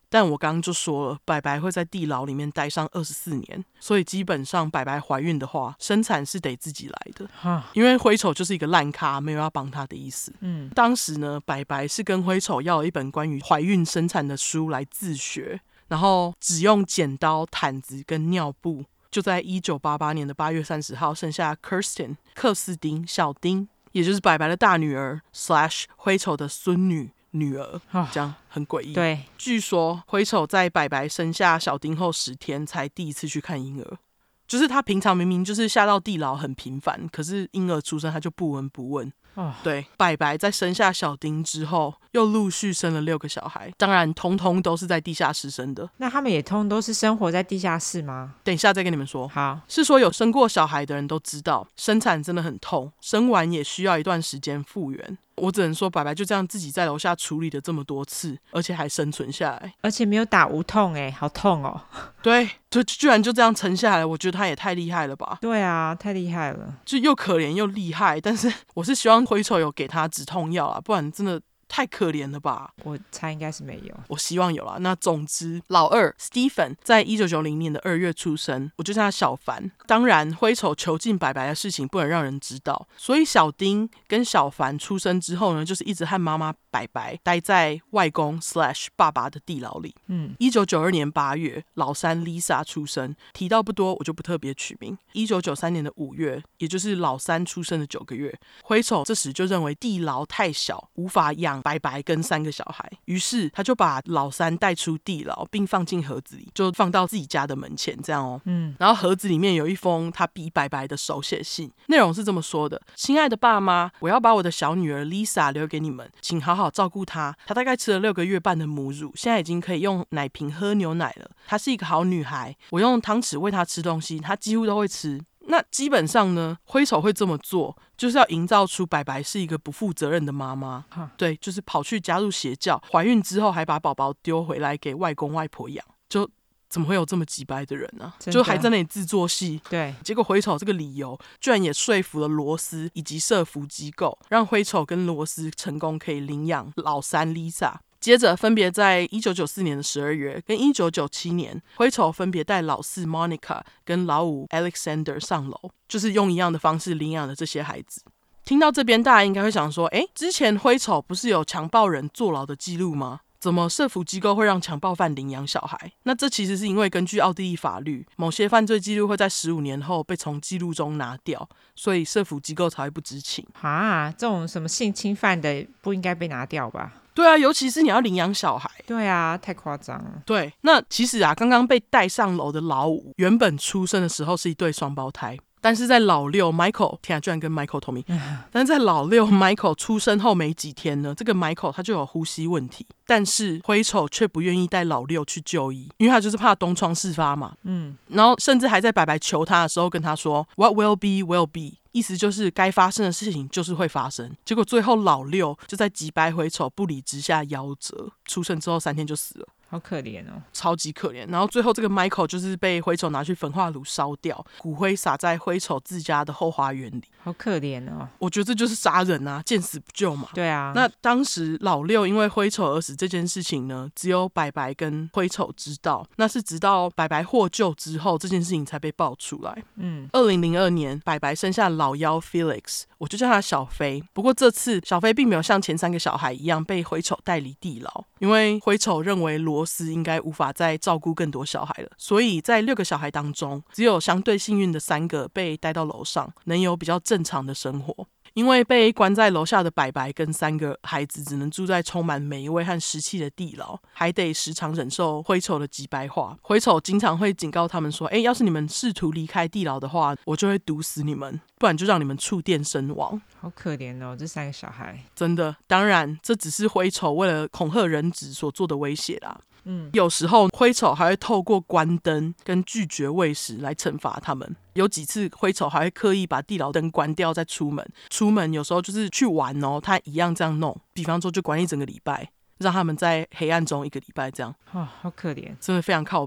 但我刚刚就说了，白白会在地牢里面待上二十四年，所以基本上白白怀孕的话，生产是得自己来的，因为灰丑就是一个烂咖，没有要帮他的意思。嗯，当时呢，白白是跟灰丑要了一本关于怀孕生产的书来自学，然后只用剪刀、毯子跟尿布，就在一九八八年的八月三十号生下 Kirsten 克斯汀小丁，也就是白白的大女儿 slash 灰丑的孙女女儿，这样很诡异。 对， 据说灰丑在白白生下小丁后十天才第一次去看婴儿，就是他平常明明就是下到地牢很频繁，可是婴儿出生他就不闻不问。哦，对，白白在生下小丁之后，又陆续生了六个小孩，当然通通都是在地下室生的。 那他们也通通都是生活在地下室吗？ 等一下再跟你们说。 好， 是说有生过小孩的人都知道，生产真的很痛，生完也需要一段时间复原。我只能说白白就这样自己在楼下处理了这么多次，而且还生存下来， 而且没有打无痛，哎，好痛哦。 对，就居然就这样撑下来，我觉得他也太厉害了吧。 对啊，太厉害了， 就又可怜又厉害，但是我是希望灰丑有给他止痛药啊，不然真的太可怜了吧。 我猜应该是没有， 我希望有啦。那总之老二 Stephen 在一九九零年的二月出生，我就叫他小凡。当然灰丑囚禁白白的事情不能让人知道，所以小丁跟小凡出生之后呢，就是一直和妈妈白白待在外公 slash 爸爸的地牢里。嗯，一九九二年八月老三 Lisa 出生，提到不多我就不特别取名。一九九三年的五月，也就是老三出生的九个月，灰丑这时就认为地牢太小，无法养白白跟三个小孩，于是他就把老三带出地牢，并放进盒子里，就放到自己家的门前，这样哦。嗯，然后盒子里面有一封他逼白白的手写信，内容是这么说的：亲爱的爸妈，我要把我的小女儿 Lisa 留给你们，请好好照顾她。她大概吃了六个月半的母乳，现在已经可以用奶瓶喝牛奶了。她是一个好女孩，我用汤匙喂她吃东西，她几乎都会吃。那基本上呢，灰丑会这么做，就是要营造出白白是一个不负责任的妈妈。对，就是跑去加入邪教，怀孕之后还把宝宝丢回来给外公外婆养，就怎么会有这么鸡掰的人呢、啊？就还在那里自作戏。 对， 结果灰丑这个理由居然也说服了罗斯以及社福机构，让灰丑跟罗斯成功可以领养老三 Lisa。接着分别在一九九四年的十二月跟一九九七年，灰丑分别带老四 Monica 跟老五 Alexander 上楼，就是用一样的方式领养了这些孩子。听到这边大家应该会想说，诶，之前灰丑不是有强暴人坐牢的记录吗？怎么社福机构会让强暴犯领养小孩？那这其实是因为根据奥地利法律，某些犯罪记录会在十五年后被从记录中拿掉，所以社福机构才会不知情。 啊，这种什么性侵犯的不应该被拿掉吧？ 对啊，尤其是你要领养小孩。 对啊，太夸张了。 对，那其实啊，刚刚被带上楼的老五原本出生的时候是一对双胞胎，但是在老六 Michael 天啊，居然跟 Michael 同名但是在老六 Michael 出生后没几天呢，这个 Michael 他就有呼吸问题，但是灰丑却不愿意带老六去就医，因为他就是怕东窗事发嘛。嗯，然后甚至还在白白求他的时候跟他说 What will be will be，意思就是该发生的事情就是会发生。结果最后老六就在击败灰丑不理之下夭折，出生之后三天就死了。 好可怜哦， 超级可怜。然后最后这个 Michael 就是被灰丑拿去焚化炉烧掉，骨灰撒在灰丑自家的后花园里。 好可怜哦， 我觉得这就是杀人啊，见死不救嘛。 对啊， 那当时老六因为灰丑而死这件事情呢，只有白白跟灰丑知道，那是直到白白获救之后，这件事情才被爆出来。嗯，二零零二年白白生下老幺 Felix， 我就叫他小飞。不过这次小飞并没有像前三个小孩一样被灰丑带离地牢，因为灰丑认为罗斯应该无法再照顾更多小孩了，所以在六个小孩当中，只有相对幸运的三个被带到楼上，能有比较正常的生活。因为被关在楼下的白白跟三个孩子只能住在充满霉味和湿气的地牢，还得时常忍受灰丑的几白话。灰丑经常会警告他们说，哎，要是你们试图离开地牢的话，我就会毒死你们，不然就让你们触电身亡。 好可怜哦，这三个小孩真的。当然这只是灰丑为了恐吓人质所做的威胁啦。嗯，有时候灰丑还会透过关灯跟拒绝喂食来惩罚他们。有几次灰丑还会刻意把地牢灯关掉再出门，出门有时候就是去玩哦，他一样这样弄，比方说就关一整个礼拜，让他们在黑暗中一个礼拜这样。 哦，好可怜， 真的非常靠北。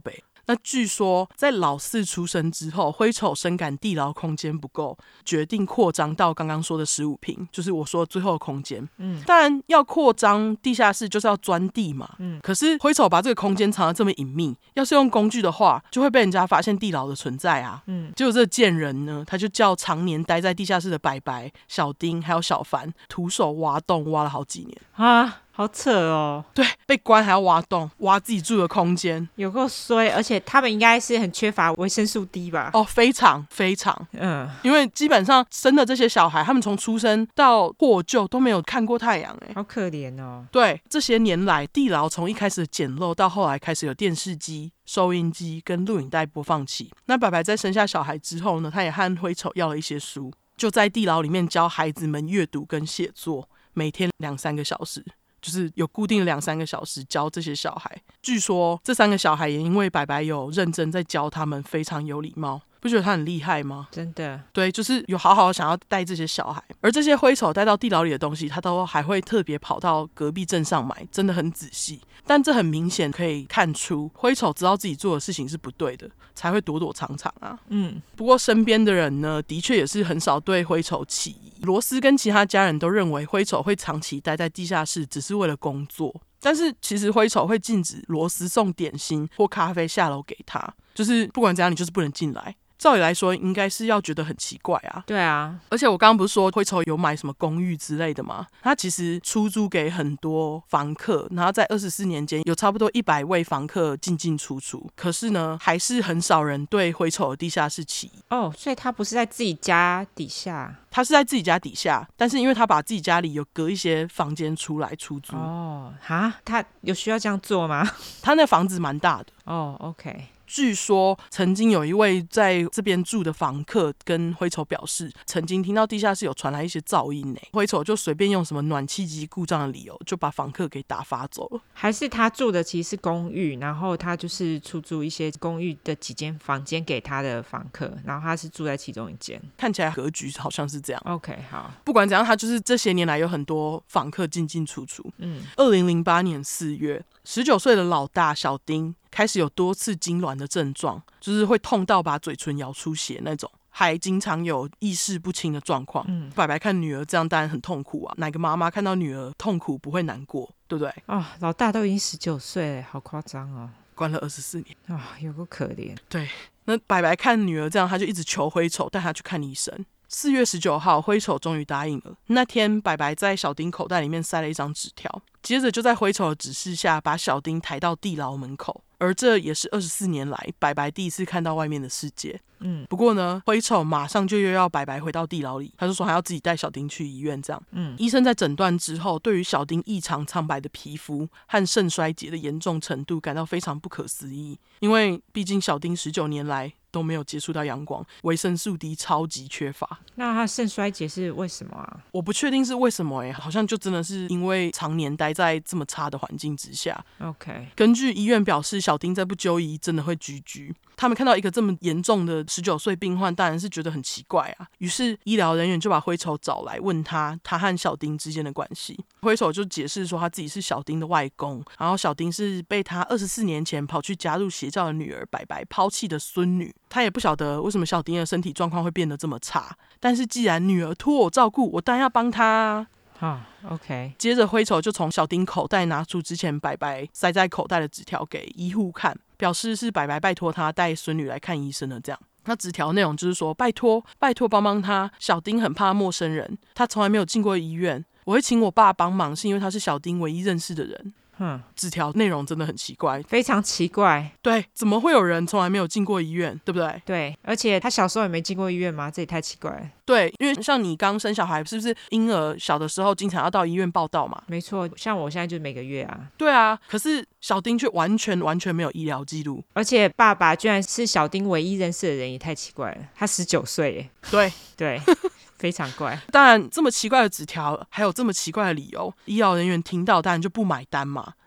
那据说在老四出生之后，灰丑深感地牢空间不够，决定扩张到刚刚说的十五坪，就是我说的最后的空间。嗯，当然要扩张地下室就是要钻地嘛。嗯，可是灰丑把这个空间藏得这么隐秘，要是用工具的话，就会被人家发现地牢的存在啊。嗯，结果这个贱人呢，他就叫常年待在地下室的白白、小丁还有小凡徒手挖洞，挖了好几年啊。好扯哦！ 对，被关还要挖洞，挖自己住的空间， 有够衰。而且他们应该是很缺乏维生素 D 吧？ 哦，非常非常，嗯，因为基本上生的这些小孩，他们从出生到获救都没有看过太阳，哎， 好可怜哦。 对，这些年来，地牢从一开始的简陋，到后来开始有电视机、收音机跟录影带播放器。那白白在生下小孩之后呢，他也和灰丑要了一些书，就在地牢里面教孩子们阅读跟写作，每天两三个小时。就是有固定两三个小时教这些小孩，据说这三个小孩也因为白白有认真在教他们，非常有礼貌。不觉得他很厉害吗？ 真的， 对，就是有好好想要带这些小孩，而这些灰丑带到地牢里的东西，他都还会特别跑到隔壁镇上买，真的很仔细。但这很明显可以看出，灰丑知道自己做的事情是不对的，才会躲躲藏藏啊。嗯，不过身边的人呢，的确也是很少对灰丑起疑。罗斯跟其他家人都认为灰丑会长期待在地下室，只是为了工作。但是其实灰丑会禁止罗斯送点心或咖啡下楼给他，就是不管怎样，你就是不能进来。照理来说应该是要觉得很奇怪啊。 对啊， 而且我刚刚不是说灰丑有买什么公寓之类的吗？他其实出租给很多房客，然后在二十四年间有差不多一百位房客进进出出，可是呢还是很少人对灰丑的地下室起疑。 哦，所以他不是在自己家底下？ 他是在自己家底下，但是因为他把自己家里有隔一些房间出来出租。 哦，哈，他有需要这样做吗？ 他那房子蛮大的。 哦 OK， 据说曾经有一位在这边住的房客跟灰丑表示，曾经听到地下室有传来一些噪音，灰丑就随便用什么暖气机故障的理由就把房客给打发走了。 还是他住的其实是公寓，然后他就是出租一些公寓的几间房间给他的房客，然后他是住在其中一间， 看起来格局好像是这样。 OK， 好， 不管怎样，他就是这些年来有很多房客进进出出。嗯，二零零八年四月，十九岁的老大小丁开始有多次痉挛的症状，就是会痛到把嘴唇咬出血那种，还经常有意识不清的状况。嗯，白白看女儿这样当然很痛苦啊，哪个妈妈看到女儿痛苦不会难过，对不对？ 哦，老大都已经十九岁了，好夸张哦， 关了二十四年啊、哦，有够可怜。 对，那白白看女儿这样，他就一直求灰丑带他去看医生。四月十九号，灰丑终于答应了。那天，白白在小丁口袋里面塞了一张纸条，接着就在灰丑的指示下，把小丁抬到地牢门口。而这也是二十四年来白白第一次看到外面的世界。嗯，不过呢，灰丑马上就又要白白回到地牢里，他就说还要自己带小丁去医院。这样，嗯，医生在诊断之后，对于小丁异常苍白的皮肤和肾衰竭的严重程度感到非常不可思议，因为毕竟小丁十九年来都没有接触到阳光，维生素 D 超级缺乏。 那他肾衰竭是为什么啊？ 我不确定是为什么、欸、好像就真的是因为常年待在这么差的环境之下。 OK， 根据医院表示，小丁再不就医真的会居居。他们看到一个这么严重的十九岁病患，当然是觉得很奇怪啊。于是医疗人员就把灰丑找来，问他他和小丁之间的关系。灰丑就解释说他自己是小丁的外公，然后小丁是被他二十四年前跑去加入邪教的女儿白白抛弃的孙女。他也不晓得为什么小丁的身体状况会变得这么差，但是既然女儿托我照顾，我当然要帮她啊。 啊、oh, OK。 接着灰丑就从小丁口袋拿出之前白白塞在口袋的纸条给医护看，表示是白白拜托他带孙女来看医生的。这样，那纸条内容就是说，拜托拜托帮帮他，小丁很怕陌生人，他从来没有进过医院，我会请我爸帮忙，是因为他是小丁唯一认识的人。嗯，纸条内容真的很奇怪， 非常奇怪。 对，怎么会有人从来没有进过医院，对不对？ 对，而且他小时候也没进过医院吗？这也太奇怪了。 对，因为像你刚生小孩，是不是婴儿小的时候经常要到医院报到嘛？ 没错，像我现在就是每个月啊。 对啊，可是小丁却完全完全没有医疗记录， 而且爸爸居然是小丁唯一认识的人，也太奇怪了。他十九岁耶。 对对。非常怪。 当然这么奇怪的纸条还有这么奇怪的理由，医疗人员听到当然就不买单嘛。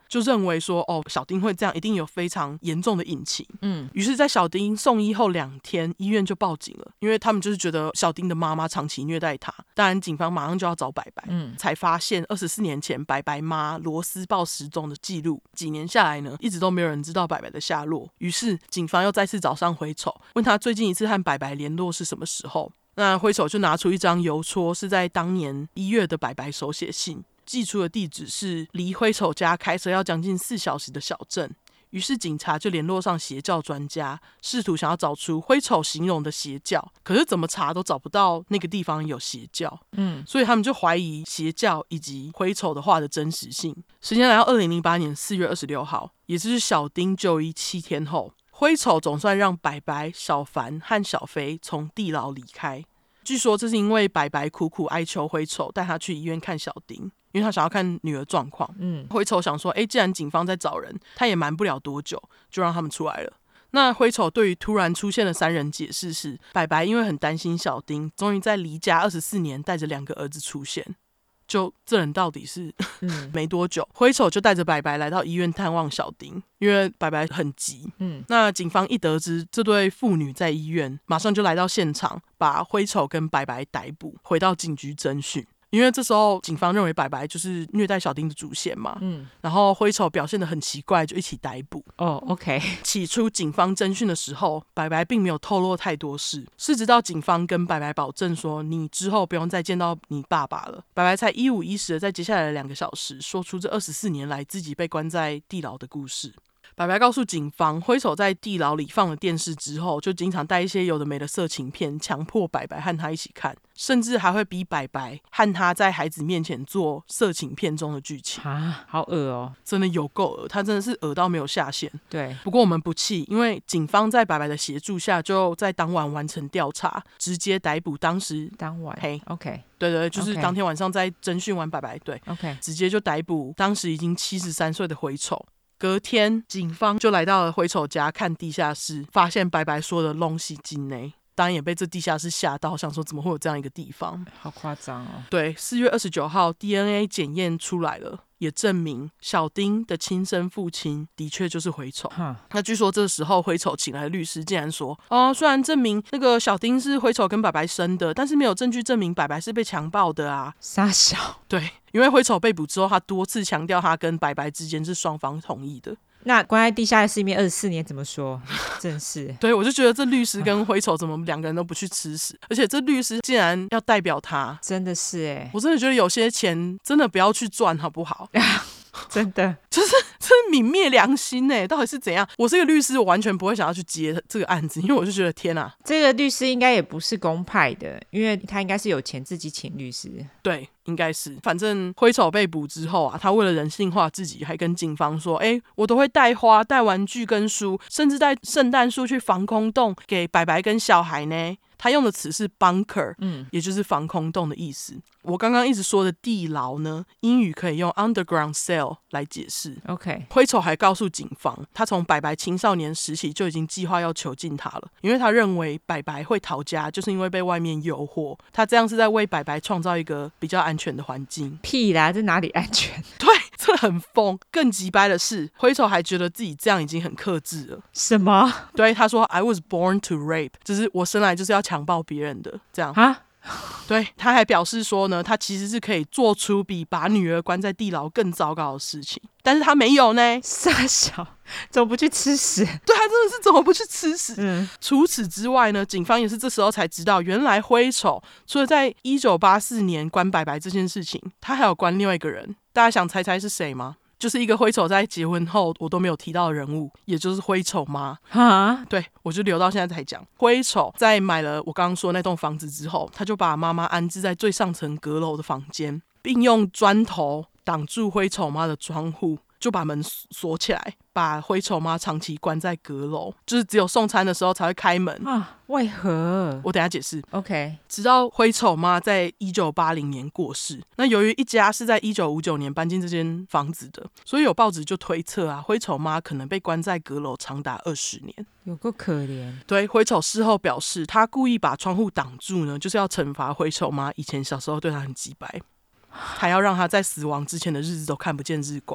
就认为说哦，小丁会这样一定有非常严重的隐情。 嗯， 于是在小丁送医后两天，医院就报警了，因为他们就是觉得小丁的妈妈长期虐待他。当然警方马上就要找白白，嗯，才发现二十四年前白白妈罗斯豹失踪的记录。几年下来呢，一直都没有人知道白白的下落。于是警方又再次找上灰丑，问他最近一次和白白联络是什么时候。那灰丑就拿出一张邮戳，是在当年一月的白白手写信，寄出的地址是离灰丑家开车要将近四小时的小镇。于是警察就联络上邪教专家，试图想要找出灰丑形容的邪教，可是怎么查都找不到那个地方有邪教。嗯，所以他们就怀疑邪教以及灰丑的话的真实性。时间来到二零零八年四月二十六号，也就是小丁就医七天后，灰丑总算让白白、小凡和小飞从地牢离开。据说这是因为白白苦苦哀求灰丑带他去医院看小丁，因为他想要看女儿状况。嗯，灰丑想说，哎，既然警方在找人，他也瞒不了多久，就让他们出来了。那灰丑对于突然出现的三人解释是，白白因为很担心小丁，终于在离家二十四年带着两个儿子出现。就这人到底是、嗯、没多久，灰丑就带着白白来到医院探望小丁，因为白白很急。嗯，那警方一得知这对父女在医院，马上就来到现场，把灰丑跟白白逮捕，回到警局侦讯。因为这时候警方认为白白就是虐待小丁的主嫌嘛，嗯，然后灰丑表现得很奇怪，就一起逮捕。 哦、oh, ，OK。 起初警方侦讯的时候，白白并没有透露太多事，是直到警方跟白白保证说，你之后不用再见到你爸爸了，白白才一五一十的在接下来的两个小时说出这二十四年来自己被关在地牢的故事。白白告诉警方，灰丑在地牢里放了电视之后，就经常带一些有的没的色情片，强迫白白和他一起看，甚至还会逼白白和他在孩子面前做色情片中的剧情啊，好恶哦， 真的有够恶，他真的是恶到没有下限。 对， 不过我们不气，因为警方在白白的协助下，就在当晚完成调查，直接逮捕当时当晚嘿 OK。 对对，就是当天晚上在侦讯完白白，对 OK， 直接就逮捕当时已经七十三岁的灰丑。隔天警方就来到了灰丑家看地下室，发现白白说的东西进内，当然也被这地下室吓到，想说怎么会有这样一个地方， 好夸张哦。 对，四月二十九号 D N A 检验出来了，也证明小丁的亲生父亲的确就是灰丑。那据说这时候灰丑请来的律师竟然说，哦，虽然证明那个小丁是灰丑跟白白生的，但是没有证据证明白白是被强暴的啊。 傻小。 对，因为灰丑被捕之后，他多次强调他跟白白之间是双方同意的。 那关在地下室里面二十四年怎么说？真是对，我就觉得这律师跟灰丑怎么两个人都不去吃屎，而且这律师竟然要代表他， 真的是哎、欸， 我真的觉得有些钱真的不要去赚好不好？ 真的就是这是泯灭良心哎、欸，到底是怎样？我是一个律师，我完全不会想要去接这个案子，因为我就觉得天啊， 这个律师应该也不是公派的，因为他应该是有钱自己请律师。 对，应该是。反正灰丑被捕之后啊，他为了人性化自己，还跟警方说：“哎、欸，我都会带花、带玩具跟书，甚至带圣诞树去防空洞给白白跟小孩呢。”他用的词是 bunker， 嗯，也就是防空洞的意思。我刚刚一直说的地牢呢，英语可以用 underground cell 来解释。 OK， 灰丑还告诉警方，他从白白青少年时期就已经计划要囚禁他了，因为他认为白白会逃家，就是因为被外面诱惑。他这样是在为白白创造一个比较安全的环境。 屁啦，这哪里安全？ 对，这很疯。更急掰的是，灰丑还觉得自己这样已经很克制了。 什么？ 对，他说 I was born to rape， 就是我生来就是要强暴别人的，这样啊。 对，他还表示说呢，他其实是可以做出比把女儿关在地牢更糟糕的事情，但是他没有呢。 傻小，怎么不去吃屎？ 对，他真的是怎么不去吃屎？ 嗯。 除此之外呢，警方也是这时候才知道，原来灰丑除了在一九八四年关白白这件事情，他还有关另外一个人。大家想猜猜是谁吗？就是一个灰丑在结婚后我都没有提到的人物，也就是灰丑妈。 哈， 对，我就留到现在才讲。灰丑在买了我刚刚说的那栋房子之后，他就把妈妈安置在最上层阁楼的房间，并用砖头挡住灰丑妈的窗户，就把门锁起来，把灰丑妈长期关在阁楼，就是只有送餐的时候才会开门啊？为何？ 我等一下解释。 OK， 直到灰丑妈在一九八零年过世，那由于一家是在一九五九年搬进这间房子的，所以有报纸就推测啊，灰丑妈可能被关在阁楼长达二十年， 有够可怜。 对，灰丑事后表示，他故意把窗户挡住呢，就是要惩罚灰丑妈以前小时候对他很鸡掰，还要让他在死亡之前的日子都看不见日光。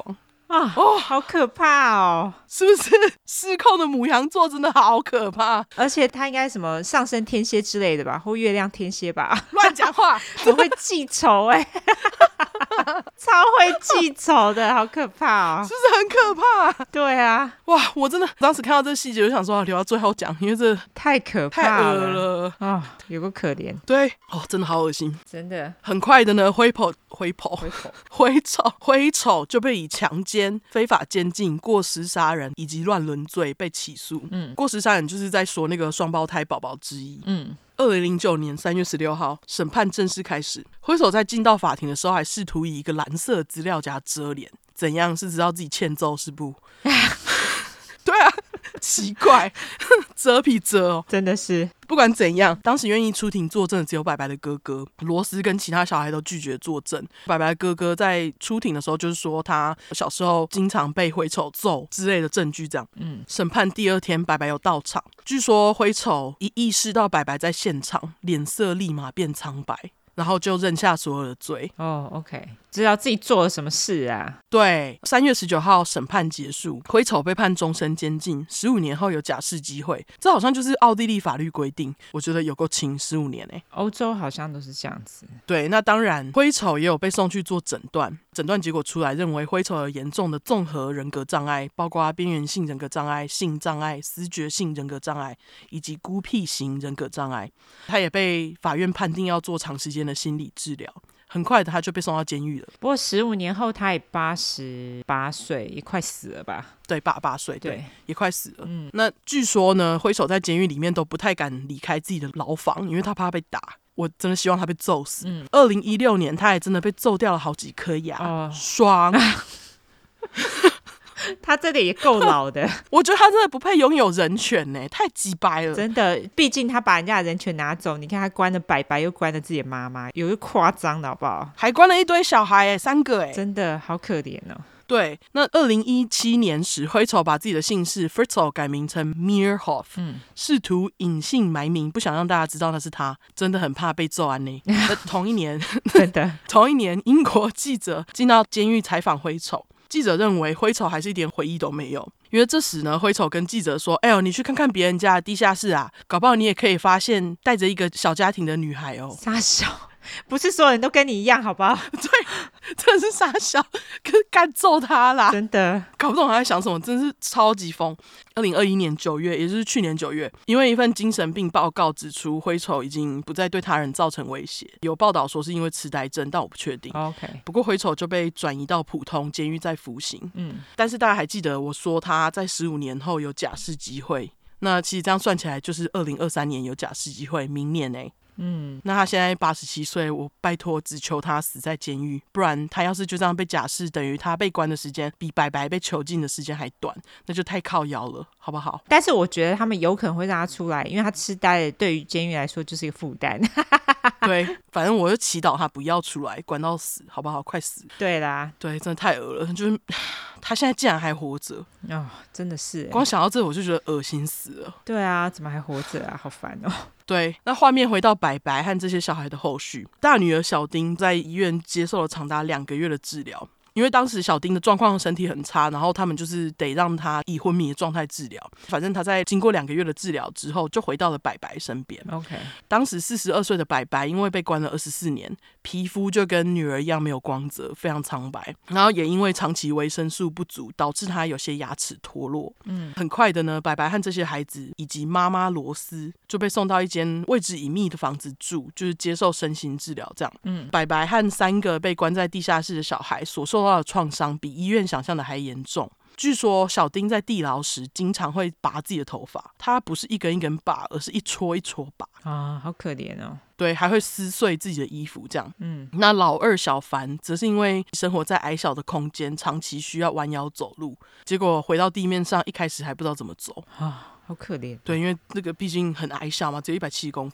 啊，哦，好可怕哦！ 是不是失控的牡羊座真的好可怕？ 而且他应该什么上升天蝎之类的吧，或月亮天蝎吧？ 乱讲话， 很会记仇哎、欸，超会记仇的，好可怕哦！ 是不是很可怕？ 对啊， 哇，我真的当时看到这细节，我就想说留到最后讲，因为这太可怕太恶了了哦，有个可怜， 对哦，真的好恶心， 真的。 很快的呢，灰头灰头灰头灰丑灰丑就被以强奸、非法监禁、过失杀人以及乱伦罪被起诉。嗯，过失杀人就是在说那个双胞胎宝宝之一。嗯。二零零九年三月十六号，审判正式开始。灰手在进到法庭的时候，还试图以一个蓝色资料夹遮脸，怎样？是知道自己欠揍是不？对啊，奇怪，遮屁遮哦， 真的是。 不管怎样，当时愿意出庭作证的只有白白的哥哥罗斯，跟其他小孩都拒绝作证。白白的哥哥在出庭的时候就是说他小时候经常被灰丑揍之类的证据这样。嗯，审判第二天白白有到场，据说灰丑一意识到白白在现场，脸色立马变苍白，然后就认下所有的罪。 哦、oh, OK， 知道自己做了什么事啊？ 对，三月十九号审判结束，灰丑被判终身监禁，十五年后有假释机会。这好像就是奥地利法律规定，我觉得有够轻，十五年哎、欸。 欧洲好像都是这样子。 对，那当然，灰丑也有被送去做诊断，诊断结果出来，认为灰丑有严重的综合人格障碍，包括边缘性人格障碍、性障碍、思觉性人格障碍以及孤僻型人格障碍。他也被法院判定要做长时间的心理治疗。很快的他就被送到监狱了。 不过十五年后他也八十八岁，也快死了吧？ 对，八八岁，对， 对， 也快死了。嗯，那据说呢，灰手在监狱里面都不太敢离开自己的牢房，因为他怕被打。我真的希望他被揍死。嗯，二零一六年他还真的被揍掉了好几颗牙，哦、爽。 他这个也够老的。 我觉得他真的不配拥有人权呢，太鸡掰了。 真的，毕竟他把人家的人权拿走，你看他关了白白，又关了自己的妈妈，有个夸张的好不好？还关了一堆小孩哎，三个哎， 真的好可怜哦。 对，那二零一七年时，灰丑把自己的姓氏 Fritzl 改名成 Meerhoff， 嗯，试图隐姓埋名，不想让大家知道那是他，真的很怕被揍安呢。那同一年， 真的， 同一年，英国记者进到监狱采访灰丑。记者认为灰丑还是一点悔意都没有，因为这时呢，灰丑跟记者说：“哎呦，你去看看别人家的地下室啊，搞不好你也可以发现带着一个小家庭的女孩哦。” 傻小，不是所有人都跟你一样，好不好？ 对，真的是傻小，可是干揍他啦！ 真的搞不懂他在想什么，真是超级疯。二零二一年九月，也就是去年九月，因为一份精神病报告指出，灰丑已经不再对他人造成威胁。有报道说是因为痴呆症，但我不确定。 OK， 不过灰丑就被转移到普通监狱再服刑。嗯，但是大家还记得我说他在十五年后有假释机会？那其实这样算起来，就是二零二三年有假释机会，明年呢、欸？嗯，那他现在八十七岁，我拜托只求他死在监狱，不然他要是就这样被假释，等于他被关的时间比白白被囚禁的时间还短，那就太靠腰了，好不好？ 但是我觉得他们有可能会让他出来，因为他痴呆的对于监狱来说就是一个负担。 对，反正我就祈祷他不要出来，关到死，好不好？快死！ 对啦， 对，真的太恶了，就是他现在竟然还活着哦，真的是， 光想到这我就觉得恶心死了。 对啊，怎么还活着啊？好烦哦。 对，那画面回到白白和这些小孩的后续，大女儿小丁在医院接受了长达两个月的治疗。因为当时小丁的状况身体很差，然后他们就是得让他以昏迷的状态治疗。反正他在经过两个月的治疗之后，就回到了白白身边。 OK， 当时四十二岁的白白因为被关了二十四年，皮肤就跟女儿一样没有光泽，非常苍白。然后也因为长期维生素不足，导致他有些牙齿脱落。嗯，很快的呢，白白和这些孩子以及妈妈罗斯就被送到一间位置隐秘的房子住，就是接受身心治疗。这样，嗯，白白和三个被关在地下室的小孩所受受到的创伤比医院想象的还严重。据说小丁在地牢时经常会拔自己的头发，他不是一根一根拔，而是一撮一撮拔啊，好可怜哦。 对，还会撕碎自己的衣服这样。嗯，那老二小凡则是因为生活在矮小的空间，长期需要弯腰走路，结果回到地面上，一开始还不知道怎么走啊，好可怜。 对，因为那个毕竟很矮小嘛，只有一百七十公分。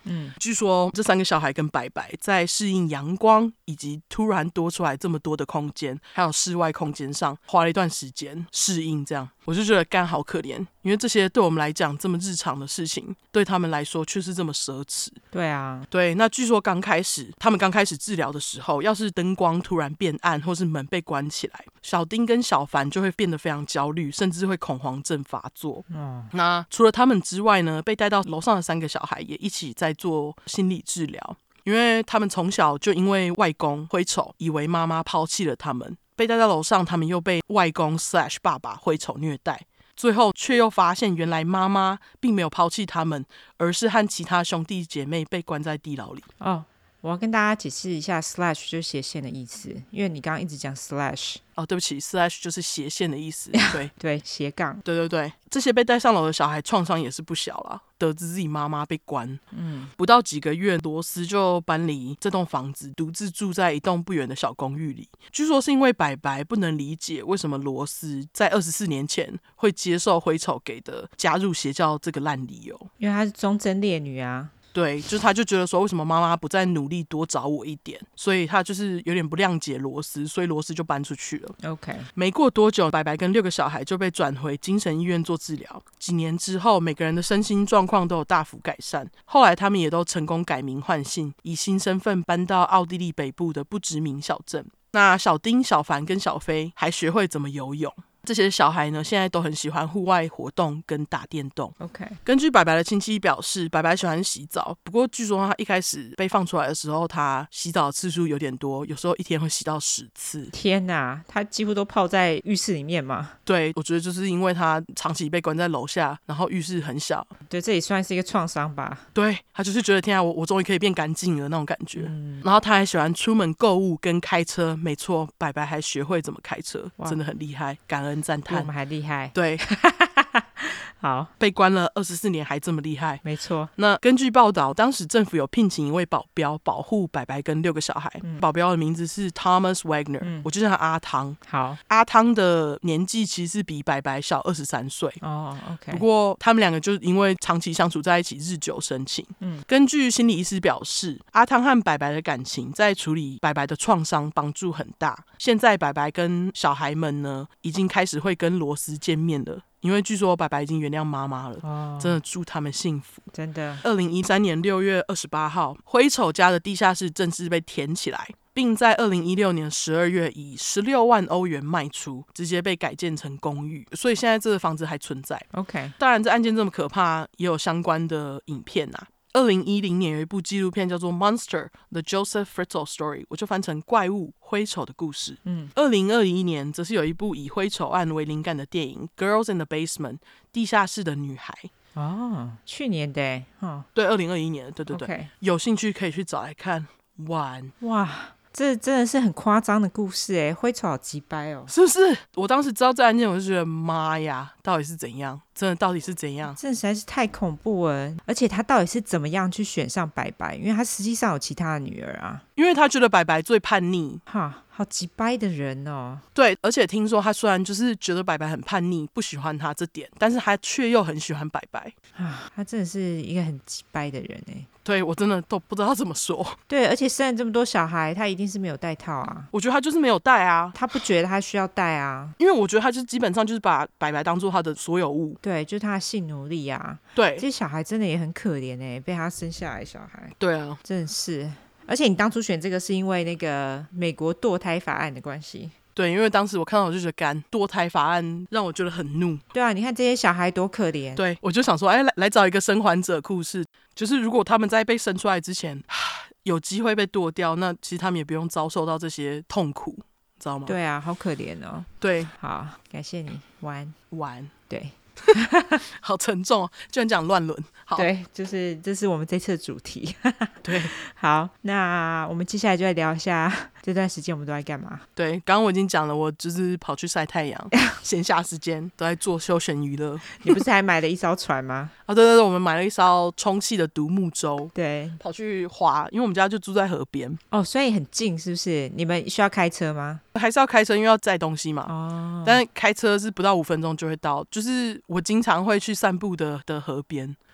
嗯， 据说这三个小孩跟白白在适应阳光以及突然多出来这么多的空间，还有室外空间上花了一段时间适应，这样我就觉得干好可怜，因为这些对我们来讲这么日常的事情，对他们来说却是这么奢侈。 对啊， 对，那据说刚开始他们刚开始治疗的时候，要是灯光突然变暗或是门被关起来，小丁跟小凡就会变得非常焦虑，甚至会恐慌症发作。 哦， 那除了他们之外呢，被带到楼上的三个小孩也一起在做心理治疗，因为他们从小就因为外公灰丑以为妈妈抛弃了他们，被带到楼上，他们又被外公 slash 爸爸灰丑虐待，最后却又发现原来妈妈并没有抛弃他们，而是和其他兄弟姐妹被关在地牢里。 哦，我要跟大家解释一下 slash 就是斜线的意思，因为你刚刚一直讲 slash。 哦，对不起 slash 就是斜线的意思。对对，斜杠。 对对对，这些被带上楼的小孩创伤也是不小啦，得知自己妈妈被关，嗯，不到几个月，罗斯就搬离这栋房子，独自住在一栋不远的小公寓里。据说是因为白白不能理解为什么罗斯在二十四年前会接受灰丑给的加入邪教这个烂理由， 因为她是忠贞烈女啊。 对，就是他就觉得说为什么妈妈不再努力多找我一点，所以他就是有点不谅解罗斯，所以罗斯就搬出去了。 OK， 没过多久，白白跟六个小孩就被转回精神医院做治疗，几年之后每个人的身心状况都有大幅改善，后来他们也都成功改名换姓，以新身份搬到奥地利北部的不知名小镇。那小丁、小凡跟小飞还学会怎么游泳，这些小孩呢，现在都很喜欢户外活动跟打电动。 OK， 根据白白的亲戚表示，白白喜欢洗澡，不过据说他一开始被放出来的时候，他洗澡的次数有点多，有时候一天会洗到十次。 天哪，他几乎都泡在浴室里面嘛。 对，我觉得就是因为他长期被关在楼下，然后浴室很小， 对，这也算是一个创伤吧。 对，他就是觉得天啊，我我终于可以变干净了那种感觉、嗯、然后他还喜欢出门购物跟开车，没错，白白还学会怎么开车，真的很厉害，感恩赞叹， 比我们还厉害。 对好， 被关了二十四年还这么厉害， 没错。 那根据报道，当时政府有聘请一位保镖保护白白跟六个小孩、嗯、保镖的名字是 Thomas Wagner、嗯、我就叫他阿汤。 好， 阿汤的年纪其实是比白白小二十三岁哦、oh, OK， 不过他们两个就是因为长期相处在一起日久生情、嗯、根据心理医师表示，阿汤和白白的感情在处理白白的创伤帮助很大，现在白白跟小孩们呢已经开始会跟罗斯见面了，因为据说白白已经原谅妈妈了、哦、真的祝他们幸福， 真的。 二零一三年六月二十八号，灰丑家的地下室正式被填起来，并在二零一六年十二月以十六万欧元卖出，直接被改建成公寓，所以现在这个房子还存在。 OK， 当然这案件这么可怕，也有相关的影片啊。二零一零年有一部纪录片叫做 Monster The Joseph Fritzl Story， 我就翻成怪物灰丑的故事。嗯，二零二一年则是有一部以灰丑案为灵感的电影 Girls in the Basement 地下室的女孩。 哦，去年的耶、哦、 对，二零二一年，对对对、 okay. 有兴趣可以去找来看。玩哇，这真的是很夸张的故事耶，灰丑好鸡掰哦， 是不是？我当时知道这案件，我就觉得妈呀，到底是怎样？真的到底是怎样？ 这实在是太恐怖了。而且他到底是怎么样去选上白白？因为他实际上有其他的女儿啊。 因为他觉得白白最叛逆。 哈，好鸡掰的人哦。 对，而且听说他虽然就是觉得白白很叛逆，不喜欢他这点，但是他却又很喜欢白白啊，他真的是一个很鸡掰的人耶。 对，我真的都不知道怎么说。 对，而且生了这么多小孩，他一定是没有戴套啊。 我觉得他就是没有戴啊， 他不觉得他需要戴啊， 因为我觉得他就是基本上就是把白白当做他的所有物。 对，就是他的性奴隶啊。 对， 这些小孩真的也很可怜耶，被他生下来的小孩。 对啊， 真的是。而且你当初选这个是因为那个美国堕胎法案的关系。 对，因为当时我看到我就觉得干堕胎法案让我觉得很怒。 对啊，你看这些小孩多可怜。 对，我就想说哎，来来找一个生还者故事，就是如果他们在被生出来之前有机会被剁掉，那其实他们也不用遭受到这些痛苦，知道吗？ 对啊，好可怜哦。 对， 好，感谢你。玩玩对好沉重哦，居然讲乱伦。好， 对，就是这是我们这次的主题。 对， 好，那我们接下来就来聊一下这段时间我们都在干嘛。 对，刚刚我已经讲了，我就是跑去晒太阳，闲暇时间都在做休闲娱乐。 你不是还买了一艘船吗？ 啊，对对对，我们买了一艘充气的独木舟， 对， 跑去划，因为我们家就住在河边。 哦，所以很近是不是？你们需要开车吗？ 还是要开车，因为要载东西嘛。 哦， 但是开车是不到五分钟就会到，就是我经常会去散步的的河边。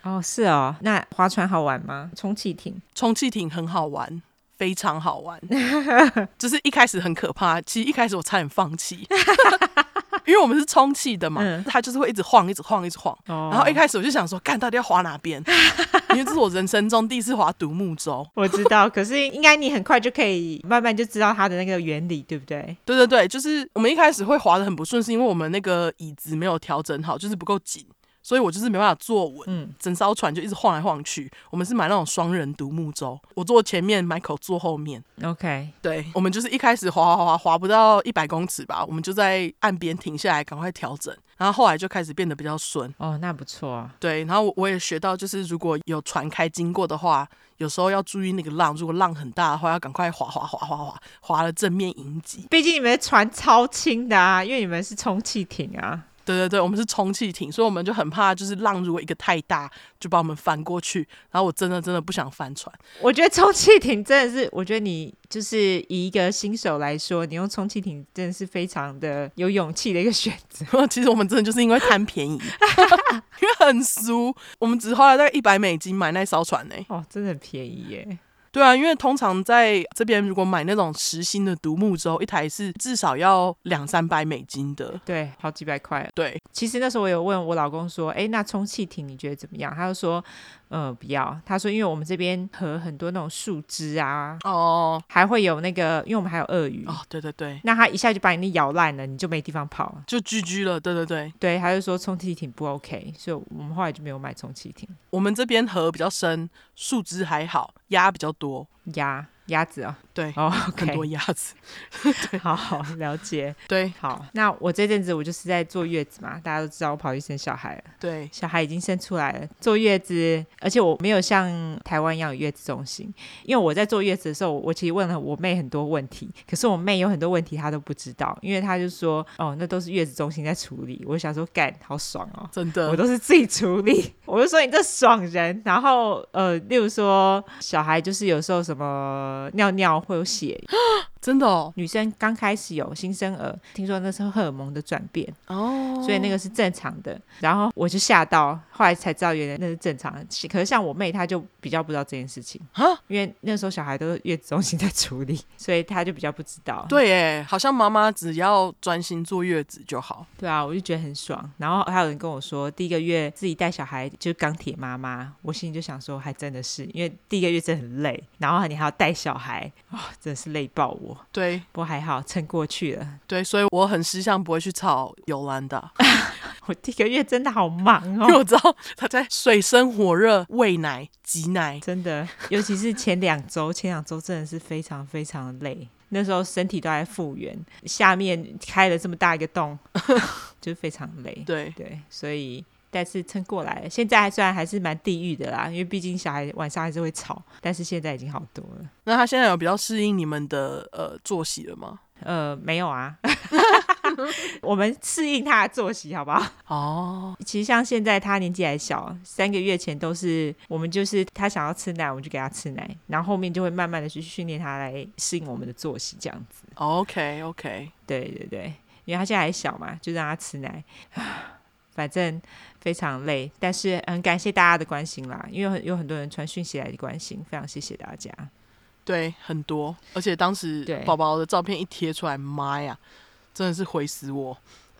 哦，是哦，那划船好玩吗？充气艇？ 充气艇很好玩，非常好玩。就是一开始很可怕，其实一开始我差点放弃。因为我们是充气的嘛、嗯、它就是会一直晃一直晃一直晃、哦、然后一开始我就想说干到底要滑哪边。因为这是我人生中第一次滑独木舟。 我知道，可是应该你很快就可以慢慢就知道它的那个原理，对不对？ 对对对，就是我们一开始会滑得很不顺，是因为我们那个椅子没有调整好，就是不够紧，所以我就是没办法坐稳、嗯、整艘船就一直晃来晃去。我们是买那种双人独木舟，我坐前面 Michael 坐后面。 OK， 对，我们就是一开始滑滑滑滑滑不到一百公尺吧，我们就在岸边停下来赶快调整，然后后来就开始变得比较顺。 哦，那不错啊。 对，然后 我, 我也学到就是如果有船开经过的话，有时候要注意那个浪，如果浪很大的话要赶快滑滑滑滑滑滑了正面迎击。 毕竟你们的船超轻的啊，因为你们是充气艇啊。 对对对，我们是充气艇，所以我们就很怕就是浪如果一个太大就把我们翻过去，然后我真的真的不想翻船。 我觉得充气艇真的是，我觉得你就是以一个新手来说，你用充气艇真的是非常的有勇气的一个选择。 其实我们真的就是因为贪便宜。因为很俗，我们只花了大概一百美金买那艘船呢、欸。 哦，真的很便宜耶。 对啊，因为通常在这边如果买那种实心的独木舟，一台是至少要两三百美金的。 对，好几百块。 对， 其实那时候我有问我老公说，哎，那充气艇你觉得怎么样？他就说嗯，不要。他说因为我们这边河很多那种树枝啊，哦，还会有那个，因为我们还有鳄鱼。 哦，对对对， 那他一下就把你咬烂了，你就没地方跑了， 就 G G 了。对对对对，他就说充气艇不 OK， 所以我们后来就没有买充气艇。 我们这边河比较深，树枝还好，鸭比较多。 鸭鸭子哦， 对， 哦、okay 很多鸭子。 好好了解。 对， 好，那我这阵子我就是在坐月子嘛，大家都知道我跑去生小孩了。 对， 小孩已经生出来了，坐月子，而且我没有像台湾一样有月子中心，因为我在坐月子的时候，我其实问了我妹很多问题，可是我妹有很多问题她都不知道，因为她就说哦，那都是月子中心在处理。我就想说干，好爽哦， 真的， 我都是自己处理。我就说你这爽人。然后呃，例如说小孩就是有时候什么尿尿会有血。 真的哦， 女生刚开始有新生儿，听说那是荷尔蒙的转变哦，所以那个是正常的。然后我就吓到，后来才知道原来那是正常的。可是像我妹她就比较不知道这件事情，因为那时候小孩都是月子中心在处理，所以她就比较不知道。 对耶，好像妈妈只要专心坐月子就好。 对啊，我就觉得很爽。然后还有人跟我说第一个月自己带小孩就是钢铁妈妈，我心里就想说还真的是，因为第一个月真的很累，然后你还要带小孩、哦、真的是累爆我。 对， 不过还好撑过去了。 对，所以我很识相不会去吵尤兰达。 我第一个月真的好忙哦， 因为我知道他在水深火热喂奶挤奶， 真的，尤其是前两周前两周真的是非常非常累，那时候身体都在复原，下面开了这么大一个洞就是非常累。 对对，所以但是撑过来了。现在虽然还是蛮地狱的啦，因为毕竟小孩晚上还是会吵，但是现在已经好多了。 那他现在有比较适应你们的呃作息了吗？ 呃，没有啊。我们适应他的作息好不好？哦，其实像现在他年纪还小，三个月前都是我们就是他想要吃奶我们就给他吃奶，然后后面就会慢慢的去训练他来适应我们的作息这样子。 OK OK， 对对对，因为他现在还小嘛，就让他吃奶。反正非常累，但是很感谢大家的关心啦，因为有很多人传讯息来的关心，非常谢谢大家。 对，很多，而且当时宝宝的照片一贴出来，妈呀，真的是毁死我。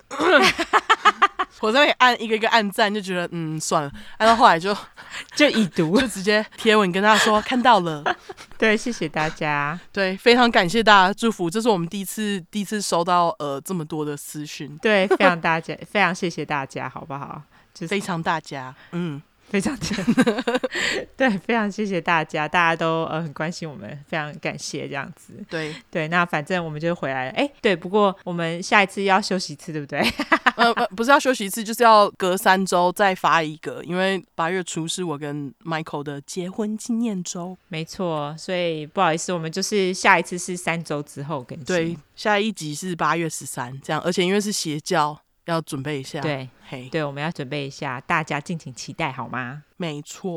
我在那里按一个一个按赞，就觉得嗯算了，按到后来就就已读， 就直接贴文跟他说看到了。 对，谢谢大家。 对，非常感谢大家的祝福，这是我们第一次第一次收到呃这么多的私讯。 对，非常大家，非常谢谢大家，好不好？ 就是、非常大家，嗯。 非常对，非常谢谢大家，大家都呃很关心我们，非常感谢这样子。 对对，那反正我们就回来了。哎，对，不过我们下一次要休息一次，对不对？ 呃呃，不是要休息一次，就是要隔三周再发一个，因为八月初是我跟 Michael 的结婚纪念周。 没错，所以不好意思，我们就是下一次是三周之后更新。 对，下一集是八月十三这样，而且因为是邪教。要准备一下， 对， 嘿， 对，我们要准备一下，大家敬请期待好吗？ 没错。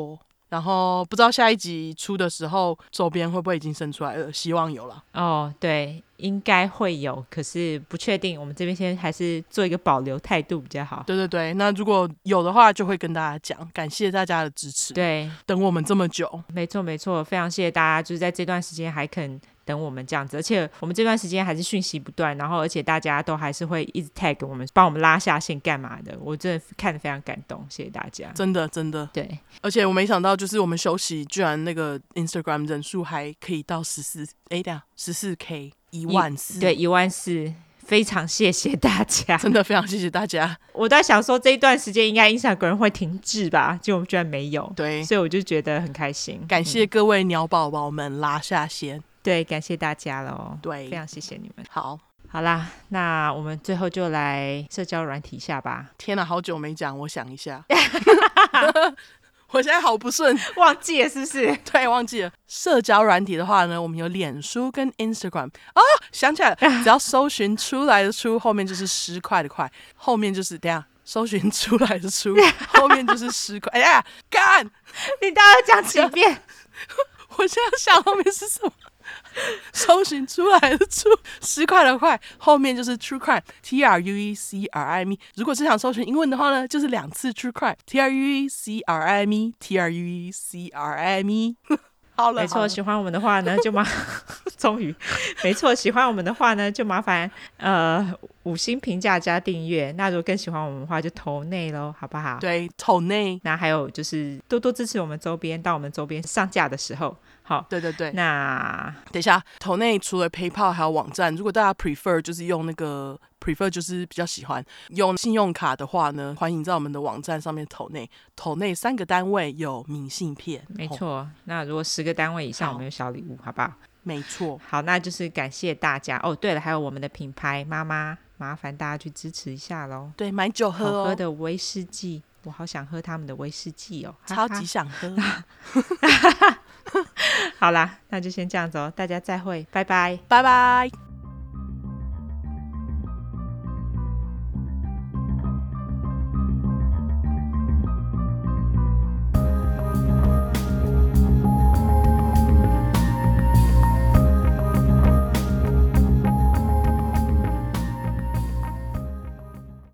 然后不知道下一集出的时候周边会不会已经生出来了，希望有啦。 哦，对，应该会有，可是不确定，我们这边先还是做一个保留态度比较好。 对对对，那如果有的话就会跟大家讲，感谢大家的支持， 对， 等我们这么久。 没错没错，非常谢谢大家，就是在这段时间还肯等我们这样子，而且我们这段时间还是讯息不断，然后而且大家都还是会一直 tag 我们，帮我们拉下线干嘛的，我真的看得非常感动，谢谢大家， 真的真的。 对， 而且我没想到就是我们休息居然那个 Instagram 人数还可以到十四哎这样十四 K 一万四， 对，一万四，非常谢谢大家， 真的非常谢谢大家。 我在想说这一段时间应该 Instagram 会停滞吧，结果居然没有， 对， 所以我就觉得很开心， 感谢各位鸟宝宝们拉下线、嗯、 对，感谢大家咯， 对， 非常谢谢你们。 好好啦，那我们最后就来社交软体下吧。 天哪，好久没讲，我想一下我现在好不顺， 忘记了是不是？ 对，忘记了。社交软体的话呢，我们有脸书跟 Instagram 哦，想起来了，只要搜寻出来的出，后面就是十块的块，后面就是等一下搜寻出来的出，后面就是十块。哎呀，干！ 你大概讲几遍？ 我现在想后面是什么？搜寻出来的出，十块的块，后面就是 True Crime T R U E C R I M E。 如果是想搜寻英文的话呢，就是两次 True Crime T R U E C R I M E T R U E C R I M E 好了， 没错，喜欢我们的话呢就麻终于没错，喜欢我们的话呢就麻烦呃五星评价加订阅，那如果更喜欢我们的话就投内咯，好不好？ 对，投内。 那还有就是多多支持我们周边，到我们周边上架的时候，好， 对对对。 那等一下，投内除了 PayPal 还有网站，如果大家 prefer 就是用那个 prefer 就是比较喜欢用信用卡的话呢，欢迎在我们的网站上面投内，投内三个单位有明信片， 没错、哦、那如果十个单位以上我们有小礼物，好不好？ 没错。 好，那就是感谢大家哦。对了，还有我们的品牌妈妈，麻烦大家去支持一下咯。 对，买酒喝哦， 好喝的威士忌，我好想喝他们的威士忌哦， 超级想喝好啦，那就先这样子哦，大家再会，拜拜， 拜拜。